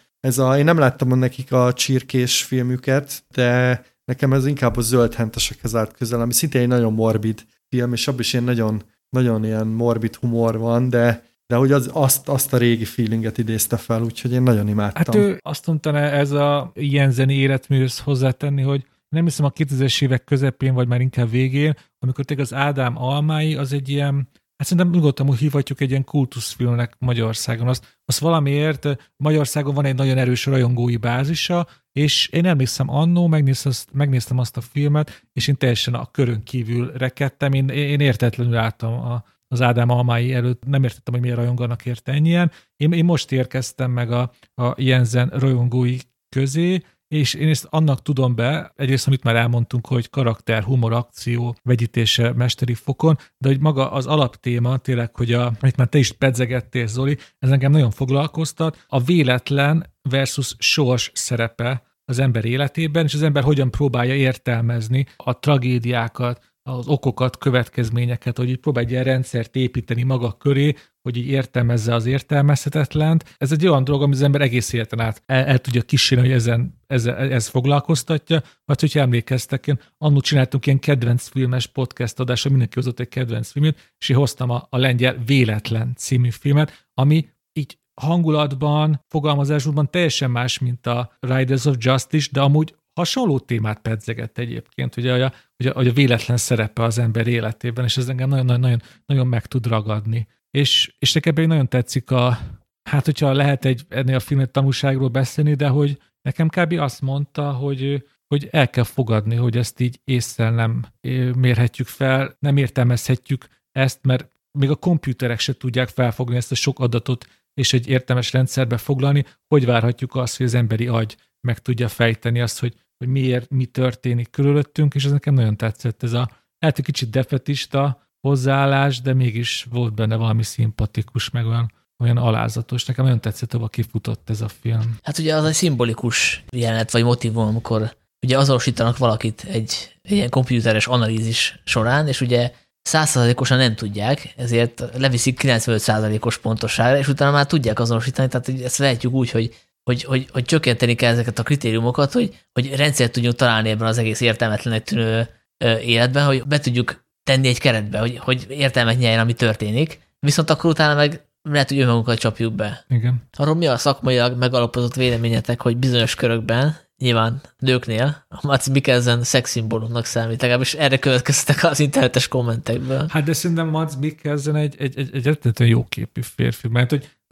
én nem láttam nekik a csirkés filmüket, de nekem ez inkább a zöldhentesekhez állt közel, ami szintén egy nagyon morbid film, és abban is ilyen nagyon, nagyon ilyen morbid humor van, de hogy azt a régi feelinget idézte fel, úgyhogy én nagyon imádtam. Hát ő azt mondta, ez a Jenseni életműhöz hozzátenni, hogy nem hiszem a 2000-es évek közepén, vagy már inkább végén, amikor tényleg az Ádám Almái, az egy ilyen, hát szerintem nyugodtan úgy hívhatjuk egy ilyen kultuszfilmnek Magyarországon. Azt valamiért Magyarországon van egy nagyon erős rajongói bázisa, és én emlékszem annó, megnéztem azt a filmet, és én teljesen a körön kívül rekedtem. Én értetlenül álltam az Ádám Almái előtt, nem értettem, hogy miért rajonganak érte ennyien. Én most érkeztem meg a Jensen rajongói közé, és én ezt annak tudom be, egyrészt, amit már elmondtunk, hogy karakter, humor, akció, vegyítése mesteri fokon, de hogy maga az alaptéma, tényleg, hogy amit már te is pedzegettél, Zoli, ez engem nagyon foglalkoztat, a véletlen versus sors szerepe az ember életében, és az ember hogyan próbálja értelmezni a tragédiákat, az okokat, következményeket, hogy így próbálj egy ilyen rendszert építeni maga köré, hogy így értelmezze az értelmezhetetlent. Ez egy olyan dolog, amit az ember egész életen át el tudja kísérni, hogy ez foglalkoztatja. Vagy hogyha emlékeztek, én annól csináltunk ilyen kedvenc filmes podcast adásra, mindenki hozott egy kedvenc filmet, és én hoztam a Lengyel Véletlen című filmet, ami így hangulatban, fogalmazásban teljesen más, mint a Riders of Justice, de amúgy hasonló témát pedzegett egyébként, ugye, hogy a véletlen szerepe az ember életében, és ez engem nagyon meg tud ragadni. És nekem pedig nagyon tetszik hát hogyha lehet ennél a filmet tanulságról beszélni, de hogy nekem kb. Azt mondta, hogy el kell fogadni, hogy ezt így észre nem mérhetjük fel, nem értelmezhetjük ezt, mert még a komputerek se tudják felfogni ezt a sok adatot, és egy értelmes rendszerbe foglalni, hogy várhatjuk azt, hogy az emberi agy meg tudja fejteni azt, hogy miért, mi történik körülöttünk, és ez nekem nagyon tetszett. Ez lehet egy kicsit defetista hozzáállás, de mégis volt benne valami szimpatikus, meg olyan alázatos. Nekem nagyon tetszett, ahol kifutott ez a film. Hát ugye az egy szimbolikus jelenet, vagy motivum, amikor ugye azonosítanak valakit egy ilyen komputeres analízis során, és ugye 100%-osan nem tudják, ezért leviszik 95%-os pontosságra, és utána már tudják azonosítani, tehát ezt vehetjük úgy, hogy csökkenteni kell ezeket a kritériumokat, hogy rendszert tudjunk találni ebben az egész értelmetlenek tűnő életben, hogy be tudjuk tenni egy keretbe, hogy értelmet nyerjen, ami történik, viszont akkor utána meg lehet, hogy önmagunkat csapjuk be. Igen. Arról mi a szakmailag megalapozott véleményetek, hogy bizonyos körökben, nyilván nőknél, a Mads Mikkelsen szexszimbólumnak számít, legalábbis erre következtek az internetes kommentekből. Hát de szerintem Mads Mikkelsen egy rettenetesen jóképű férfi, mert hogy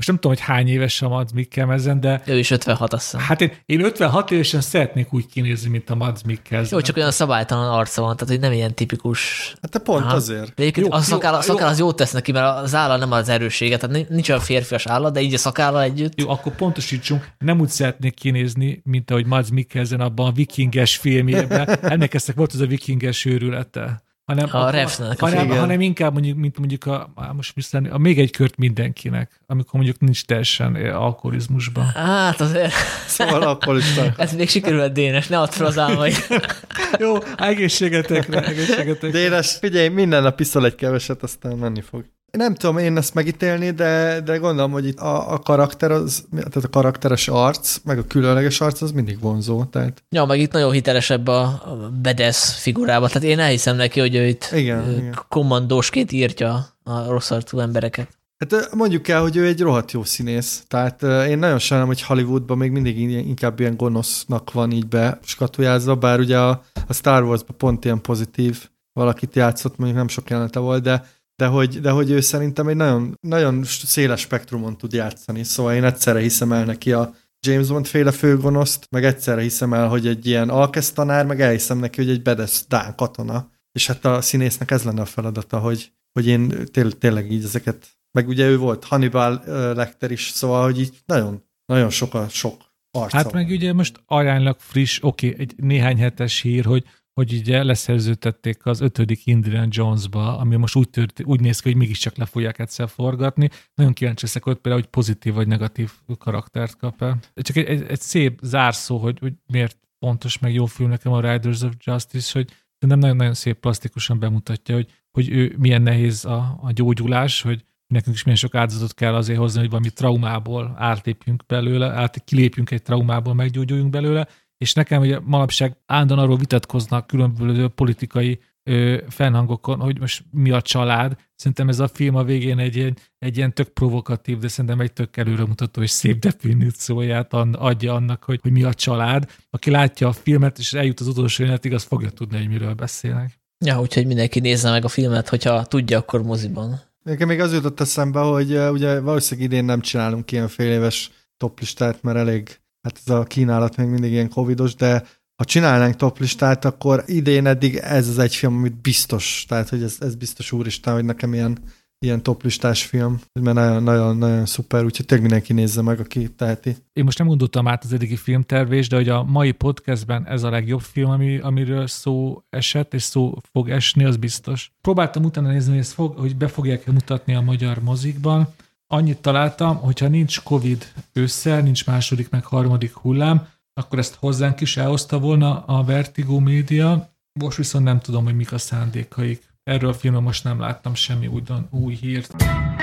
most nem tudom, hogy hány éves a Mads Mikkelsen, de... Ő is 56, azt hiszem. Hát én 56 évesen szeretnék úgy kinézni, mint a Mads Mikkelsen. Jó, csak olyan szabálytalan arca van, tehát hogy nem ilyen tipikus. Hát te pont azért. De egyébként a szakáll az jót tesz neki, mert az álla nem az erőssége, tehát nincs olyan férfias állat, de így a szakállal együtt. Jó, akkor pontosítsunk, nem úgy szeretnék kinézni, mint ahogy Mads Mikkelsen abban a vikinges filmjében. Emlékeztek, volt az a vikinges őrülete. Hanem inkább mondjuk a még egy kört mindenkinek, amikor mondjuk nincs teljesen alkoholizmusban. Hát azért. Szóval alkoholista. Ez még sikerült, Dénes, ne add fel az álmaid. Jó, egészségetekre. Dénes, figyelj, minden nap iszol egy keveset, aztán menni fog. Nem tudom én ezt megítélni, de gondolom, hogy itt a karakter, tehát a karakteres arc, meg a különleges arc, az mindig vonzó. Tehát... Ja, meg itt nagyon hitelesebb a bedesz figurába. Tehát én elhiszem neki, hogy ő itt kommandósként írtja a rossz arcú embereket. Hát mondjuk el, hogy ő egy rohadt jó színész. Tehát én nagyon sajnálom, hogy Hollywoodban még mindig inkább ilyen gonosznak van így beskatujázva, bár ugye a Star Wars-ban pont ilyen pozitív valakit játszott, mondjuk nem sok jelenete volt, de hogy ő szerintem egy nagyon, nagyon széles spektrumon tud játszani, szóval én egyszerre hiszem el neki a James Bond féle főgonoszt, meg egyszerre hiszem el, hogy egy ilyen alkesztanár, meg elhiszem neki, hogy egy bedesz dán katona. És hát a színésznek ez lenne a feladata, hogy én tényleg így ezeket, meg ugye ő volt Hannibal Lecter is, szóval, hogy így nagyon, nagyon sok arca. Hát meg ugye most aránylag friss, egy néhány hetes hír, hogy ugye leszerződtették az 5. Indiana Jones-ba, ami most úgy néz ki, hogy mégiscsak le fogják egyszer forgatni. Nagyon kíváncsi leszek ott például, hogy pozitív vagy negatív karaktert kap-e. Csak egy szép zárszó, hogy miért pontos meg jó film nekem a Riders of Justice, hogy nem nagyon-nagyon szép plastikusan bemutatja, hogy ő milyen nehéz a gyógyulás, hogy nekünk is milyen sok áldozatot kell azért hozni, hogy valami traumából átlépjünk belőle, kilépjünk egy traumából, meggyógyuljunk belőle, és nekem ugye manapság állandóan arról vitatkoznak különböző politikai fennhangokon, hogy most mi a család. Szerintem ez a film a végén egy ilyen tök provokatív, de szerintem egy tök előremutató és szép definícióját adja annak, hogy mi a család. Aki látja a filmet, és eljut az utolsó jelenetig, az fogja tudni, hogy miről beszélnek. Ja, úgyhogy mindenki nézze meg a filmet, hogyha tudja, akkor moziban. Nekem még az jutott eszembe, hogy ugye valószínűleg idén nem csinálunk ilyen féléves toplistát, mert elég, hát ez a kínálat még mindig ilyen covidos, de ha csinálnánk toplistát, akkor idén eddig ez az egy film, amit biztos, tehát hogy ez biztos úristen, hogy nekem ilyen toplistás film, mert nagyon szuper, úgyhogy tényleg mindenki nézze meg, aki teheti. Én most nem gondoltam át az eddigi filmtervést, de hogy a mai podcastben ez a legjobb film, amiről szó esett, és szó fog esni, az biztos. Próbáltam utána nézni, hogy be fogják mutatni a magyar mozikban. Annyit találtam, hogyha nincs Covid ősszel, nincs második meg harmadik hullám, akkor ezt hozzánk is elhozta volna a Vertigo Média. Most viszont nem tudom, hogy mik a szándékaik. Erről a filmről most nem láttam semmi új hírt.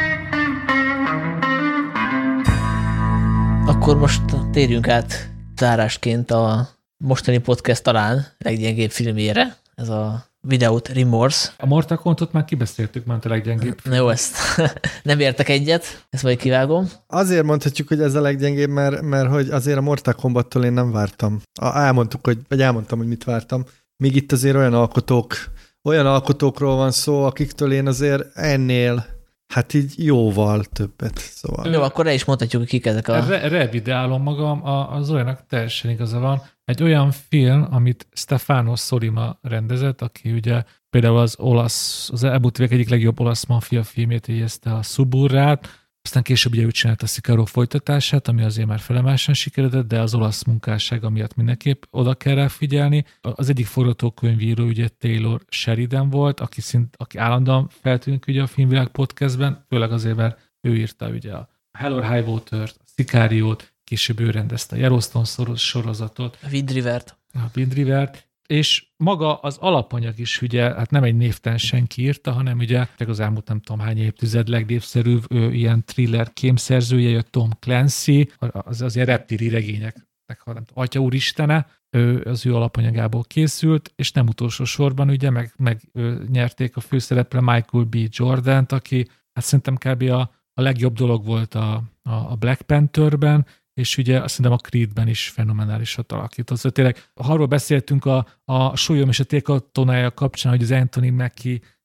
Akkor most térjünk át zárásként a mostani podcast talán leggyengébb filmjére. Ez a Without Remorse. A Mortal Kombatot már kibeszéltük, mert a leggyengébb. Na jó, ezt nem értek egyet, ezt majd kivágom. Azért mondhatjuk, hogy ez a leggyengébb, mert hogy azért a Mortal Kombattól én nem vártam. Elmondtam, hogy mit vártam. Míg itt azért olyan alkotókról van szó, akiktől én azért ennél, hát így jóval többet. Szóval. Jó, akkor is mondhatjuk, hogy kik ezek a... Revidálom magam, az olyanak teljesen igaza van. Egy olyan film, amit Stefano Sollima rendezett, aki ugye például az elmúlt évek egyik legjobb olasz maffia filmét jegyezte, a Suburrát, aztán később ugye ő csinált a Sicario folytatását, ami azért már felemásan sikeredett, de az olasz munkássága miatt mindenképp oda kell rá figyelni. Az egyik forgatókönyvíró ugye Taylor Sheridan volt, aki állandóan feltűnik ugye a Filmvilág podcastben, főleg azért, mert ő írta ugye a Hell or High Water-t, a Sicariót, később ő rendezte a Yellowstone sorozatot. A Wind Rivert. És maga az alapanyag is ugye, hát nem egy névtelen senki írta, hanem ugye az elmúlt nem tudom hány évtized legnépszerűbb ilyen thriller kémszerzője, jött Tom Clancy, az ilyen reptili regényeknek, nem tudom, Atya úristene, az ő alapanyagából készült, és nem utolsó sorban ugye meg nyerték a főszerepre Michael B. Jordant, aki hát szerintem kb. A legjobb dolog volt a Black Pantherben, és ugye azt hiszem a Creedben is fenomenálisat alakított. Szóval tényleg, ha arról beszéltünk a súlyom és a térkatonája kapcsán, hogy az Anthony Mackie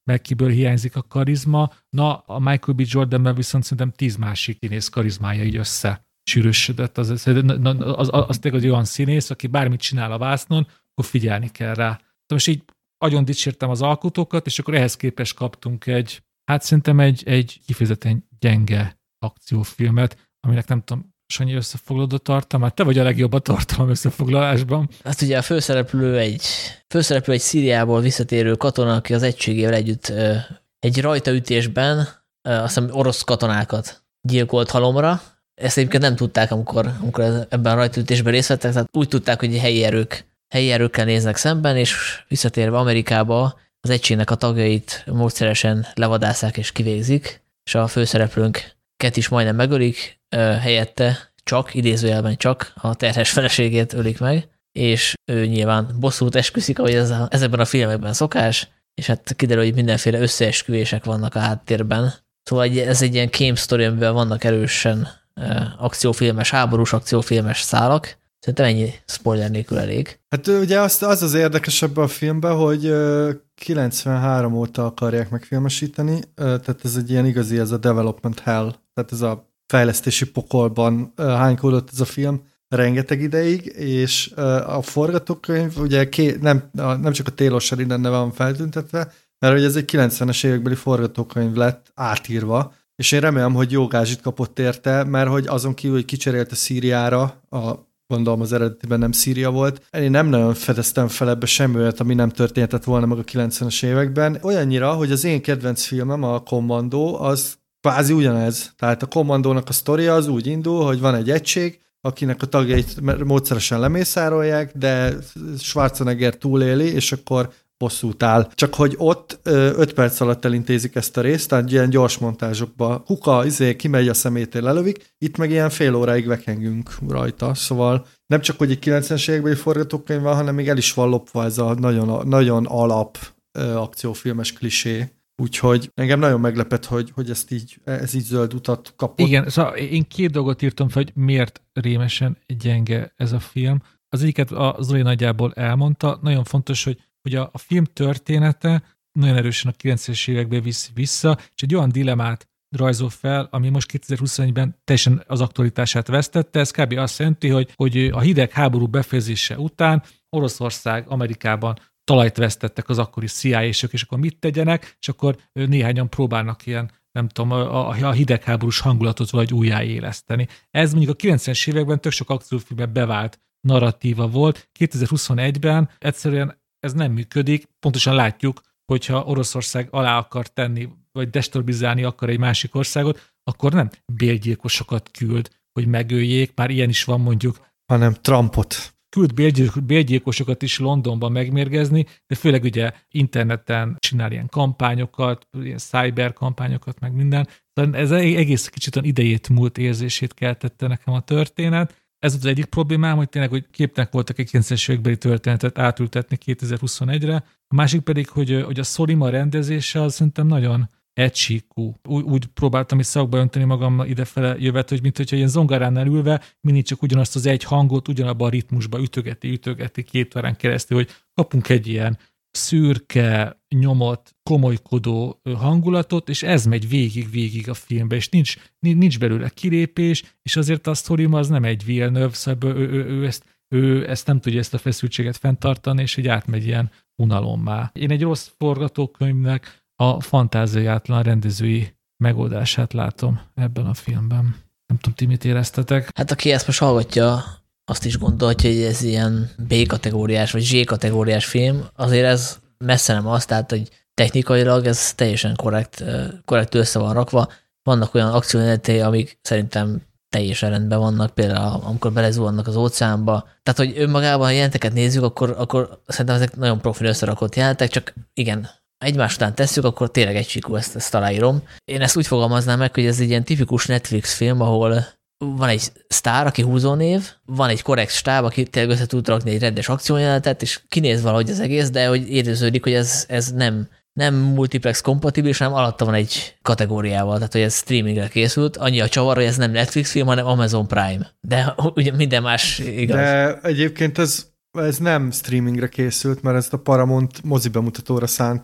Mackey-ből hiányzik a karizma, na a Michael B. Jordanben viszont szerintem 10 másik színész karizmája így össze sűrűsödött. Az tényleg egy olyan színész, aki bármit csinál a vásznon, akkor figyelni kell rá. Most így agyon dicsértem az alkotókat, és akkor ehhez képest kaptunk szerintem egy kifejezetten gyenge akciófilmet, aminek nem tudom, Sanyi összefoglalod a tartalmát? Te vagy a legjobb a tartalom összefoglalásban. Hát ugye a főszereplő egy Szíriából visszatérő katona, aki az egységével együtt egy rajtaütésben azt hiszem orosz katonákat gyilkolt halomra. Ezt egyébként nem tudták, amikor ebben a rajtaütésben részt vettek, tehát úgy tudták, hogy helyi erőkkel néznek szemben, és visszatérve Amerikába az egységnek a tagjait módszeresen levadásszák és kivégzik, és a főszereplőnket is majdnem megölik, helyette idézőjelben csak a terhes feleségét ölik meg, és ő nyilván bosszút esküszik, ahogy ezekben a filmekben szokás, és hát kiderül, hogy mindenféle összeesküvések vannak a háttérben. Szóval ez egy ilyen kém sztori, amiben vannak erősen háborús akciófilmes szálak. Szerintem ennyi spoiler nélkül elég. Hát ugye az érdekes ebben a filmben, hogy 93 óta akarják megfilmesíteni, tehát ez egy ilyen igazi, ez a development hell, tehát ez a fejlesztési pokolban hánykódott ez a film rengeteg ideig, és a forgatókönyv ugye nem csak a Taylor Sheridan neve van feltüntetve, mert hogy ez egy 90-es évekbeli forgatókönyv lett átírva, és én remélem, hogy jó gázsit kapott érte, mert hogy azon kívül, hogy kicserélte Szíriára, gondolom az eredetiben nem Szíria volt, én nem nagyon fedeztem fel ebbe semmi olyat, ami nem történhetett volna meg a 90-es években. Olyannyira, hogy az én kedvenc filmem, a Commando, az kvázi ugyanez. Tehát a Commandónak a sztoria az úgy indul, hogy van egy egység, akinek a tagjait módszeresen lemészárolják, de Schwarzenegger túléli, és akkor bosszút áll. Csak hogy ott 5 perc alatt elintézik ezt a részt, tehát ilyen gyors montázsokba kuka, kimegy a szemétől lelövik, itt meg ilyen fél óráig vekengünk rajta, szóval nem csak, hogy egy 90-es évekbeli forgatókönyv van, hanem még el is van lopva ez a nagyon, nagyon alap akciófilmes klisé. Úgyhogy engem nagyon meglepett, hogy ez így zöld utat kapott. Igen, szóval én 2 dolgot írtam fel, hogy miért rémesen gyenge ez a film. Az egyiket a Zoli nagyjából elmondta. Nagyon fontos, hogy a film története nagyon erősen a 90-es évekbe viszi vissza, és egy olyan dilemmát rajzol fel, ami most 2021-ben teljesen az aktualitását vesztette. Ez kb. Azt jelenti, hogy a hidegháború befejezése után Oroszország Amerikában talajt vesztettek az akkori CIA-sök, és akkor mit tegyenek, és akkor néhányan próbálnak ilyen, nem tudom, a hidegháborús hangulatot valahogy újjáéleszteni. Ez mondjuk a 90-es években tök sok akciófilmben bevált narratíva volt. 2021-ben egyszerűen ez nem működik. Pontosan látjuk, hogyha Oroszország alá akar tenni, vagy destabilizálni akar egy másik országot, akkor nem bélgyilkosokat küld, hogy megöljék, már ilyen is van mondjuk. Hanem Trumpot. Küld bélgyilkosokat is Londonban megmérgezni, de főleg ugye interneten csinál ilyen kampányokat, ilyen cyber kampányokat, meg minden. Ez egész kicsit idejét múlt érzését keltette nekem a történet. Ez volt az egyik problémám, hogy tényleg, hogy képnek voltak egy 90-es évekbeli történetet átültetni 2021-re. A másik pedig, hogy a Szorima rendezése az szerintem nagyon egysíkú. Úgy próbáltam is szakba önteni magam idefele jövet, hogy mint hogyha ilyen zongoránál ülve mindig csak ugyanazt az egy hangot, ugyanabban a ritmusba ütögeti 2 órán keresztül, hogy kapunk egy ilyen szürke, nyomott, komolykodó hangulatot, és ez megy végig a filmbe, és nincs belőle kilépés, és azért a Szorima az nem egy Villeneuve, szóval ő ezt nem tudja ezt a feszültséget fenntartani, és így átmegy ilyen unalommá. Én egy rossz forgatókönyvnek a fantáziátlan rendezői megoldását látom ebben a filmben. Nem tudom, ti mit éreztetek? Hát aki ezt most hallgatja, azt is gondolhatja, hogy ez ilyen B-kategóriás vagy Z-kategóriás film. Azért ez messze nem az, tehát hogy technikailag ez teljesen korrekt össze van rakva. Vannak olyan akciójelenetek, amik szerintem teljesen rendben vannak, például amikor belezuhannak az óceánba. Tehát, hogy önmagában, ha jelenteket nézzük, akkor szerintem ezek nagyon profil összerakott jelentek, csak igen, egymás után tesszük, akkor tényleg egysíkú, ezt aláírom. Én ezt úgy fogalmaznám meg, hogy ez egy ilyen tipikus Netflix film, ahol van egy sztár, aki húzónév, van egy korrekt stáb, aki tényleg össze tud rakni egy rendes akciójelenetet, és kinéz valahogy az egész, de hogy érződik, hogy ez nem multiplex kompatibilis, hanem alatta van egy kategóriával, tehát hogy ez streamingre készült. Annyi a csavar, hogy ez nem Netflix film, hanem Amazon Prime. De ugye minden más igaz. De egyébként ez nem streamingre készült, mert ezt a Paramount mozi bemutatóra szánta,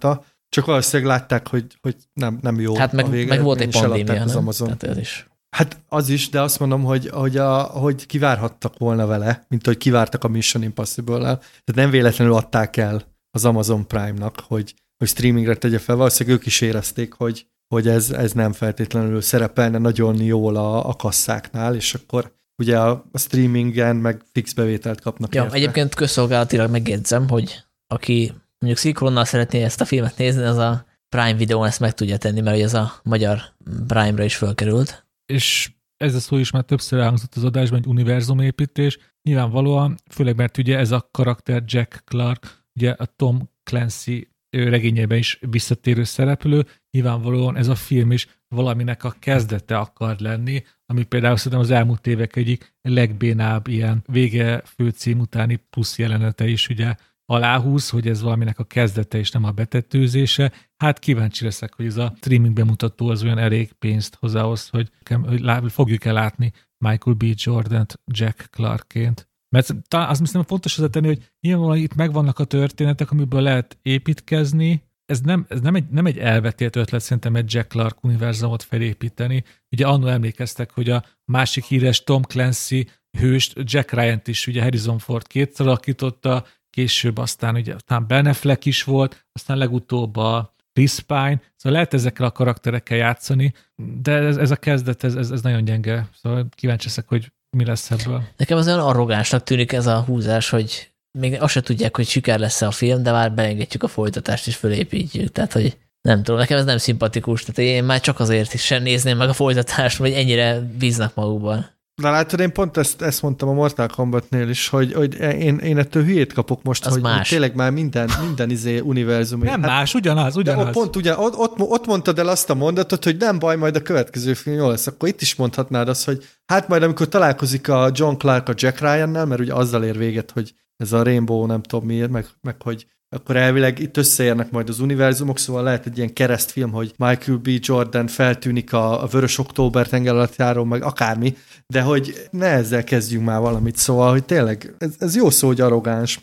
Csak valószínűleg látták, hogy nem jó hát a meg volt egy pandémia, az nem? Amazon. Tehát ez is. Hát az is, de azt mondom, hogy kivárhattak volna vele, mint hogy kivártak a Mission Impossible-lel. Tehát nem véletlenül adták el az Amazon Prime-nak, hogy streamingre tegye fel. Valószínűleg ők is érezték, hogy ez nem feltétlenül szerepelne nagyon jól a kasszáknál, és akkor ugye a streamingen meg fix bevételt kapnak Ja, érte. egyébként közszolgálatilag megjegyzem, hogy aki mondjuk szinkronnal szeretné ezt a filmet nézni, az a Prime Videón ezt meg tudja tenni, mert ez a magyar Prime-ra is fölkerült. És ez a szó is már többször elhangzott az adásban, egy univerzumépítés. Nyilvánvalóan, főleg mert ugye ez a karakter Jack Clark, ugye a Tom Clancy regényében is visszatérő szereplő, nyilvánvalóan ez a film is valaminek a kezdete akar lenni, ami például szerintem az elmúlt évek egyik legbénább ilyen vége főcím utáni plusz jelenete is ugye aláhúz, hogy ez valaminek a kezdete és nem a betetőzése. Hát kíváncsi leszek, hogy ez a streaming bemutató az olyan elég pénzt hozzához, hogy fogjuk-e látni Michael B. Jordant Jack Clarkként. Mert azt hiszem fontos hozzátenni, hogy nyilvánvalóan itt megvannak a történetek, amiből lehet építkezni. Ez nem egy elvetélt ötlet szerintem egy Jack Clark univerzumot felépíteni. Ugye annól emlékeztek, hogy a másik híres Tom Clancy hőst, Jack Ryan-t is ugye Harrison Ford kétszer alakította, később aztán ugye Ben Affleck is volt, aztán legutóbb a Chris Pine, szóval lehet ezekkel a karakterekkel játszani, de ez a kezdet, ez nagyon gyenge. Szóval kíváncsi leszek, hogy mi lesz ebből. Nekem az olyan arrogánsnak tűnik ez a húzás, hogy még azt se tudják, hogy siker lesz a film, de már beengedjük a folytatást és fölépítjük. Tehát, hogy nem tudom, nekem ez nem szimpatikus. Tehát én már csak azért is sem nézném meg a folytatást, hogy ennyire bíznak magukban. Na látod, én pont ezt mondtam a Mortal Kombatnél is, hogy én ettől hülyét kapok most, hogy tényleg már minden univerzum. Nem más, ugyanaz. Pont ugye, ott mondtad el azt a mondatot, hogy nem baj, majd a következő film jó lesz. Akkor itt is mondhatnád azt, hogy hát majd amikor találkozik a John Clark a Jack Ryan-nel, mert ugye azzal ér véget, hogy ez a Rainbow nem tudom miért, meg hogy akkor elvileg itt összeérnek majd az univerzumok, szóval lehet egy ilyen keresztfilm, hogy Michael B. Jordan feltűnik a Vörös Október tenger meg akármi, de hogy ne ezzel kezdjünk már valamit, szóval, hogy tényleg ez jó szó, hogy arrogáns,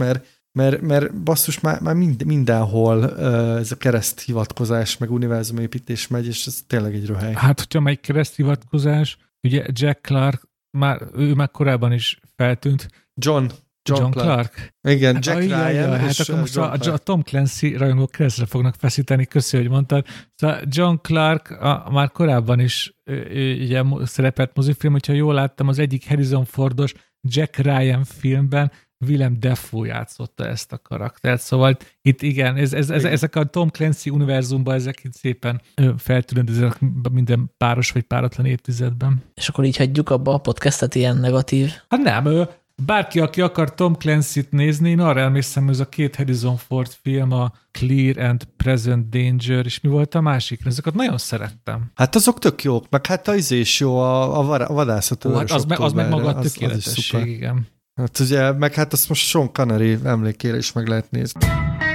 mert basszus már mindenhol ez a kereszthivatkozás, meg univerzumépítés megy, és ez tényleg egy röhely. Hát, hogyha megy kereszthivatkozás, ugye Jack Clark, ő már korábban is feltűnt. John Clark. Igen, Jack Ryan. Hát akkor most a Tom Clancy rajongók keresztre fognak feszíteni, köszi, hogy mondtad. Szóval John Clark már korábban is ugye szerepelt mozifilm, hogyha jól láttam, az egyik Harrison Fordos Jack Ryan filmben Willem Dafoe játszotta ezt a karaktert. Szóval itt igen, ezek a Tom Clancy univerzumban ezek itt szépen feltűnődnek minden páros vagy páratlan évtizedben. És akkor így hagyjuk abba a podcastet ilyen negatív? Hát nem, bárki, aki akar Tom Clancy-t nézni, én arra emlékszem, ez a 2 Harrison Ford film, a Clear and Present Danger, és mi volt a másik? Ezeket nagyon szerettem. Hát azok tök jók, meg hát az is jó, a vadászat. Hát az meg maga a tökéletesség, igen. Hát ugye, meg hát azt most Sean Connery emlékére is meg lehet nézni.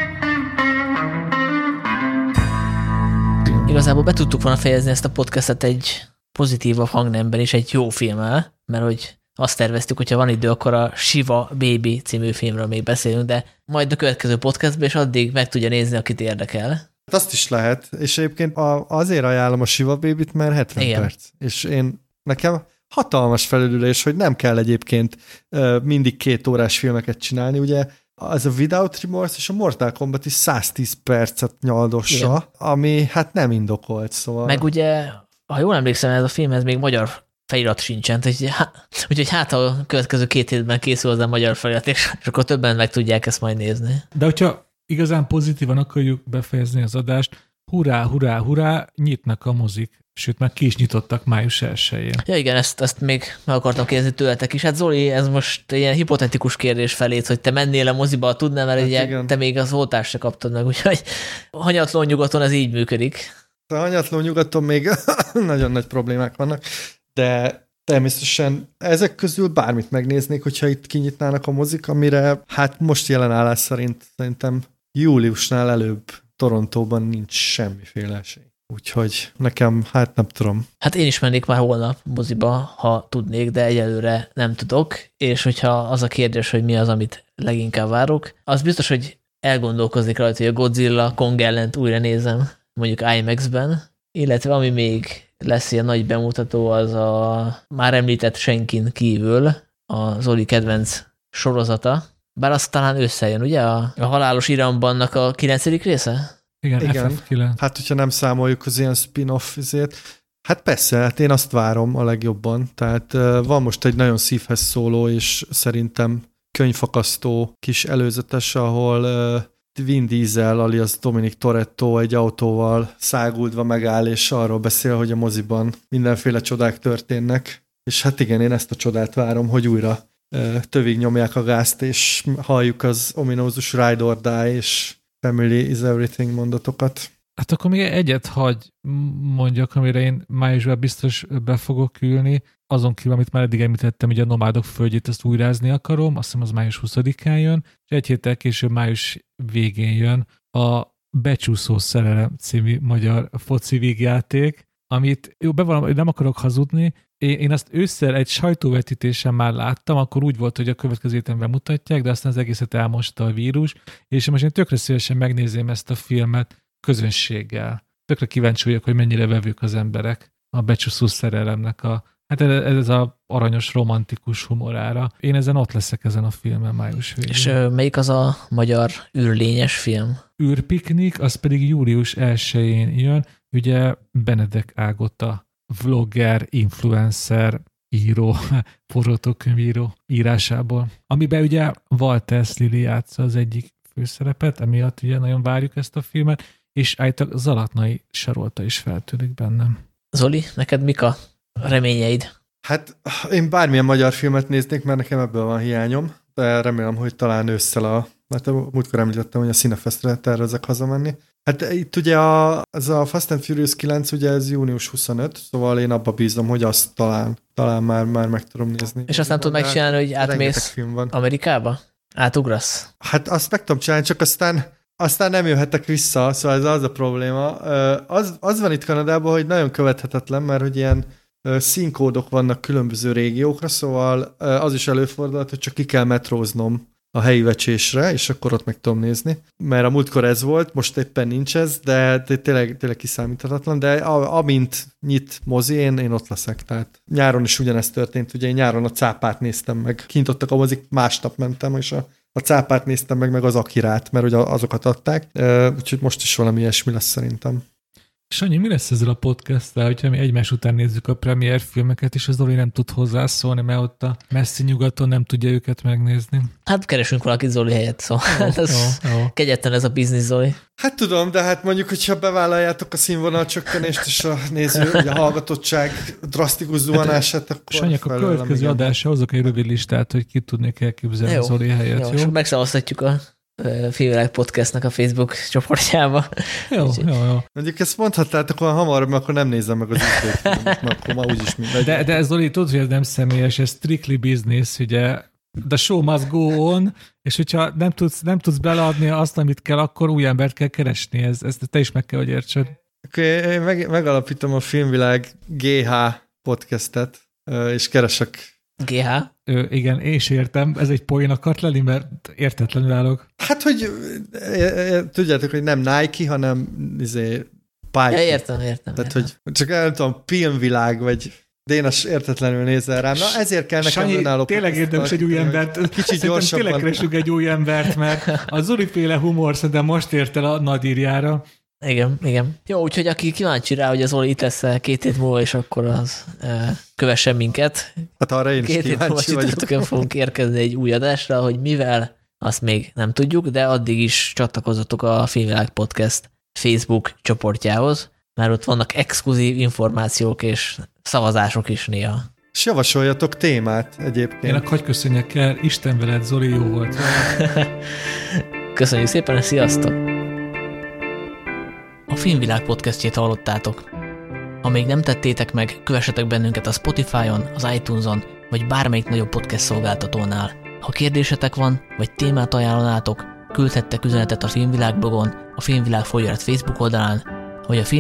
Igazából be tudtuk volna fejezni ezt a podcastet egy pozitívabb hangnemben és egy jó filmmel, mert hogy azt terveztük, hogyha van idő, akkor a Shiva Baby című filmről még beszélünk, de majd a következő podcastban, és addig meg tudja nézni, akit érdekel. Azt is lehet, és egyébként azért ajánlom a Shiva Baby-t, mert 70 igen. perc. És nekem hatalmas felülülés, hogy nem kell egyébként mindig 2 órás filmeket csinálni, ugye az a Without Remorse és a Mortal Kombat is 110 percet nyaldossa, igen. Ami hát nem indokolt, szóval. Meg ugye, ha jól emlékszem, ez a filmhez még magyar felirat sincsen, úgyhogy hát a következő 2 hétben készül hozzá magyar felirat, és akkor többen meg tudják ezt majd nézni. De hogyha igazán pozitívan akarjuk befejezni az adást, hurrá, hurrá, hurrá, nyitnak a mozik. Sőt, már ki is nyitottak május 1-én. Ja igen, ezt még meg akartam kérdezni tőletek is. Hát Zoli, ez most ilyen hipotetikus kérdés felét, hogy te mennél a moziba, tudnál, mert hát ugye te még az oltást se kaptad meg, úgyhogy hanyatló nyugaton ez így működik. A hanyatló nyugaton még nagyon nagy problémák vannak, de természetesen ezek közül bármit megnéznék, hogyha itt kinyitnának a mozik, amire hát most jelen állás szerint szerintem júliusnál előbb Torontóban nincs semmiféle esély. Úgyhogy nekem, hát nem tudom. Hát én is mennék már holnap moziba, ha tudnék, de egyelőre nem tudok, és hogyha az a kérdés, hogy mi az, amit leginkább várok, az biztos, hogy elgondolkozik rajta, hogy a Godzilla Kong ellent újra nézem, mondjuk IMAX-ben, illetve ami még lesz ilyen nagy bemutató, az a már említett Senkin kívül a Zoli kedvenc sorozata, bár az talán összejön, ugye? A Halálos Irambannak a 9. része? Igen. FF9. Hát, hogyha nem számoljuk az ilyen spin-off izét. Hát persze, hát én azt várom a legjobban. Tehát van most egy nagyon szívhez szóló, és szerintem könyvfakasztó kis előzetes, ahol Vin Diesel, alias Dominic Toretto egy autóval száguldva megáll, és arról beszél, hogy a moziban mindenféle csodák történnek. És hát igen, én ezt a csodát várom, hogy újra tövig nyomják a gázt, és halljuk az ominózus Ride or Die, és Family is Everything mondatokat. Hát akkor még egyet hagy mondjak, amire én májusban biztos be fogok ülni. Azon kívül, amit már eddig említettem, hogy a Nomádok földjét ezt újrázni akarom, azt hiszem az május 20-án jön, és egy héttel később május végén jön a Becsúszó szerelem című magyar foci vígjáték, amit jó, bevallom, hogy nem akarok hazudni, én azt ősszel egy sajtóvetítésen már láttam, akkor úgy volt, hogy a következő héten bemutatják, de aztán az egészet elmosta a vírus, és most én tökre szívesen megnézném ezt a filmet közönséggel. Tökre kíváncsi vagyok, hogy mennyire vevők az emberek a Becsúszó szerelemnek hát ez az aranyos, romantikus humorára. Én ott leszek ezen a filmen május végén. És melyik az a magyar űrlényes film? űrpiknik, az pedig július 1-én jön. Ugye Benedek Ágota, vlogger, influencer, író, forgatókönyvíró írásából. Amiben ugye Walter Lily játsza az egyik főszerepet, emiatt ugye nagyon várjuk ezt a filmet, és állítólag Zalatnai Sarolta is feltűnik bennem. Zoli, neked mik a reményeid? Hát én bármilyen magyar filmet néznék, mert nekem ebből van hiányom, de remélem, hogy talán ősszel mert múltkor említettem, hogy a Cinefestre tervezek hazamenni. Hát itt ugye ez a Fast and Furious 9, ugye ez június 25, szóval én abba bízom, hogy azt talán már meg tudom nézni. És azt nem tudod megcsinálni, hogy átmész Amerikába? Átugrasz? Hát azt meg tudom csinálni, csak aztán nem jöhetek vissza, szóval ez az a probléma. Az van itt Kanadában, hogy nagyon követhetetlen, mert hogy ilyen színkódok vannak különböző régiókra, szóval az is előfordulhat, hogy csak ki kell metróznom a helyi vecsésre, és akkor ott meg tudom nézni. Mert a múltkor ez volt, most éppen nincs ez, de tényleg kiszámíthatatlan, de amint nyit mozi, én ott leszek. Tehát nyáron is ugyanezt történt, ugye én nyáron a Cápát néztem meg. Kint ottak a mozik, másnap mentem, és a Cápát néztem meg az Akirát, mert ugye azokat adták, úgyhogy most is valami ilyesmi lesz szerintem. Sanyi, mi lesz ezzel a podcasttel, hogyha mi egymás után nézzük a premier filmeket, és az Zoli nem tud hozzászólni, mert ott a messzi nyugaton nem tudja őket megnézni? Hát keresünk valakit Zoli helyett, szóval jó. Kegyetlen ez a biznisz, Zoli. Hát tudom, de hát mondjuk, hogyha bevállaljátok a színvonal csökkenést és a a hallgatottság drasztikus zuhanását, akkor Sanyi, a következő adásra hozok egy rövid listát, hogy ki tudnék elképzelni a Zoli helyett. Jó, és megszavaztatjuk a Filmvilág Podcastnak a Facebook csoportjába. Jó. Mondjuk ezt mondhattátok olyan hamarabb, mert akkor nem nézem meg az ütőt, mert akkor már úgyis mindegy. De ez Zoli, tudod, hogy ez nem személyes, ez strictly business, ugye the show must go on, és hogyha nem tudsz beleadni azt, amit kell, akkor új embert kell keresni. Ezt te is meg kell, hogy értsed. Okay, én megalapítom a Filmvilág GH podcastet, és keresek. GH? Igen, én is értem. Ez egy poén akart lenni, mert értetlenül állok. Hát, hogy tudjátok, hogy nem Nike, hanem Pike. Ja, értem. Tehát, hogy csak nem tudom, Filmvilág, vagy Dénes értetlenül nézel rám. Na, ezért kell nekem önálló. Tényleg érdemes egy új embert. Kicsit gyorsabban. Tényleg keresünk egy új embert, mert a Zoli-féle humor szerintem most ért el a nadírjára. Igen. Jó, úgyhogy aki kíváncsi rá, hogy az Zoli itt lesz 2 hét múlva, és akkor az kövessen minket. Hát arra én is 2 hét múlva csütörtökön fogunk érkezni egy új adásra, hogy mivel, azt még nem tudjuk, de addig is csatlakozzatok a Filmvilág Podcast Facebook csoportjához, mert ott vannak exkluzív információk és szavazások is néha. És javasoljatok témát egyébként. Én hadd köszönjek el, Isten veled, Zoli, jó volt. Köszönjük szépen, sziasztok! A Filmvilág podcastjét hallottátok. Ha még nem tettétek meg, kövessetek bennünket a Spotify-on, az iTunes-on, vagy bármelyik nagyobb podcast szolgáltatónál. Ha kérdésetek van, vagy témát ajánlanátok, küldhettek üzenetet a Filmvilág blogon, a Filmvilág folyóirat Facebook oldalán, vagy a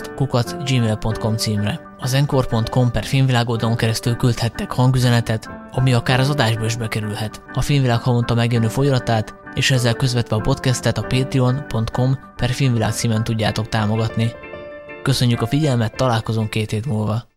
filmvilágpodcast@gmail.com címre. Az encore.com/filmvilág oldalon keresztül küldhettek hangüzenetet, ami akár az adásba is bekerülhet. A Filmvilág havonta megjelenő folyamatát, és ezzel közvetve a podcastet a patreon.com/filmvilág címen tudjátok támogatni. Köszönjük a figyelmet, találkozunk 2 hét múlva.